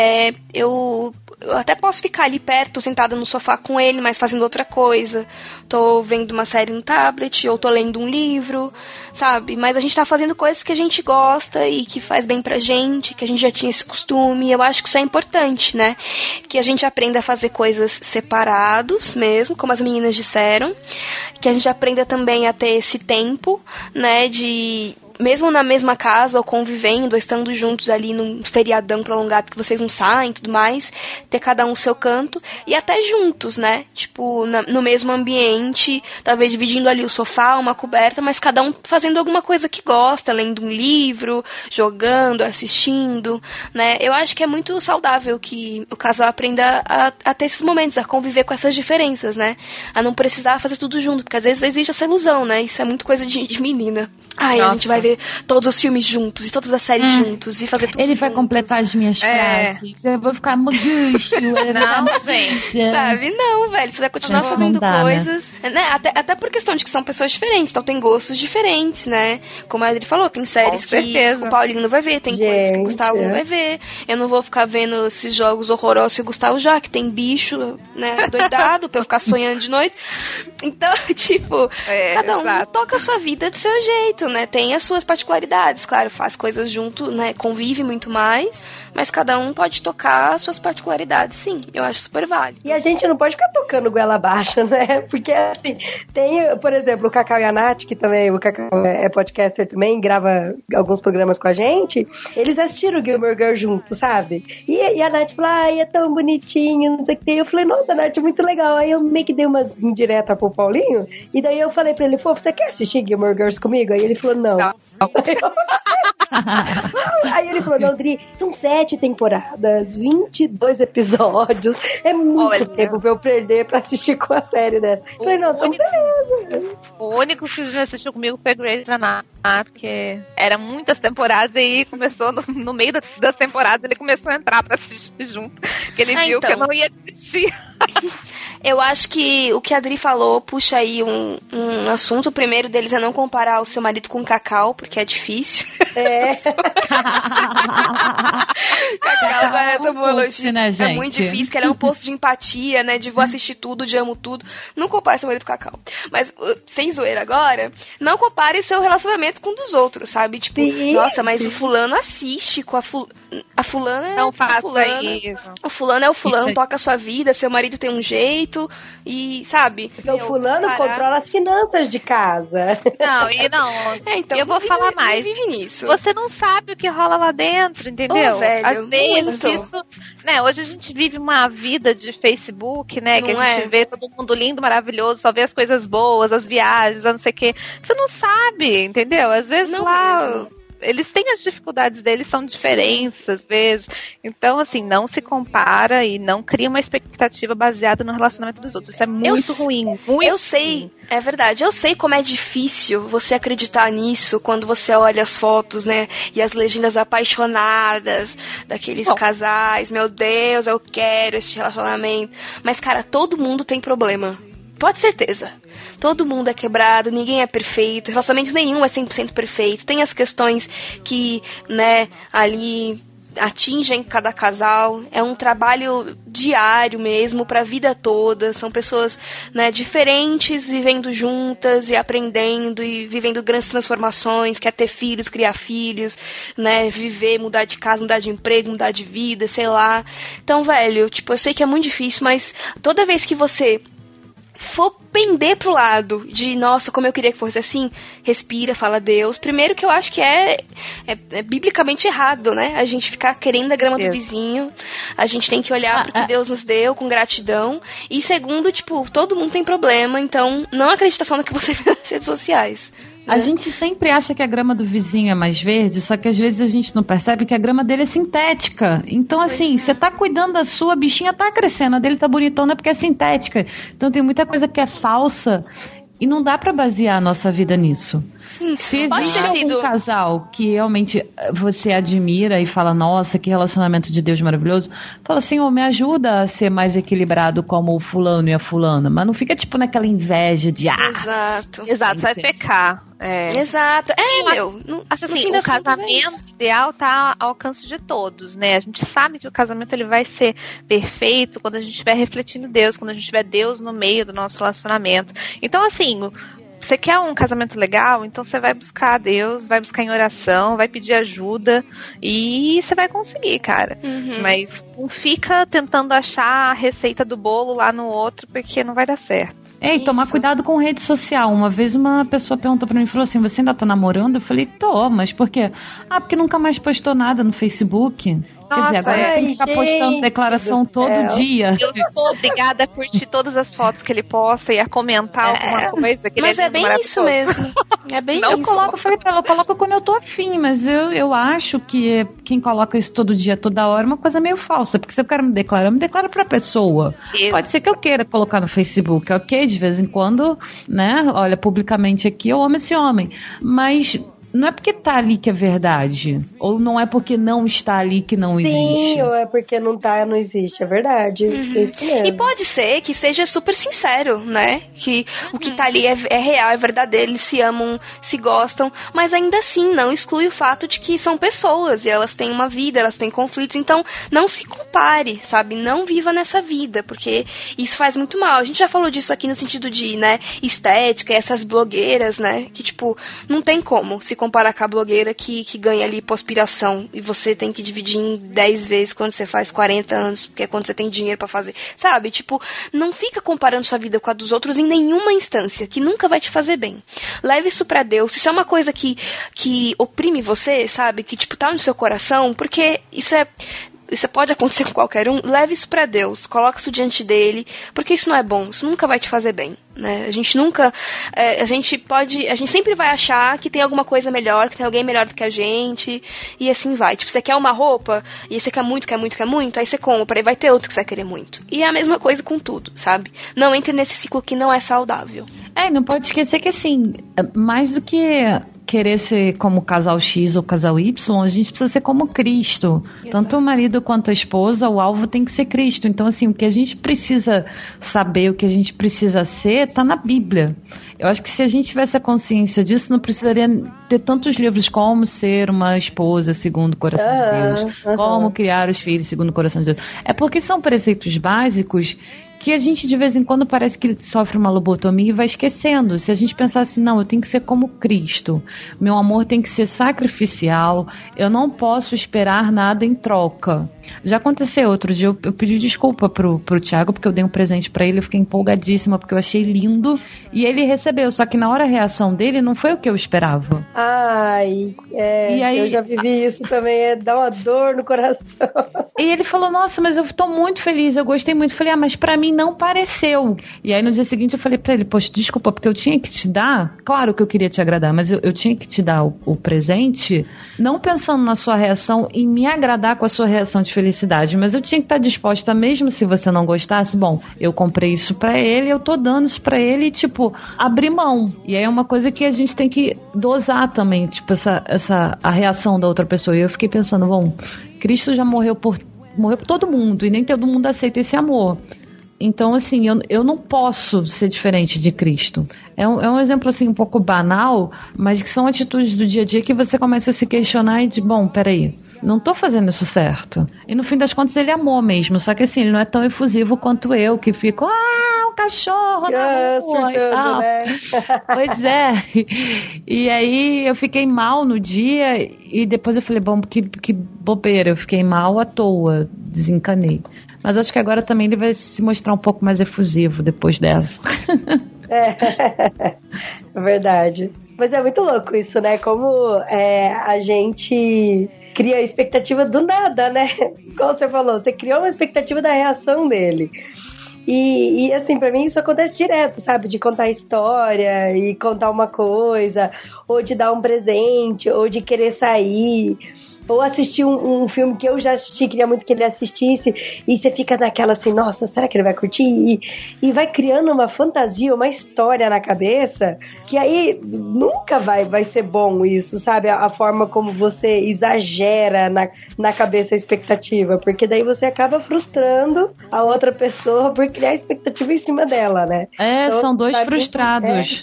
eu até posso ficar ali perto, sentada no sofá com ele, mas fazendo outra coisa. Tô vendo uma série no tablet, ou tô lendo um livro, sabe? Mas a gente tá fazendo coisas que a gente gosta e que faz bem pra gente, que a gente já tinha esse costume. Eu acho que isso é importante, né? Que a gente aprenda a fazer coisas separados mesmo, como as meninas disseram. Que a gente aprenda também a ter esse tempo, né, mesmo na mesma casa, ou convivendo, ou estando juntos ali num feriadão prolongado que vocês não saem e tudo mais, ter cada um o seu canto, e até juntos, né? Tipo, no mesmo ambiente, talvez dividindo ali o sofá, uma coberta, mas cada um fazendo alguma coisa que gosta, lendo um livro, jogando, assistindo, né? Eu acho que é muito saudável que o casal aprenda a ter esses momentos, a conviver com essas diferenças, né? A não precisar fazer tudo junto, porque às vezes existe essa ilusão, né? Isso é muito coisa de menina. Ai, a gente vai ver todos os filmes juntos e todas as séries juntos e fazer tudo Ele juntos. vai completar as minhas frases. Eu vou ficar mogusto. Não, gente. Sabe? Não, velho. Você vai continuar fazendo coisas. Né? Até por questão de que são pessoas diferentes. Então tem gostos diferentes, né? Como a Adri falou, tem séries que o Paulinho não vai ver. Tem coisas que o Gustavo não vai ver. Eu não vou ficar vendo esses jogos horrorosos que o Gustavo já, que tem bicho, né? Doidado pra eu ficar sonhando de noite. Então, tipo, cada um toca a sua vida do seu jeito, né? Tem as suas particularidades, claro, faz coisas junto, né? Convive muito mais, mas cada um pode tocar as suas particularidades, sim. Eu acho super válido. E a gente não pode ficar tocando goela abaixo, né? Porque, assim, tem, por exemplo, o Cacau e a Nath, que também, o Cacau é podcaster também, grava alguns programas com a gente, eles assistiram o Gilmore Girl junto, sabe? E a Nath falou, ai, é tão bonitinho, não sei o que tem. Eu falei, nossa, Nath, muito legal. Aí eu meio que dei umas indiretas pro Paulinho, e daí eu falei pra ele, pô, você quer assistir Gilmore Girls comigo? Aí ele falou, não. Aí ele falou, não, Dri, são 7 temporadas, 22 episódios, é muito tempo pra eu perder pra assistir com a série dessa. Eu falei, não, então beleza. O único que assistiu comigo foi Grey's Anatomy, porque era muitas temporadas e aí começou, no meio das temporadas, ele começou a entrar pra assistir junto, porque ele viu que eu não ia assistir. Eu acho que o que a Adri falou puxa aí um assunto. O primeiro deles é não comparar o seu marido com Cacau, porque é difícil. Cacau é tão elogio, né, gente? É muito difícil, que ela é um posto de empatia, né? De vou assistir tudo, de amo tudo. Não compare seu marido com Cacau. Mas, sem zoeira agora, não compare seu relacionamento com um dos outros, sabe? Tipo, nossa, mas o fulano assiste com a fulana. Não faça isso. O fulano é o fulano, Isso. toca a sua vida, seu marido tem um jeito e, sabe? Porque o fulano controla as finanças de casa. Então, eu vou falar mais. Vive nisso. Você não sabe o que rola lá dentro, entendeu? Velho, às vezes muito. isso, né? Hoje a gente vive uma vida de Facebook, né? Que Não a gente vê todo mundo lindo, maravilhoso, só vê as coisas boas, as viagens, a não sei o quê. Você não sabe, entendeu? Às vezes Não lá mesmo. Eles têm as dificuldades deles, são diferentes às vezes. Então, assim, não se compara e não cria uma expectativa baseada no relacionamento dos outros. Isso é muito ruim. Eu sei, é verdade. Eu sei como é difícil você acreditar nisso quando você olha as fotos, né? E as legendas apaixonadas daqueles casais. Meu Deus, eu quero esse relacionamento. Mas, cara, todo mundo tem problema. Pode ter certeza. Todo mundo é quebrado, ninguém é perfeito, relacionamento nenhum é 100% perfeito. Tem as questões que, né, ali atingem cada casal. É um trabalho diário mesmo, pra vida toda. São pessoas, né, diferentes, vivendo juntas e aprendendo e vivendo grandes transformações. Quer ter filhos, criar filhos, né, viver, mudar de casa, mudar de emprego, mudar de vida, sei lá. Então, velho, tipo, eu sei que é muito difícil, mas toda vez que você for pender pro lado de, nossa, como eu queria que fosse assim, respira, fala Deus. Primeiro que eu acho que é biblicamente errado, né? A gente ficar querendo a grama do vizinho. A gente tem que olhar pro que Deus nos deu com gratidão. E segundo, tipo, todo mundo tem problema, então não acredita só no que você vê nas redes sociais. A gente sempre acha que a grama do vizinho é mais verde, só que às vezes a gente não percebe que a grama dele é sintética. Então, assim, você tá cuidando da sua, a bichinha tá crescendo, a dele tá bonitona porque é sintética. Então tem muita coisa que é falsa e não dá pra basear a nossa vida nisso. Sim, se existe algum casal que realmente você admira e fala, nossa, que relacionamento de Deus maravilhoso, fala assim, me ajuda a ser mais equilibrado como o fulano e a fulana, mas não fica tipo naquela inveja de Exato, você vai pecar. Exato. Acho assim, o casamento ideal tá ao alcance de todos, né? A gente sabe que o casamento ele vai ser perfeito quando a gente estiver refletindo Deus, quando a gente tiver Deus no meio do nosso relacionamento. Então, assim, você quer um casamento legal? Então você vai buscar a Deus, vai buscar em oração, vai pedir ajuda e você vai conseguir, cara. Mas não fica tentando achar a receita do bolo lá no outro, porque não vai dar certo. E tomar cuidado com rede social. Uma vez uma pessoa perguntou pra mim, falou assim, você ainda tá namorando? Eu falei, tô, mas por quê? Porque nunca mais postou nada no Facebook. Quer dizer, agora você tem que ficar postando declaração todo dia. Eu sou obrigada a curtir todas as fotos que ele posta e a comentar alguma coisa. Que mas é bem isso mesmo. É bem não isso. Eu falei pra ela, eu coloco quando eu tô afim, mas eu acho que quem coloca isso todo dia, toda hora, é uma coisa meio falsa. Porque se eu quero me declaro pra pessoa. Isso. Pode ser que eu queira colocar no Facebook, ok? De vez em quando, né? Olha, publicamente aqui eu amo esse homem. Mas não é porque tá ali que é verdade. Ou não é porque não está ali que não existe. Sim, ou é porque não existe, é verdade. É isso mesmo. E pode ser que seja super sincero, né? Que o que tá ali é real, é verdadeiro, eles se amam, se gostam, mas ainda assim não exclui o fato de que são pessoas e elas têm uma vida, elas têm conflitos, então não se compare, sabe? Não viva nessa vida, porque isso faz muito mal. A gente já falou disso aqui no sentido de, né, estética e essas blogueiras, né? Que, tipo, não tem como se comparar com a blogueira que ganha ali lipoaspiração e você tem que dividir em 10 vezes quando você faz 40 anos, porque é quando você tem dinheiro pra fazer, sabe? Tipo, não fica comparando sua vida com a dos outros em nenhuma instância, que nunca vai te fazer bem. Leve isso pra Deus. Isso é uma coisa que oprime você, sabe? Que, tipo, tá no seu coração, porque isso pode acontecer com qualquer um. Leve isso pra Deus, coloque isso diante dele, porque isso não é bom, isso nunca vai te fazer bem, né? A gente nunca, a gente sempre vai achar que tem alguma coisa melhor, que tem alguém melhor do que a gente, e assim vai. Tipo, você quer uma roupa, e você quer muito, aí você compra, e vai ter outro que você vai querer muito. E é a mesma coisa com tudo, sabe? Não entre nesse ciclo que não é saudável. Não pode esquecer que, assim, mais do que querer ser como casal X ou casal Y, a gente precisa ser como Cristo. Exato. Tanto o marido quanto a esposa, o alvo tem que ser Cristo. Então, assim, o que a gente precisa saber, o que a gente precisa ser, tá na Bíblia. Eu acho que se a gente tivesse a consciência disso, não precisaria ter tantos livros como ser uma esposa segundo o coração de Deus, como criar os filhos segundo o coração de Deus. É porque são preceitos básicos que a gente de vez em quando parece que sofre uma lobotomia e vai esquecendo. Se a gente pensar assim, não, eu tenho que ser como Cristo, meu amor tem que ser sacrificial, eu não posso esperar nada em troca. Já aconteceu outro dia, eu pedi desculpa pro Thiago, porque eu dei um presente pra ele, eu fiquei empolgadíssima, porque eu achei lindo, e ele recebeu, só que na hora a reação dele não foi o que eu esperava. Ai, e aí, eu já vivi isso também, dá uma dor no coração. E ele falou, nossa, mas eu tô muito feliz, eu gostei muito. Eu falei, mas pra mim não pareceu. E aí no dia seguinte eu falei pra ele, poxa, desculpa, porque eu tinha que te dar, claro que eu queria te agradar, mas eu tinha que te dar o presente, não pensando na sua reação, em me agradar com a sua reação de felicidade, mas eu tinha que estar disposta, mesmo se você não gostasse, bom, eu comprei isso pra ele, eu tô dando isso pra ele e, tipo, abrir mão. E aí é uma coisa que a gente tem que dosar também, tipo, a reação da outra pessoa. E eu fiquei pensando, bom, Cristo já morreu por todo mundo e nem todo mundo aceita esse amor. Então, assim, eu não posso ser diferente de Cristo. É um exemplo, assim, um pouco banal, mas que são atitudes do dia a dia que você começa a se questionar e diz, bom, peraí, não tô fazendo isso certo. E no fim das contas ele amou mesmo, só que assim, ele não é tão efusivo quanto eu, que fico, um cachorro na rua e tal. Né? Pois é. E aí eu fiquei mal no dia e depois eu falei, bom, que bobeira, eu fiquei mal à toa, desencanei. Mas acho que agora também ele vai se mostrar um pouco mais efusivo depois dessa. É verdade. Mas é muito louco isso, né? Como a gente cria a expectativa do nada, né? Como você falou, você criou uma expectativa da reação dele. E assim, pra mim isso acontece direto, sabe? De contar história e contar uma coisa, ou de dar um presente, ou de querer sair, ou assistir um filme que eu já assisti, queria muito que ele assistisse, e você fica naquela assim, nossa, será que ele vai curtir? E vai criando uma fantasia, uma história na cabeça, que aí nunca vai ser bom isso, sabe? A forma como você exagera na cabeça a expectativa, porque daí você acaba frustrando a outra pessoa por criar expectativa em cima dela, né? Então, são dois frustrados.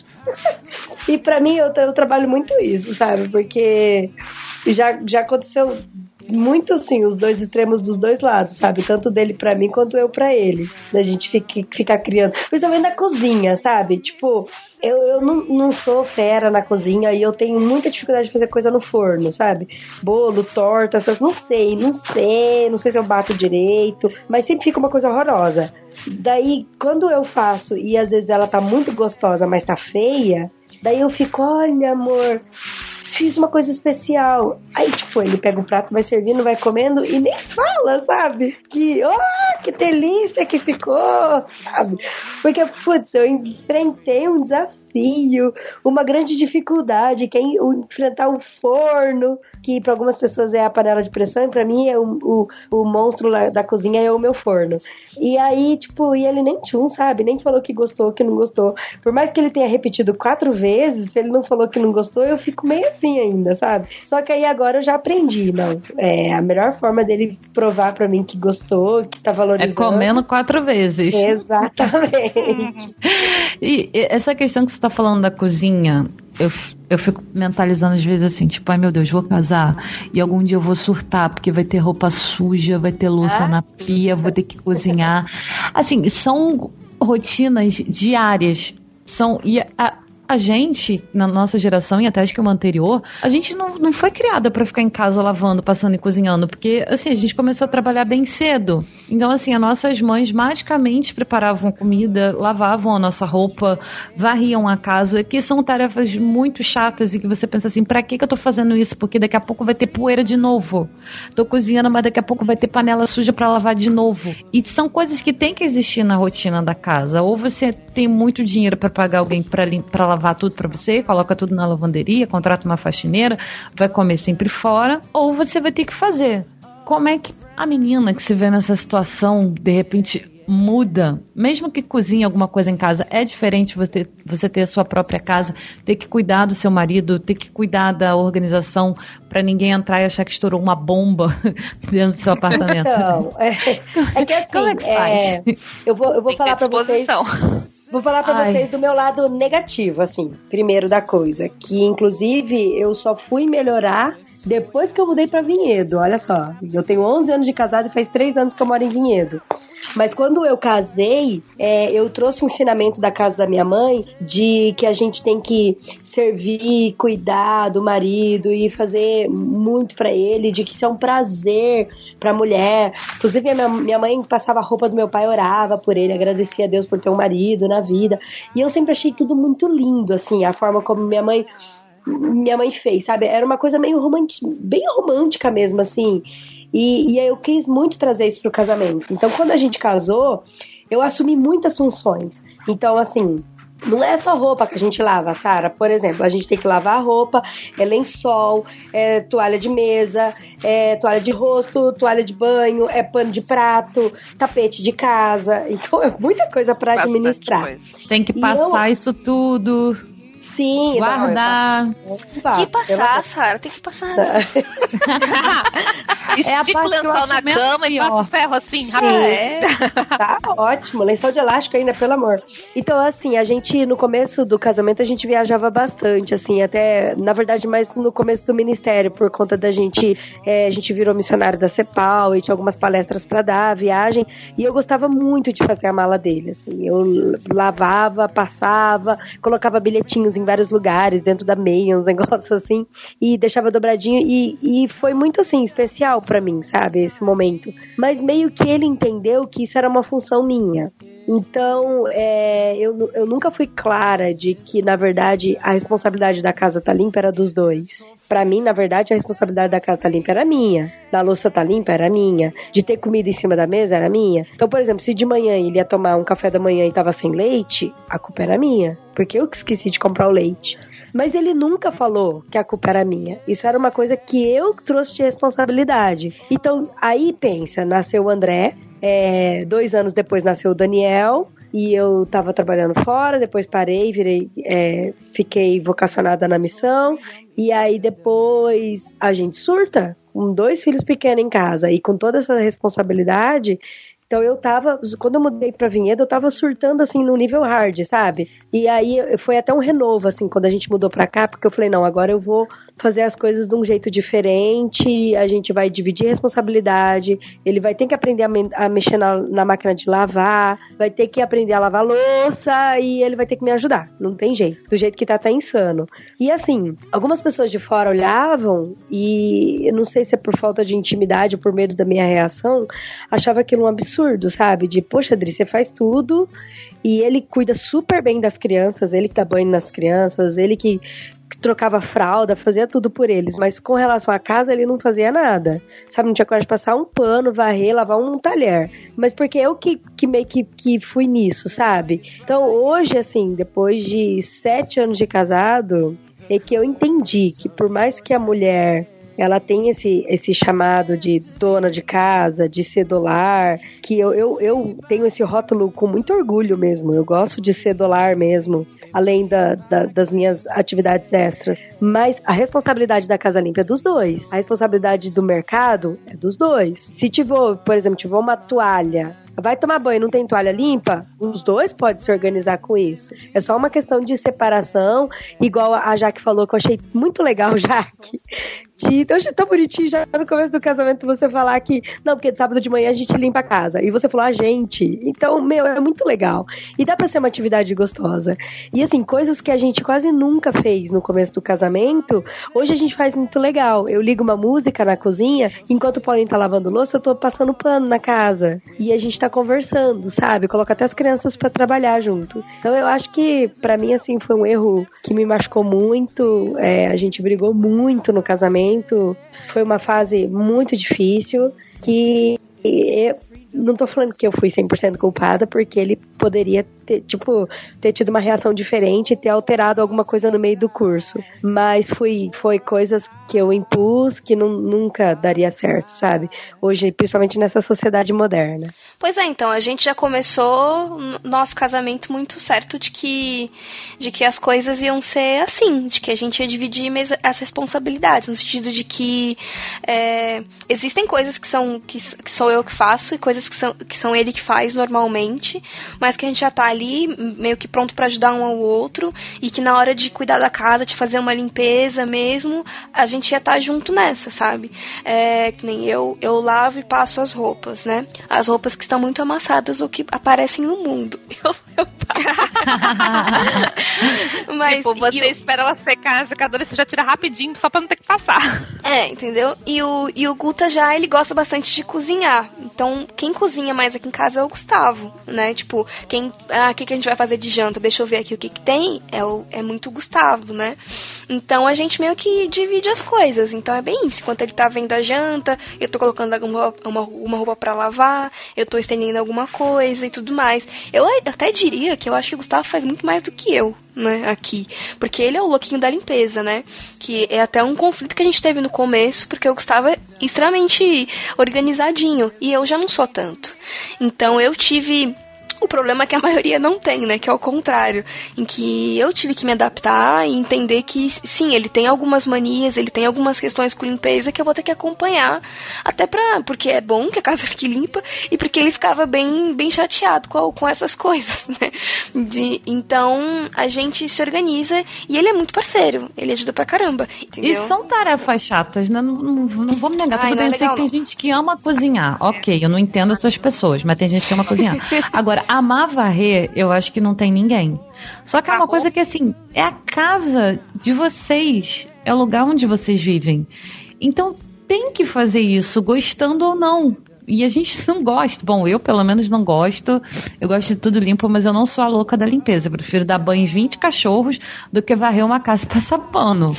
E pra mim, eu trabalho muito isso, sabe? Porque já aconteceu muito, assim, os dois extremos dos dois lados, sabe? Tanto dele pra mim, quanto eu pra ele. A gente fica criando. Principalmente na cozinha, sabe? Tipo, eu não sou fera na cozinha e eu tenho muita dificuldade de fazer coisa no forno, sabe? Bolo, torta, essas... Não sei se eu bato direito, mas sempre fica uma coisa horrorosa. Daí, quando eu faço e às vezes ela tá muito gostosa, mas tá feia, daí eu fico, olha, amor, fiz uma coisa especial. Aí, tipo, ele pega o prato, vai servindo, vai comendo e nem fala, sabe? Que delícia que ficou, sabe? Porque, putz, eu enfrentei um desafio, uma grande dificuldade, que é enfrentar o forno, que para algumas pessoas é a panela de pressão, e pra mim é o monstro da cozinha é o meu forno. E aí, tipo, e ele nem sabe? Nem falou que gostou, que não gostou. Por mais que ele tenha repetido 4 vezes, se ele não falou que não gostou, eu fico meio assim ainda, sabe? Só que aí agora eu já aprendi, não. A melhor forma dele provar pra mim que gostou, que tá valorizando... É comendo 4 vezes. Exatamente. E essa questão que você tá falando da cozinha, eu fico mentalizando às vezes assim, tipo, ai meu Deus, vou casar e algum dia eu vou surtar, porque vai ter roupa suja, vai ter louça na pia, vou ter que cozinhar. Assim, são rotinas diárias. A gente, na nossa geração e até acho que uma anterior, a gente não foi criada pra ficar em casa lavando, passando e cozinhando, porque, assim, a gente começou a trabalhar bem cedo. Então, assim, as nossas mães magicamente preparavam comida, lavavam a nossa roupa, varriam a casa, que são tarefas muito chatas e que você pensa assim, pra que eu tô fazendo isso? Porque daqui a pouco vai ter poeira de novo. Tô cozinhando, mas daqui a pouco vai ter panela suja pra lavar de novo. E são coisas que tem que existir na rotina da casa. Ou você tem muito dinheiro pra pagar alguém pra lavar tudo pra você, coloca tudo na lavanderia, contrata uma faxineira, vai comer sempre fora, ou você vai ter que fazer. Como é que a menina que se vê nessa situação, de repente, muda, mesmo que cozinhe alguma coisa em casa, é diferente você ter a sua própria casa, ter que cuidar do seu marido, ter que cuidar da organização para ninguém entrar e achar que estourou uma bomba dentro do seu apartamento. Então, é que assim, como é que faz? Eu vou falar para vocês. Vou falar pra vocês do meu lado negativo, assim, primeiro da coisa, que inclusive eu só fui melhorar depois que eu mudei pra Vinhedo, olha só. Eu tenho 11 anos de casado e faz 3 anos que eu moro em Vinhedo. Mas quando eu casei, eu trouxe um ensinamento da casa da minha mãe de que a gente tem que servir, cuidar do marido e fazer muito pra ele, de que isso é um prazer pra mulher. Inclusive, minha mãe passava a roupa do meu pai, orava por ele, agradecia a Deus por ter um marido na vida. E eu sempre achei tudo muito lindo, assim, a forma como minha mãe fez, sabe? Era uma coisa meio bem romântica mesmo, assim. E aí eu quis muito trazer isso pro casamento. Então, quando a gente casou, eu assumi muitas funções. Então, assim, não é só roupa que a gente lava, Sara. Por exemplo, a gente tem que lavar a roupa, lençol, toalha de mesa, toalha de rosto, toalha de banho, pano de prato, tapete de casa. Então, é muita coisa para administrar. Tem que passar isso tudo. Sim, guardar. Que passar, Sara, tem que passar. Estica o lençol na cama e passa o ferro assim, rápido. Tá ótimo, lençol de elástico ainda, pelo amor. Então, assim, a gente, no começo do casamento, a gente viajava bastante, assim, até, na verdade, mais no começo do ministério, por conta da gente, a gente virou missionário da CEPAL e tinha algumas palestras pra dar, viagem, e eu gostava muito de fazer a mala dele, assim, eu lavava, passava, colocava bilhetinhos em vários lugares, dentro da meia, uns negócios assim, e deixava dobradinho, e foi muito, assim, especial pra mim, sabe, esse momento. Mas meio que ele entendeu que isso era uma função minha. Então, eu nunca fui clara de que, na verdade, a responsabilidade da casa tá limpa era dos dois. Pra mim, na verdade, a responsabilidade da casa tá limpa era minha. Da louça tá limpa era minha. De ter comida em cima da mesa era minha. Então, por exemplo, se de manhã ele ia tomar um café da manhã e tava sem leite, a culpa era minha. Porque eu que esqueci de comprar o leite. Mas ele nunca falou que a culpa era minha. Isso era uma coisa que eu trouxe de responsabilidade. Então, aí pensa, nasceu o André, 2 anos depois nasceu o Daniel, e eu tava trabalhando fora, depois parei, fiquei vocacionada na missão, e aí depois a gente surta, com 2 filhos pequenos em casa, e com toda essa responsabilidade. Então quando eu mudei pra Vinhedo, eu tava surtando, assim, no nível hard, sabe? E aí foi até um renovo, assim, quando a gente mudou pra cá, porque eu falei, não, agora eu vou fazer as coisas de um jeito diferente, a gente vai dividir responsabilidade, ele vai ter que aprender a mexer na máquina de lavar, vai ter que aprender a lavar louça, e ele vai ter que me ajudar, não tem jeito, do jeito que tá insano. E assim, algumas pessoas de fora olhavam, e eu não sei se é por falta de intimidade ou por medo da minha reação, achava aquilo um absurdo, sabe? De, poxa, Adri, você faz tudo, e ele cuida super bem das crianças, ele que dá banho nas crianças, ele que trocava fralda, fazia tudo por eles, mas com relação à casa ele não fazia nada, sabe, não tinha coragem de passar um pano, varrer, lavar um talher, mas porque eu que meio que fui nisso, sabe? Então hoje, assim, depois de 7 anos de casado, é que eu entendi que por mais que a mulher ela tem esse chamado de dona de casa, de cedolar, que eu tenho esse rótulo com muito orgulho mesmo, eu gosto de cedolar mesmo, além das minhas atividades extras, mas a responsabilidade da casa limpa é dos dois, a responsabilidade do mercado é dos dois. Se tiver, por exemplo, uma toalha, vai tomar banho e não tem toalha limpa, os dois podem se organizar com isso. É só uma questão de separação, igual a Jaque falou, que eu achei muito legal, Jaque. Eu achei tão bonitinho já no começo do casamento você falar que, não, porque de sábado de manhã a gente limpa a casa. E você falou, a gente. Então, é muito legal. E dá pra ser uma atividade gostosa. E assim, coisas que a gente quase nunca fez no começo do casamento, hoje a gente faz muito legal. Eu ligo uma música na cozinha, enquanto o Paulinho tá lavando louça, eu tô passando pano na casa. E a gente tá conversando, sabe? Coloca até as crianças pra trabalhar junto. Então eu acho que, pra mim, assim, foi um erro que me machucou muito. A gente brigou muito no casamento. Foi uma fase muito difícil, que eu não tô falando que eu fui 100% culpada, porque ele poderia ter tido uma reação diferente e ter alterado alguma coisa no meio do curso. Mas foi coisas que eu impus que nunca daria certo, sabe? Hoje, principalmente nessa sociedade moderna. Pois é, então, a gente já começou nosso casamento muito certo de que as coisas iam ser assim, de que a gente ia dividir as responsabilidades, no sentido de que existem coisas que sou eu que faço e coisas que são ele que faz normalmente, mas que a gente já tá ali meio que pronto pra ajudar um ao outro e que na hora de cuidar da casa, de fazer uma limpeza mesmo, a gente ia estar junto nessa, sabe? Que nem eu lavo e passo as roupas, né? As roupas que estão muito amassadas ou que aparecem no mundo. Eu passo. Mas, tipo, você espera ela secar na secadora e você já tira rapidinho só pra não ter que passar. Entendeu? E o Guta já, ele gosta bastante de cozinhar. Então, quem cozinha mais aqui em casa é o Gustavo, né? Tipo, o que a gente vai fazer de janta? Deixa eu ver aqui o que tem. É muito o Gustavo, né? Então, a gente meio que divide as coisas. Então, é bem isso. Enquanto ele tá vendo a janta, eu tô colocando uma roupa pra lavar, eu tô estendendo alguma coisa e tudo mais. Eu até diria que eu acho que o Gustavo faz muito mais do que eu, né, aqui. Porque ele é o louquinho da limpeza, né? Que é até um conflito que a gente teve no começo, porque o Gustavo é extremamente organizadinho, e eu já não sou tanto. Então eu tive o problema que a maioria não tem, né? Que é o contrário. Em que eu tive que me adaptar e entender que, sim, ele tem algumas manias, ele tem algumas questões com limpeza que eu vou ter que acompanhar. Até porque é bom que a casa fique limpa e porque ele ficava bem, bem chateado com essas coisas, né? Então, a gente se organiza e ele é muito parceiro. Ele ajuda pra caramba, entendeu? E são tarefas chatas, né? Não vamos negar. Tudo bem, eu sei que tem gente que ama cozinhar. Ok, eu não entendo essas pessoas, mas tem gente que ama cozinhar. Agora, amar varrer, eu acho que não tem ninguém. Só que é uma coisa que, assim, é a casa de vocês. É o lugar onde vocês vivem. Então, tem que fazer isso, gostando ou não. E a gente não gosta. Bom, eu, pelo menos, não gosto. Eu gosto de tudo limpo, mas eu não sou a louca da limpeza. Eu prefiro dar banho em 20 cachorros do que varrer uma casa e passar pano.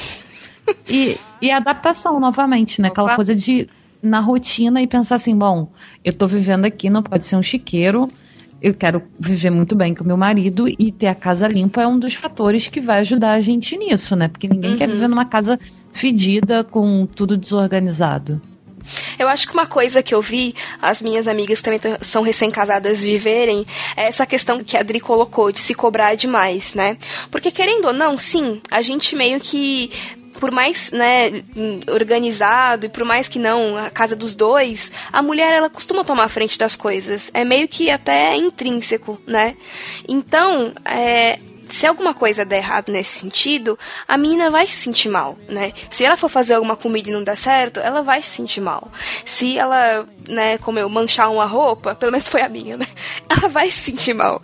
E a adaptação, novamente, né? Aquela coisa de, na rotina, e pensar assim, bom, eu tô vivendo aqui, não pode ser um chiqueiro. Eu quero viver muito bem com o meu marido e ter a casa limpa é um dos fatores que vai ajudar a gente nisso, né? Porque ninguém quer viver numa casa fedida com tudo desorganizado. Eu acho que uma coisa que eu vi as minhas amigas que também são recém-casadas viverem é essa questão que a Adri colocou de se cobrar demais, né? Porque querendo ou não, sim, a gente meio que, por mais, né, organizado e por mais que não, a casa dos dois, a mulher, ela costuma tomar a frente das coisas. É meio que até intrínseco, né? Então, se alguma coisa der errado nesse sentido, a menina vai se sentir mal, né? Se ela for fazer alguma comida e não der certo, ela vai se sentir mal. Se ela, né, como eu, manchar uma roupa, pelo menos foi a minha, né? Ela vai se sentir mal.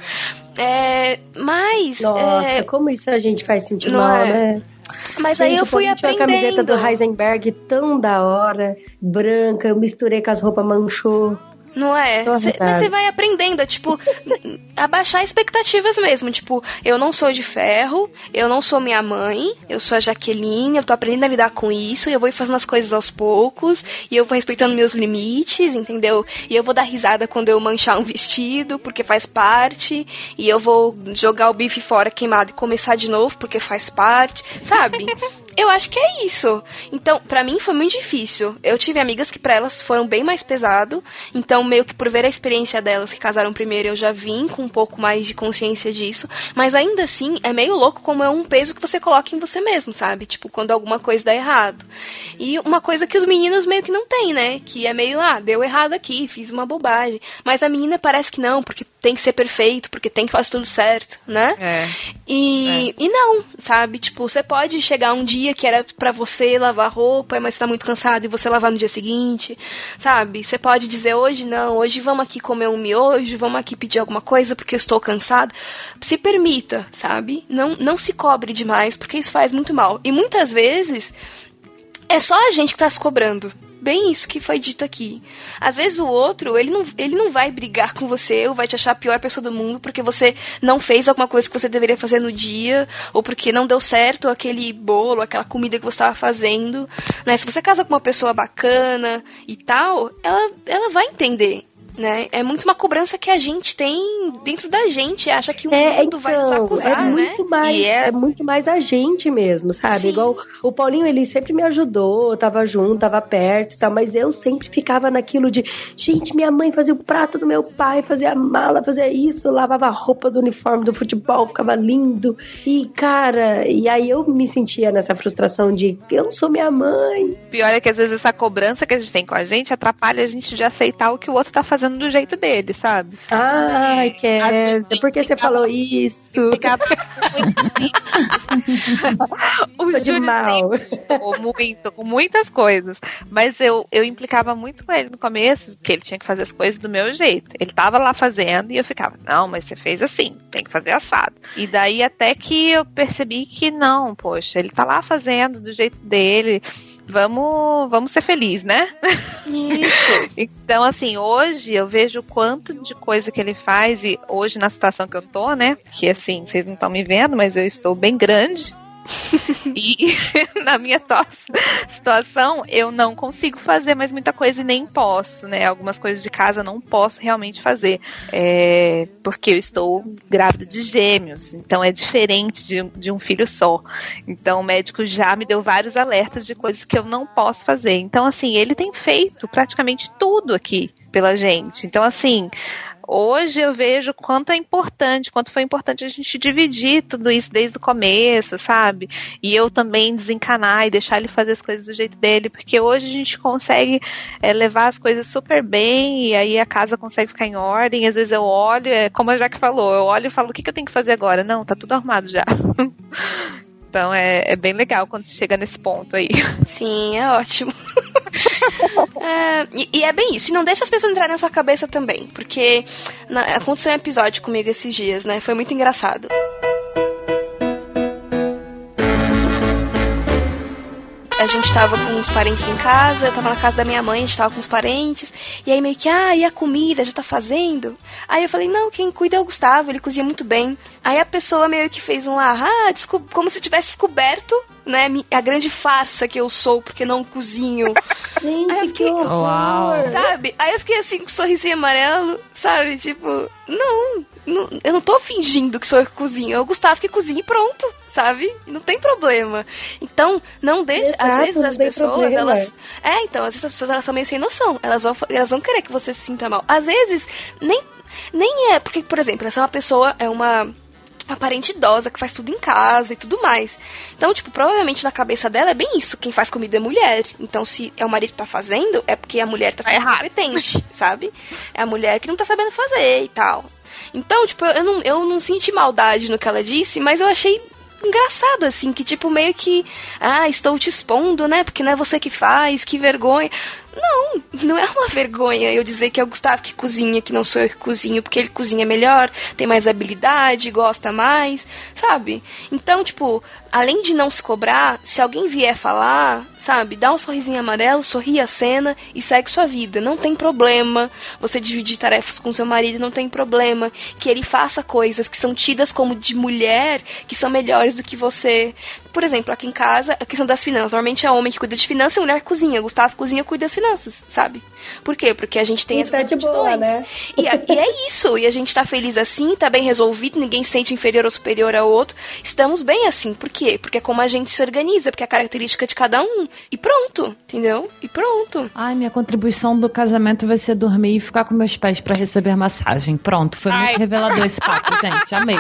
Mas... Nossa, como isso a gente faz sentir mal, né? Mas gente, aí eu fui aprendendo. Tinha uma camiseta do Heisenberg tão da hora, branca, eu misturei com as roupas, manchou. Não é? Mas você vai aprendendo, tipo, abaixar expectativas mesmo. Tipo, eu não sou de ferro, eu não sou minha mãe, eu sou a Jaqueline, eu tô aprendendo a lidar com isso, e eu vou fazendo as coisas aos poucos, e eu vou respeitando meus limites, entendeu? E eu vou dar risada quando eu manchar um vestido, porque faz parte, e eu vou jogar o bife fora queimado e começar de novo, porque faz parte, sabe? Eu acho que é isso. Então, pra mim foi muito difícil. Eu tive amigas que pra elas foram bem mais pesado. Então, meio que por ver a experiência delas que casaram primeiro, eu já vim com um pouco mais de consciência disso. Mas ainda assim, é meio louco como é um peso que você coloca em você mesmo, sabe? Tipo, quando alguma coisa dá errado. E uma coisa que os meninos meio que não têm, né? Que é meio, deu errado aqui, fiz uma bobagem. Mas a menina parece que não, porque tem que ser perfeito, porque tem que fazer tudo certo, né? E não, sabe? Tipo, você pode chegar um dia que era pra você lavar roupa, mas você tá muito cansado e você lavar no dia seguinte, sabe? Você pode dizer hoje não, hoje vamos aqui comer um miojo, vamos aqui pedir alguma coisa porque eu estou cansado. Se permita, sabe? Não se cobre demais, porque isso faz muito mal. E muitas vezes é só a gente que tá se cobrando. Bem isso que foi dito aqui. Às vezes o outro, ele não vai brigar com você ou vai te achar a pior pessoa do mundo porque você não fez alguma coisa que você deveria fazer no dia ou porque não deu certo aquele bolo, aquela comida que você estava fazendo, né? Se você casa com uma pessoa bacana e tal, ela vai entender. né? É muito uma cobrança que a gente tem dentro da gente, acha que o mundo vai nos acusar, muito né? Mais, é muito mais a gente mesmo, sabe? Sim. Igual o Paulinho, ele sempre me ajudou, tava junto, tava perto e tal, mas eu sempre ficava naquilo de, gente, minha mãe fazia o prato do meu pai, fazia a mala, fazia isso, lavava a roupa do uniforme do futebol, ficava lindo. E, cara, e aí eu me sentia nessa frustração de, eu não sou minha mãe. Pior é que às vezes essa cobrança que a gente tem com a gente atrapalha a gente de aceitar o que o outro tá fazendo do jeito dele, sabe? Ai, Kézia, por que você falou isso? Ficava o Júlio muito, com muitas coisas. Mas eu implicava muito com ele no começo, que ele tinha que fazer as coisas do meu jeito. Ele tava lá fazendo e eu ficava, não, mas você fez assim, tem que fazer assado. E daí até que eu percebi que não, poxa, ele tá lá fazendo do jeito dele. Vamos ser felizes, né? Isso. Então, assim, hoje eu vejo o quanto de coisa que ele faz, e hoje na situação que eu tô, né? Que assim, vocês não estão me vendo, mas eu estou bem grande. E na minha situação eu não consigo fazer mais muita coisa e nem posso, né? Algumas coisas de casa eu não posso realmente fazer, porque eu estou grávida de gêmeos, então é diferente de um filho só. Então o médico já me deu vários alertas de coisas que eu não posso fazer. Então assim, ele tem feito praticamente tudo aqui pela gente. Então assim, hoje eu vejo quanto foi importante a gente dividir tudo isso desde o começo, sabe? E eu também desencanar e deixar ele fazer as coisas do jeito dele, porque hoje a gente consegue levar as coisas super bem, e aí a casa consegue ficar em ordem. Às vezes eu olho, como a Jaque falou, eu olho e falo, o que eu tenho que fazer agora? Não, tá tudo arrumado já. Então é bem legal quando você chega nesse ponto aí. Sim, é ótimo. E é bem isso. E não deixa as pessoas entrarem na sua cabeça também. Porque aconteceu um episódio comigo esses dias, né? Foi muito engraçado. A gente tava com uns parentes em casa, eu tava na casa da minha mãe, a gente tava com os parentes, e aí meio que, e a comida, já tá fazendo? Aí eu falei, não, quem cuida é o Gustavo, ele cozinha muito bem. Aí a pessoa meio que fez como se tivesse descoberto, né, a grande farsa que eu sou, porque não cozinho. Gente, que horror! Sabe? Aí eu fiquei assim, com um sorrisinho amarelo, sabe? Tipo, não, eu não tô fingindo que sou eu que cozinho, é o Gustavo que cozinha e pronto, sabe? Não tem problema. Então, não deixa. Exato, às vezes as pessoas, problema. elas. Então, às vezes as pessoas elas são meio sem noção. Elas vão querer que você se sinta mal. Às vezes, nem é. Porque, por exemplo, essa é uma pessoa, uma parente idosa que faz tudo em casa e tudo mais. Então, tipo, provavelmente na cabeça dela é bem isso. Quem faz comida é mulher. Então, se é o marido que tá fazendo, é porque a mulher tá sendo incompetente, sabe? É a mulher que não tá sabendo fazer e tal. Então, tipo, eu não senti maldade no que ela disse, mas eu achei engraçado, assim, que tipo, meio que estou te expondo, né, porque não é você que faz, que vergonha. Não é uma vergonha eu dizer que é o Gustavo que cozinha, que não sou eu que cozinho, porque ele cozinha melhor, tem mais habilidade, gosta mais, sabe? Então, tipo, além de não se cobrar, se alguém vier falar, sabe, dá um sorrisinho amarelo, sorri a cena e segue sua vida. Não tem problema você dividir tarefas com seu marido, não tem problema que ele faça coisas que são tidas como de mulher, que são melhores do que você. Por exemplo, aqui em casa, a questão das finanças. Normalmente é homem que cuida de finanças e a mulher cozinha. Gustavo cozinha, cuida das finanças, sabe? Por quê? Porque a gente tem essas aptidões. Né? E é isso. E a gente tá feliz assim, tá bem resolvido, ninguém se sente inferior ou superior ao outro. Estamos bem assim. Por quê? Porque é como a gente se organiza, porque é a característica de cada um. E pronto, entendeu? E pronto. Ai, minha contribuição do casamento vai ser dormir e ficar com meus pés pra receber massagem. Pronto, foi muito revelador esse papo, gente. Amei.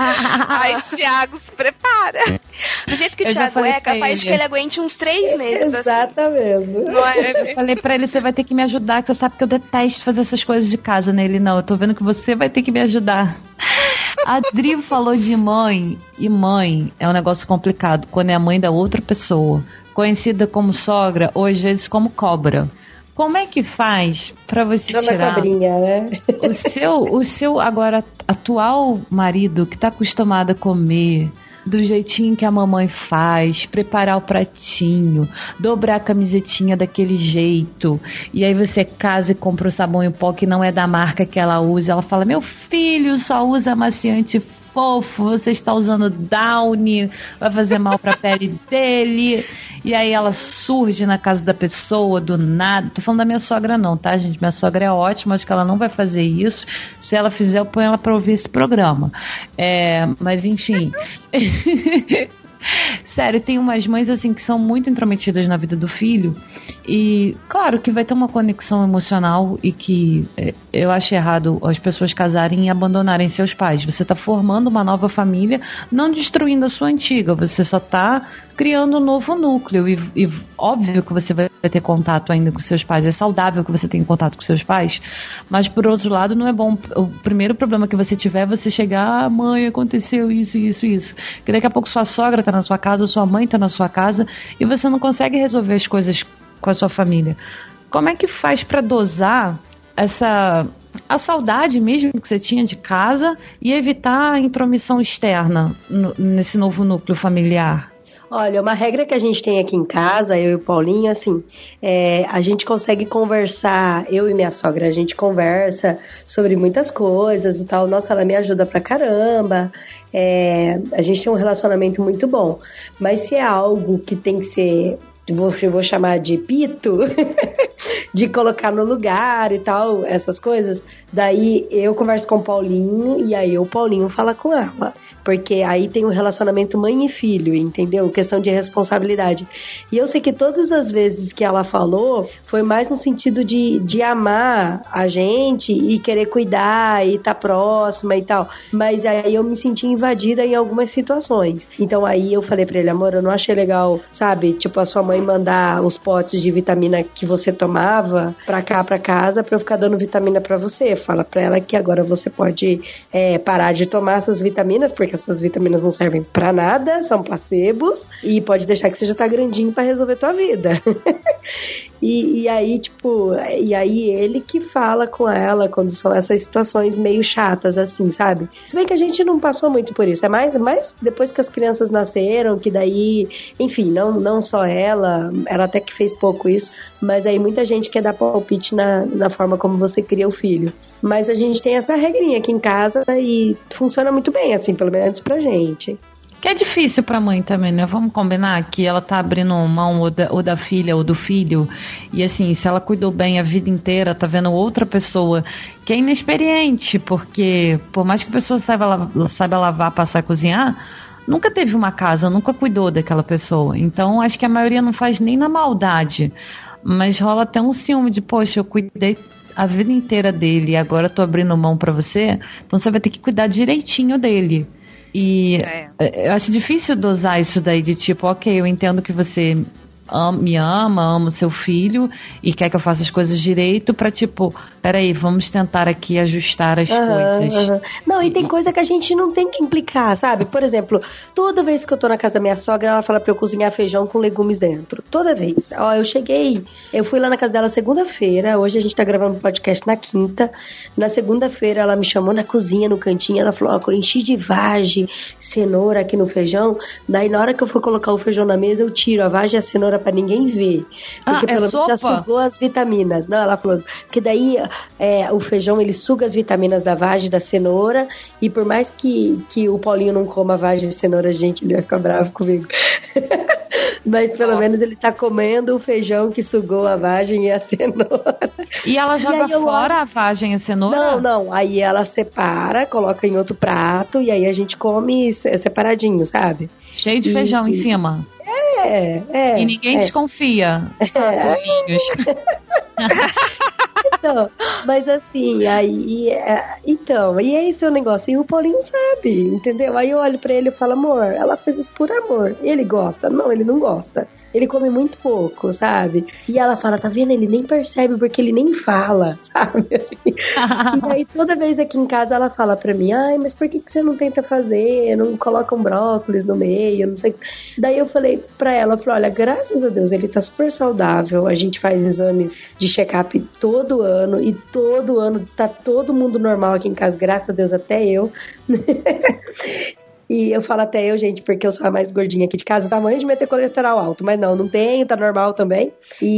Ai, Thiago, se prepara. Do jeito que o Thiago é, capaz de que ele aguente uns 3 meses. Exatamente. Assim. Não é? Eu falei pra ele, você vai ter que me ajudar, que você sabe que eu detesto fazer essas coisas de casa, né? Ele, não, eu tô vendo que você vai ter que me ajudar. A Dri falou de mãe, e mãe é um negócio complicado, quando é a mãe da outra pessoa, conhecida como sogra, ou às vezes como cobra. Como é que faz pra você tirar cobrinha, né? o seu agora atual marido que tá acostumado a comer do jeitinho que a mamãe faz, preparar o pratinho, dobrar a camisetinha daquele jeito, e aí você casa e compra o sabão em pó que não é da marca que ela usa, ela fala, meu filho só usa amaciante fofo, você está usando Downy, vai fazer mal pra pele dele. E aí ela surge na casa da pessoa do nada. Tô falando da minha sogra não, tá, gente? Minha sogra é ótima, acho que ela não vai fazer isso. Se ela fizer, eu ponho ela pra ouvir esse programa. Mas enfim... Sério, tem umas mães assim que são muito intrometidas na vida do filho. E claro que vai ter uma conexão emocional. E que eu acho errado as pessoas casarem e abandonarem seus pais. Você está formando uma nova família, não destruindo a sua antiga. Você só está criando um novo núcleo. E óbvio que você vai ter contato ainda com seus pais. É saudável que você tenha contato com seus pais. Mas por outro lado, não é bom. O primeiro problema que você tiver é você chegar: mãe, aconteceu isso, isso, isso. Que daqui a pouco sua sogra está na sua casa, sua mãe está na sua casa e você não consegue resolver as coisas com a sua família. Como é que faz para dosar a saudade mesmo que você tinha de casa e evitar a intromissão externa nesse novo núcleo familiar? Olha, uma regra que a gente tem aqui em casa, eu e o Paulinho, assim, a gente consegue conversar, eu e minha sogra, a gente conversa sobre muitas coisas e tal. Nossa, ela me ajuda pra caramba. A gente tem um relacionamento muito bom. Mas se é algo que tem que ser, eu vou chamar de pito, de colocar no lugar e tal, essas coisas, daí eu converso com o Paulinho e aí o Paulinho fala com ela. Porque aí tem um relacionamento mãe e filho, entendeu? Questão de responsabilidade. E eu sei que todas as vezes que ela falou, foi mais no sentido de amar a gente e querer cuidar e estar próxima e tal. Mas aí eu me senti invadida em algumas situações. Então aí eu falei pra ele: amor, eu não achei legal, sabe? Tipo, a sua mãe mandar os potes de vitamina que você tomava pra cá, pra casa, pra eu ficar dando vitamina pra você. Fala pra ela que agora você pode parar de tomar essas vitaminas, porque essas vitaminas não servem pra nada, são placebos, e pode deixar que você já tá grandinho pra resolver tua vida. E aí, tipo, ele que fala com ela quando são essas situações meio chatas, assim, sabe? Se bem que a gente não passou muito por isso, é mais depois que as crianças nasceram, que daí, enfim, não só ela até que fez pouco isso, mas aí muita gente quer dar palpite na forma como você cria o filho. Mas a gente tem essa regrinha aqui em casa e funciona muito bem, assim, pelo menos pra gente. Que é difícil pra mãe também, né? Vamos combinar que ela tá abrindo mão ou da filha ou do filho. E assim, se ela cuidou bem a vida inteira, tá vendo outra pessoa que é inexperiente, porque por mais que a pessoa saiba lavar, passar, cozinhar, nunca teve uma casa, nunca cuidou daquela pessoa. Então acho que a maioria não faz nem na maldade. Mas rola até um ciúme de, poxa, eu cuidei a vida inteira dele e agora eu tô abrindo mão pra você, então você vai ter que cuidar direitinho dele. E eu acho difícil dosar isso daí de tipo, ok, eu entendo que você me ama o seu filho e quer que eu faça as coisas direito pra tipo, peraí, vamos tentar aqui ajustar as coisas. Não, e tem coisa que a gente não tem que implicar, sabe? Por exemplo, toda vez que eu tô na casa da minha sogra, ela fala pra eu cozinhar feijão com legumes dentro. Toda vez. Ó, eu fui lá na casa dela segunda-feira, hoje a gente tá gravando um podcast na quinta. Na segunda-feira ela me chamou na cozinha, no cantinho, ela falou, ó, eu enchi de vagem, cenoura aqui no feijão. Daí na hora que eu for colocar o feijão na mesa, eu tiro a vagem e a cenoura pra ninguém ver. Porque pelo menos já sugou as vitaminas. Não, ela falou que daí o feijão, ele suga as vitaminas da vagem, da cenoura, e por mais que o Paulinho não coma vagem e cenoura, gente, ele vai ficar bravo comigo. Mas pelo menos ele tá comendo o feijão que sugou a vagem e a cenoura. E ela joga fora a vagem e a cenoura? Não. Aí ela separa, coloca em outro prato e aí a gente come separadinho, sabe? Cheio de feijão em cima. E ninguém desconfia. Então, mas assim, e é esse o negócio. E o Paulinho sabe, entendeu? Aí eu olho pra ele e falo, amor, ela fez isso por amor. Ele gosta? Não, ele não gosta. Ele come muito pouco, sabe? E ela fala, tá vendo? Ele nem percebe porque ele nem fala, sabe? E aí toda vez aqui em casa ela fala pra mim, ai, mas por que você não tenta fazer? Não coloca um brócolis no meio, não sei. Daí eu falei pra ela, olha, graças a Deus, ele tá super saudável. A gente faz exames de check-up todo ano e todo ano tá todo mundo normal aqui em casa, graças a Deus, até eu. E eu falo até gente, porque eu sou a mais gordinha aqui de casa, o tamanho de meter colesterol alto, mas não tem, tá normal também.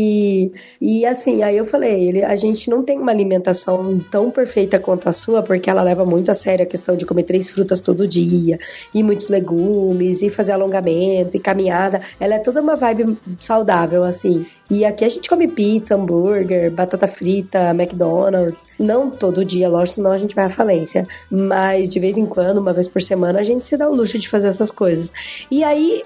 E assim, aí eu falei, a gente não tem uma alimentação tão perfeita quanto a sua, porque ela leva muito a sério a questão de comer 3 frutas todo dia, e muitos legumes, e fazer alongamento, e caminhada. Ela é toda uma vibe saudável, assim. E aqui a gente come pizza, hambúrguer, batata frita, McDonald's. Não todo dia, lógico, senão a gente vai à falência. Mas de vez em quando, uma vez por semana, a gente se dá o luxo de fazer essas coisas. E aí,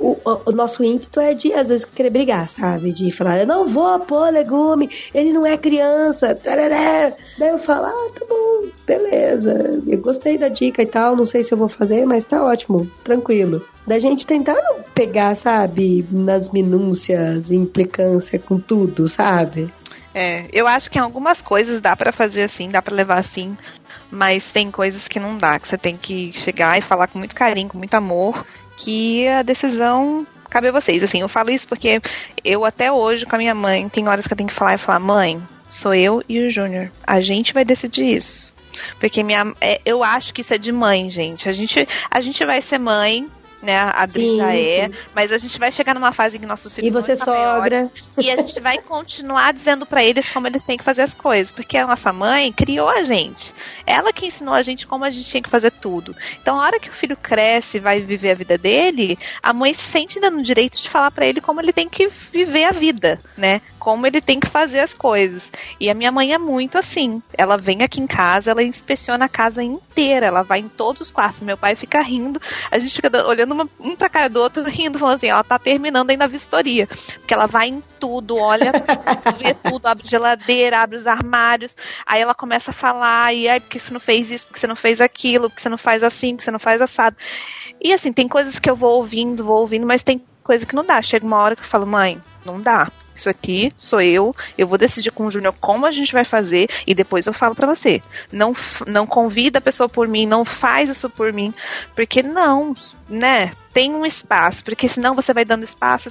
o nosso ímpeto é de, às vezes, querer brigar, sabe? De falar, eu não vou pôr legume, ele não é criança. Tarará. Daí eu falo, tá bom, beleza. Eu gostei da dica e tal, não sei se eu vou fazer, mas tá ótimo, tranquilo. Da gente tentar não pegar, sabe, nas minúcias, implicância com tudo, sabe? Eu acho que em algumas coisas dá pra fazer assim, dá pra levar assim, mas tem coisas que não dá, que você tem que chegar e falar com muito carinho, com muito amor, que a decisão cabe a vocês. Assim, eu falo isso porque eu até hoje com a minha mãe, tem horas que eu tenho que falar e falar, mãe, sou eu e o Júnior, a gente vai decidir isso. Porque eu acho que isso é de mãe, gente. A gente vai ser mãe, né? A Adri já é, sim. Mas a gente vai chegar numa fase em que nossos filhos vão estar maiores, e a gente vai continuar dizendo pra eles como eles têm que fazer as coisas, porque a nossa mãe criou a gente, ela que ensinou a gente como a gente tinha que fazer tudo. Então a hora que o filho cresce e vai viver a vida dele, a mãe se sente ainda no direito de falar pra ele como ele tem que viver a vida, né? Como ele tem que fazer as coisas. E a minha mãe é muito assim. Ela vem aqui em casa, ela inspeciona a casa inteira, ela vai em todos os quartos. Meu pai fica rindo, a gente fica olhando um pra cara do outro, rindo, falando assim, ela tá terminando ainda a vistoria. Porque ela vai em tudo, olha, vê tudo, abre geladeira, abre os armários. Aí ela começa a falar, e aí, porque você não fez isso, porque você não fez aquilo, porque você não faz assim, porque você não faz assado. E assim, tem coisas que eu vou ouvindo, mas tem coisa que não dá. Chega uma hora que eu falo, mãe, não dá. Isso aqui sou eu vou decidir com o Júnior como a gente vai fazer e depois eu falo pra você. Não convida a pessoa por mim, não faz isso por mim, porque não, né? Tem um espaço, porque senão você vai dando espaço.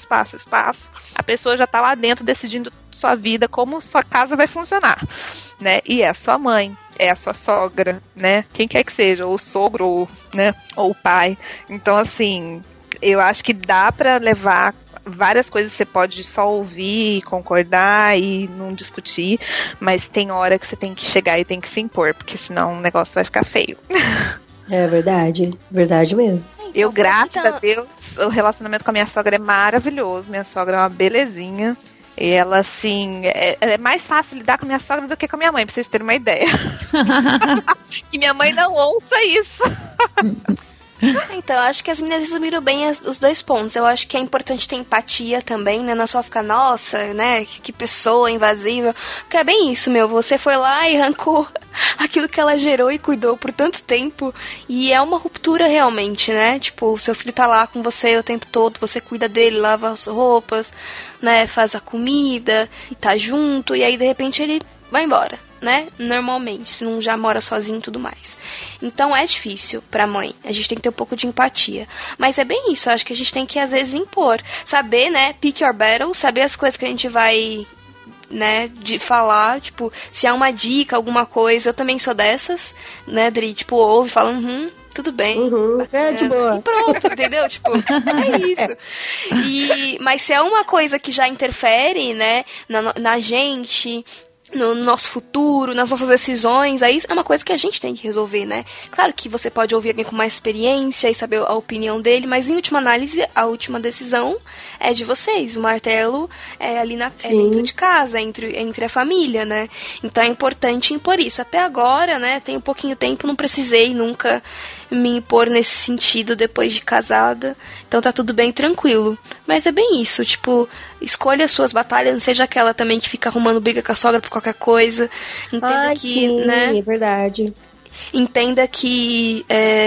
A pessoa já tá lá dentro decidindo sua vida, como sua casa vai funcionar, né? E é a sua mãe, é a sua sogra, né? Quem quer que seja, ou o sogro, ou, né? Ou o pai. Então, assim, eu acho que dá pra levar várias coisas, você pode só ouvir, concordar e não discutir, mas tem hora que você tem que chegar e tem que se impor, porque senão o negócio vai ficar feio. É verdade mesmo. Eu, graças a Deus, o relacionamento com a minha sogra é maravilhoso, minha sogra é uma belezinha. E ela, assim, é mais fácil lidar com a minha sogra do que com a minha mãe, pra vocês terem uma ideia. Que minha mãe não ouça isso. Então, eu acho que as meninas resumiram bem os dois pontos. Eu acho que é importante ter empatia também, né? Não só ficar, nossa, né? Que pessoa invasiva. Porque é bem isso, meu. Você foi lá e arrancou aquilo que ela gerou e cuidou por tanto tempo. E é uma ruptura realmente, né? Tipo, o seu filho tá lá com você o tempo todo, você cuida dele, lava as roupas, né? Faz a comida e tá junto. E aí, de repente, ele vai embora, né? Normalmente, se não já mora sozinho e tudo mais. Então é difícil pra mãe. A gente tem que ter um pouco de empatia. Mas é bem isso, eu acho que a gente tem que às vezes impor. Saber, né, pick your battle, saber as coisas que a gente vai, né, de falar, tipo, se há uma dica, alguma coisa, eu também sou dessas, né, Dri, tipo, ouve, fala, tudo bem. É de boa. E pronto, entendeu? Tipo, é isso. Mas se é uma coisa que já interfere, né, na gente, no nosso futuro, nas nossas decisões, aí é uma coisa que a gente tem que resolver, né? Claro que você pode ouvir alguém com mais experiência e saber a opinião dele, mas em última análise, a última decisão é de vocês. O martelo é ali dentro de casa, entre a família, né? Então é importante impor isso. Até agora, né, tem um pouquinho de tempo, não precisei nunca me impor nesse sentido depois de casada. Então tá tudo bem, tranquilo. Mas é bem isso, tipo, escolha as suas batalhas, não seja aquela também que fica arrumando briga com a sogra por qualquer coisa. Entenda que, sim, né? É verdade. Entenda que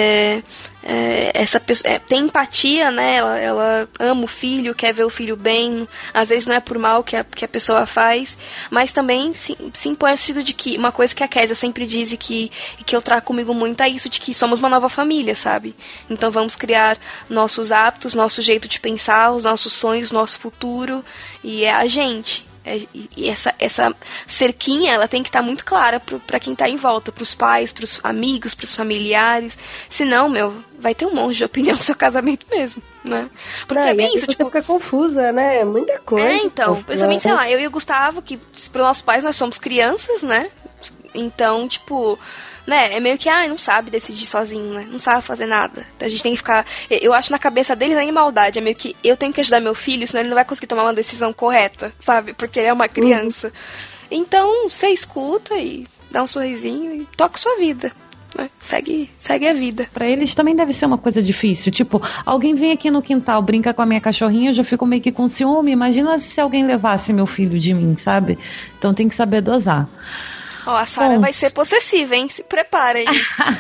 essa pessoa tem empatia, né? Ela ama o filho, quer ver o filho bem. Às vezes não é por mal que a pessoa faz, mas também se impõe no sentido de que uma coisa que a Kézia sempre diz e que eu trago comigo muito é isso, de que somos uma nova família, sabe? Então vamos criar nossos hábitos, nosso jeito de pensar, os nossos sonhos, nosso futuro, e é a gente. E essa cerquinha, ela tem que estar muito clara pra quem tá em volta, pros pais, pros amigos, pros familiares. Senão, vai ter um monte de opinião no seu casamento mesmo, né? Porque é bem isso, você fica confusa, né? Muita coisa. Então, principalmente, sei lá, eu e o Gustavo, que pros nossos pais nós somos crianças, né? Então, tipo, né, é meio que, não sabe decidir sozinho, né? Não sabe fazer nada. A gente tem que ficar... Eu acho na cabeça deles a maldade. É meio que eu tenho que ajudar meu filho, senão ele não vai conseguir tomar uma decisão correta, sabe? Porque ele é uma criança. Então, você escuta e dá um sorrisinho e toca sua vida. Né? Segue a vida. Pra eles também deve ser uma coisa difícil. Tipo, alguém vem aqui no quintal, brinca com a minha cachorrinha, eu já fico meio que com ciúme. Imagina se alguém levasse meu filho de mim, sabe? Então tem que saber dosar. A Sarah vai ser possessiva, hein? Se prepara aí.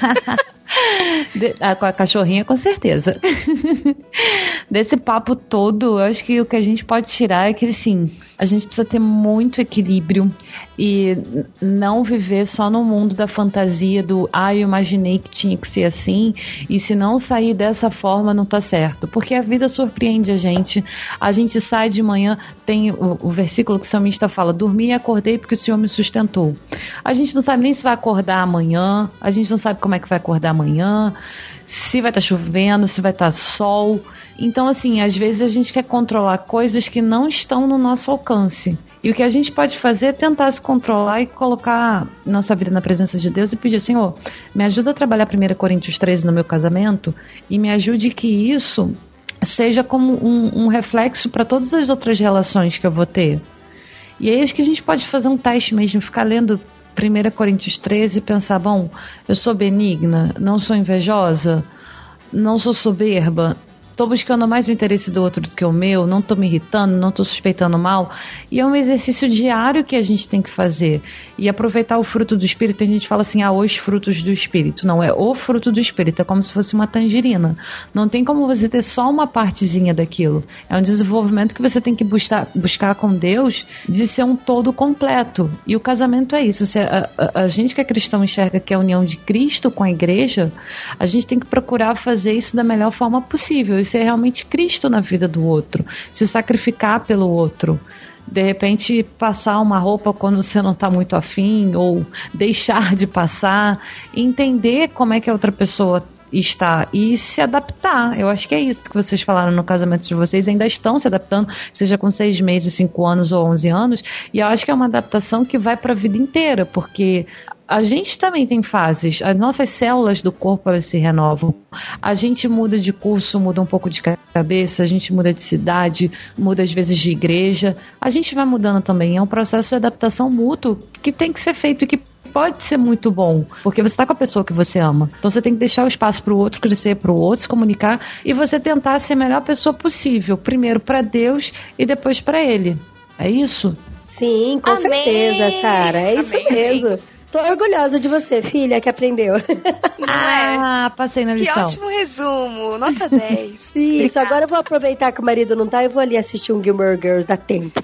Com a cachorrinha, com certeza. Desse papo todo, eu acho que o que a gente pode tirar é que, assim, a gente precisa ter muito equilíbrio e não viver só no mundo da fantasia do eu imaginei que tinha que ser assim, e se não sair dessa forma não tá certo, porque a vida surpreende a gente sai de manhã, tem o versículo que o salmista fala, dormi e acordei porque o Senhor me sustentou. A gente não sabe nem se vai acordar amanhã, a gente não sabe como é que vai acordar amanhã, se vai estar chovendo, se vai estar sol. Então, assim, às vezes a gente quer controlar coisas que não estão no nosso alcance. E o que a gente pode fazer é tentar se controlar e colocar nossa vida na presença de Deus e pedir, Senhor, me ajuda a trabalhar 1 Coríntios 13 no meu casamento e me ajude que isso seja como um reflexo para todas as outras relações que eu vou ter. E aí acho que a gente pode fazer um teste mesmo, ficar lendo 1 Coríntios 13 e pensar, bom, eu sou benigna, não sou invejosa, não sou soberba, estou buscando mais o interesse do outro do que o meu, não estou me irritando, não estou suspeitando mal. E é um exercício diário que a gente tem que fazer. E aproveitar o fruto do Espírito. Tem gente que fala assim, os frutos do Espírito. Não, é o fruto do Espírito. É como se fosse uma tangerina. Não tem como você ter só uma partezinha daquilo. É um desenvolvimento que você tem que buscar com Deus de ser um todo completo. E o casamento é isso. Se a gente que é cristão enxerga que é a união de Cristo com a igreja, a gente tem que procurar fazer isso da melhor forma possível. E ser realmente Cristo na vida do outro, se sacrificar pelo outro, de repente passar uma roupa quando você não está muito afim, ou deixar de passar, entender como é que a outra pessoa está e se adaptar. Eu acho que é isso que vocês falaram no casamento de vocês, ainda estão se adaptando, seja com 6 meses, 5 anos ou 11 anos, e eu acho que é uma adaptação que vai para a vida inteira, porque a gente também tem fases, as nossas células do corpo elas se renovam, a gente muda de curso, muda um pouco de cabeça, a gente muda de cidade, muda às vezes de igreja, a gente vai mudando também, é um processo de adaptação mútuo que tem que ser feito e que pode ser muito bom, porque você está com a pessoa que você ama, então você tem que deixar o espaço para o outro crescer, para o outro se comunicar e você tentar ser a melhor pessoa possível, primeiro para Deus e depois para ele, é isso? Sim, com certeza, Sara, é isso mesmo. Tô orgulhosa de você, filha, que aprendeu. Passei na lição. Que ótimo resumo, nota 10. Isso, agora eu vou aproveitar que o marido não tá e vou ali assistir um Gilmore Girls, dá tempo.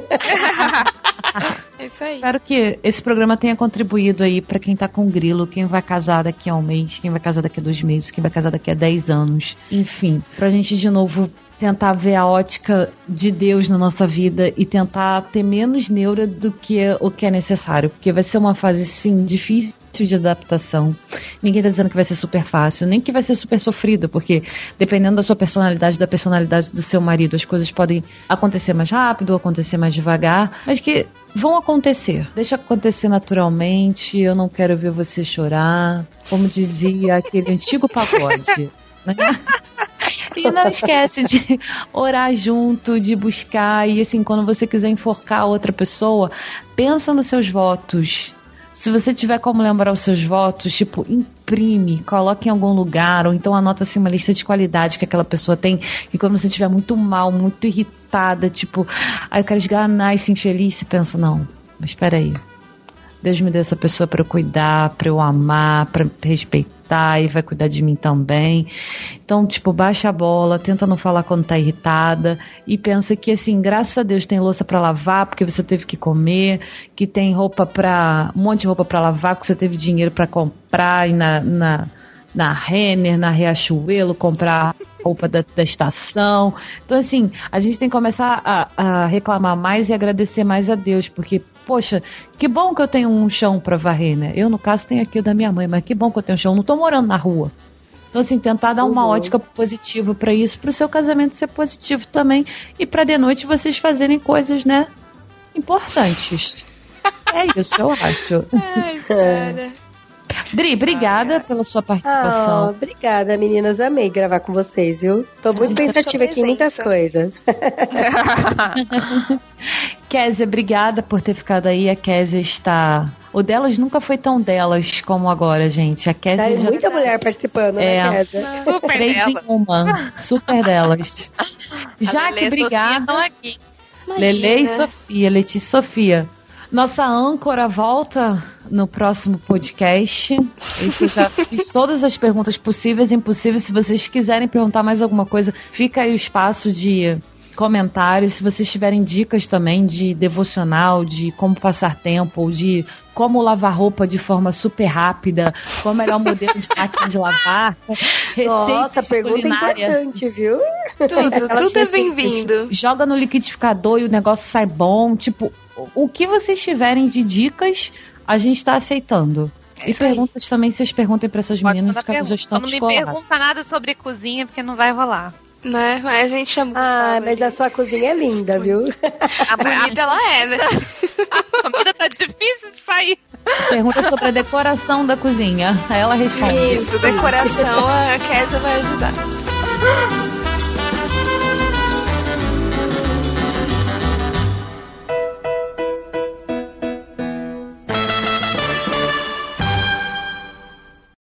É isso aí. Espero que esse programa tenha contribuído aí pra quem tá com grilo, quem vai casar daqui a 1 mês, quem vai casar daqui a 2 meses, quem vai casar daqui a 10 anos. Enfim, pra gente de novo tentar ver a ótica de Deus na nossa vida e tentar ter menos neura do que o que é necessário, porque vai ser uma fase, sim, difícil de adaptação. Ninguém tá dizendo que vai ser super fácil, nem que vai ser super sofrido, porque dependendo da sua personalidade, da personalidade do seu marido, as coisas podem acontecer mais rápido, acontecer mais devagar, mas que vão acontecer. Deixa acontecer naturalmente, eu não quero ver você chorar, como dizia aquele antigo pagode, né? E não esquece de orar junto, de buscar, e assim, quando você quiser enforcar a outra pessoa, pensa nos seus votos. Se você tiver como lembrar os seus votos, tipo, imprime, coloque em algum lugar, ou então anota assim uma lista de qualidades que aquela pessoa tem, e quando você estiver muito mal, muito irritada, tipo, eu quero esganar esse infeliz, você pensa, não, mas espera aí, Deus me deu essa pessoa para eu cuidar, para eu amar, para respeitar, e vai cuidar de mim também. Então, tipo, baixa a bola, tenta não falar quando tá irritada e pensa que, assim, graças a Deus tem louça para lavar porque você teve que comer, que tem um monte de roupa para lavar porque você teve dinheiro para comprar e na Renner, na Riachuelo, comprar roupa da estação. Então, assim, a gente tem que começar a reclamar mais e agradecer mais a Deus, porque, poxa, que bom que eu tenho um chão pra varrer, né? Eu, no caso, tenho aqui o da minha mãe, mas que bom que eu tenho um chão. Não tô morando na rua. Então, assim, tentar dar uma ótica positiva pra isso, pro seu casamento ser positivo também, e pra de noite vocês fazerem coisas, né, importantes. É isso, eu acho. Ai, cara. Dri, obrigada pela sua participação. Obrigada, meninas. Amei gravar com vocês, viu? Tô muito pensativa aqui em muitas coisas. Kézia, obrigada por ter ficado aí. A Kézia está... O delas nunca foi tão delas como agora, gente. A Kézia já... muita mulher participando, né, Kézia? Super 3 dela. em 1. Super delas. Jaque, obrigada. Aqui. Lele e Sofia, Letícia e Sofia. Nossa âncora volta no próximo podcast. Eu já fiz todas as perguntas possíveis e impossíveis. Se vocês quiserem perguntar mais alguma coisa, fica aí o espaço de comentários. Se vocês tiverem dicas também de devocional, de como passar tempo, ou de como lavar roupa de forma super rápida, qual é o melhor modelo de máquina de lavar, Nossa, pergunta importante, viu? Tudo é bem-vindo. Joga no liquidificador e o negócio sai bom. Tipo, o que vocês tiverem de dicas, a gente tá aceitando. E perguntas também, vocês perguntem pra essas meninas que elas já estão Não me pergunta nada sobre cozinha, porque não vai rolar. Né? Mas a gente chama. Mas a sua cozinha é linda, viu? A bonita ela é, né? A comida tá difícil de sair. Pergunta sobre a decoração da cozinha. Aí ela responde. Isso, decoração, a Kézia vai ajudar.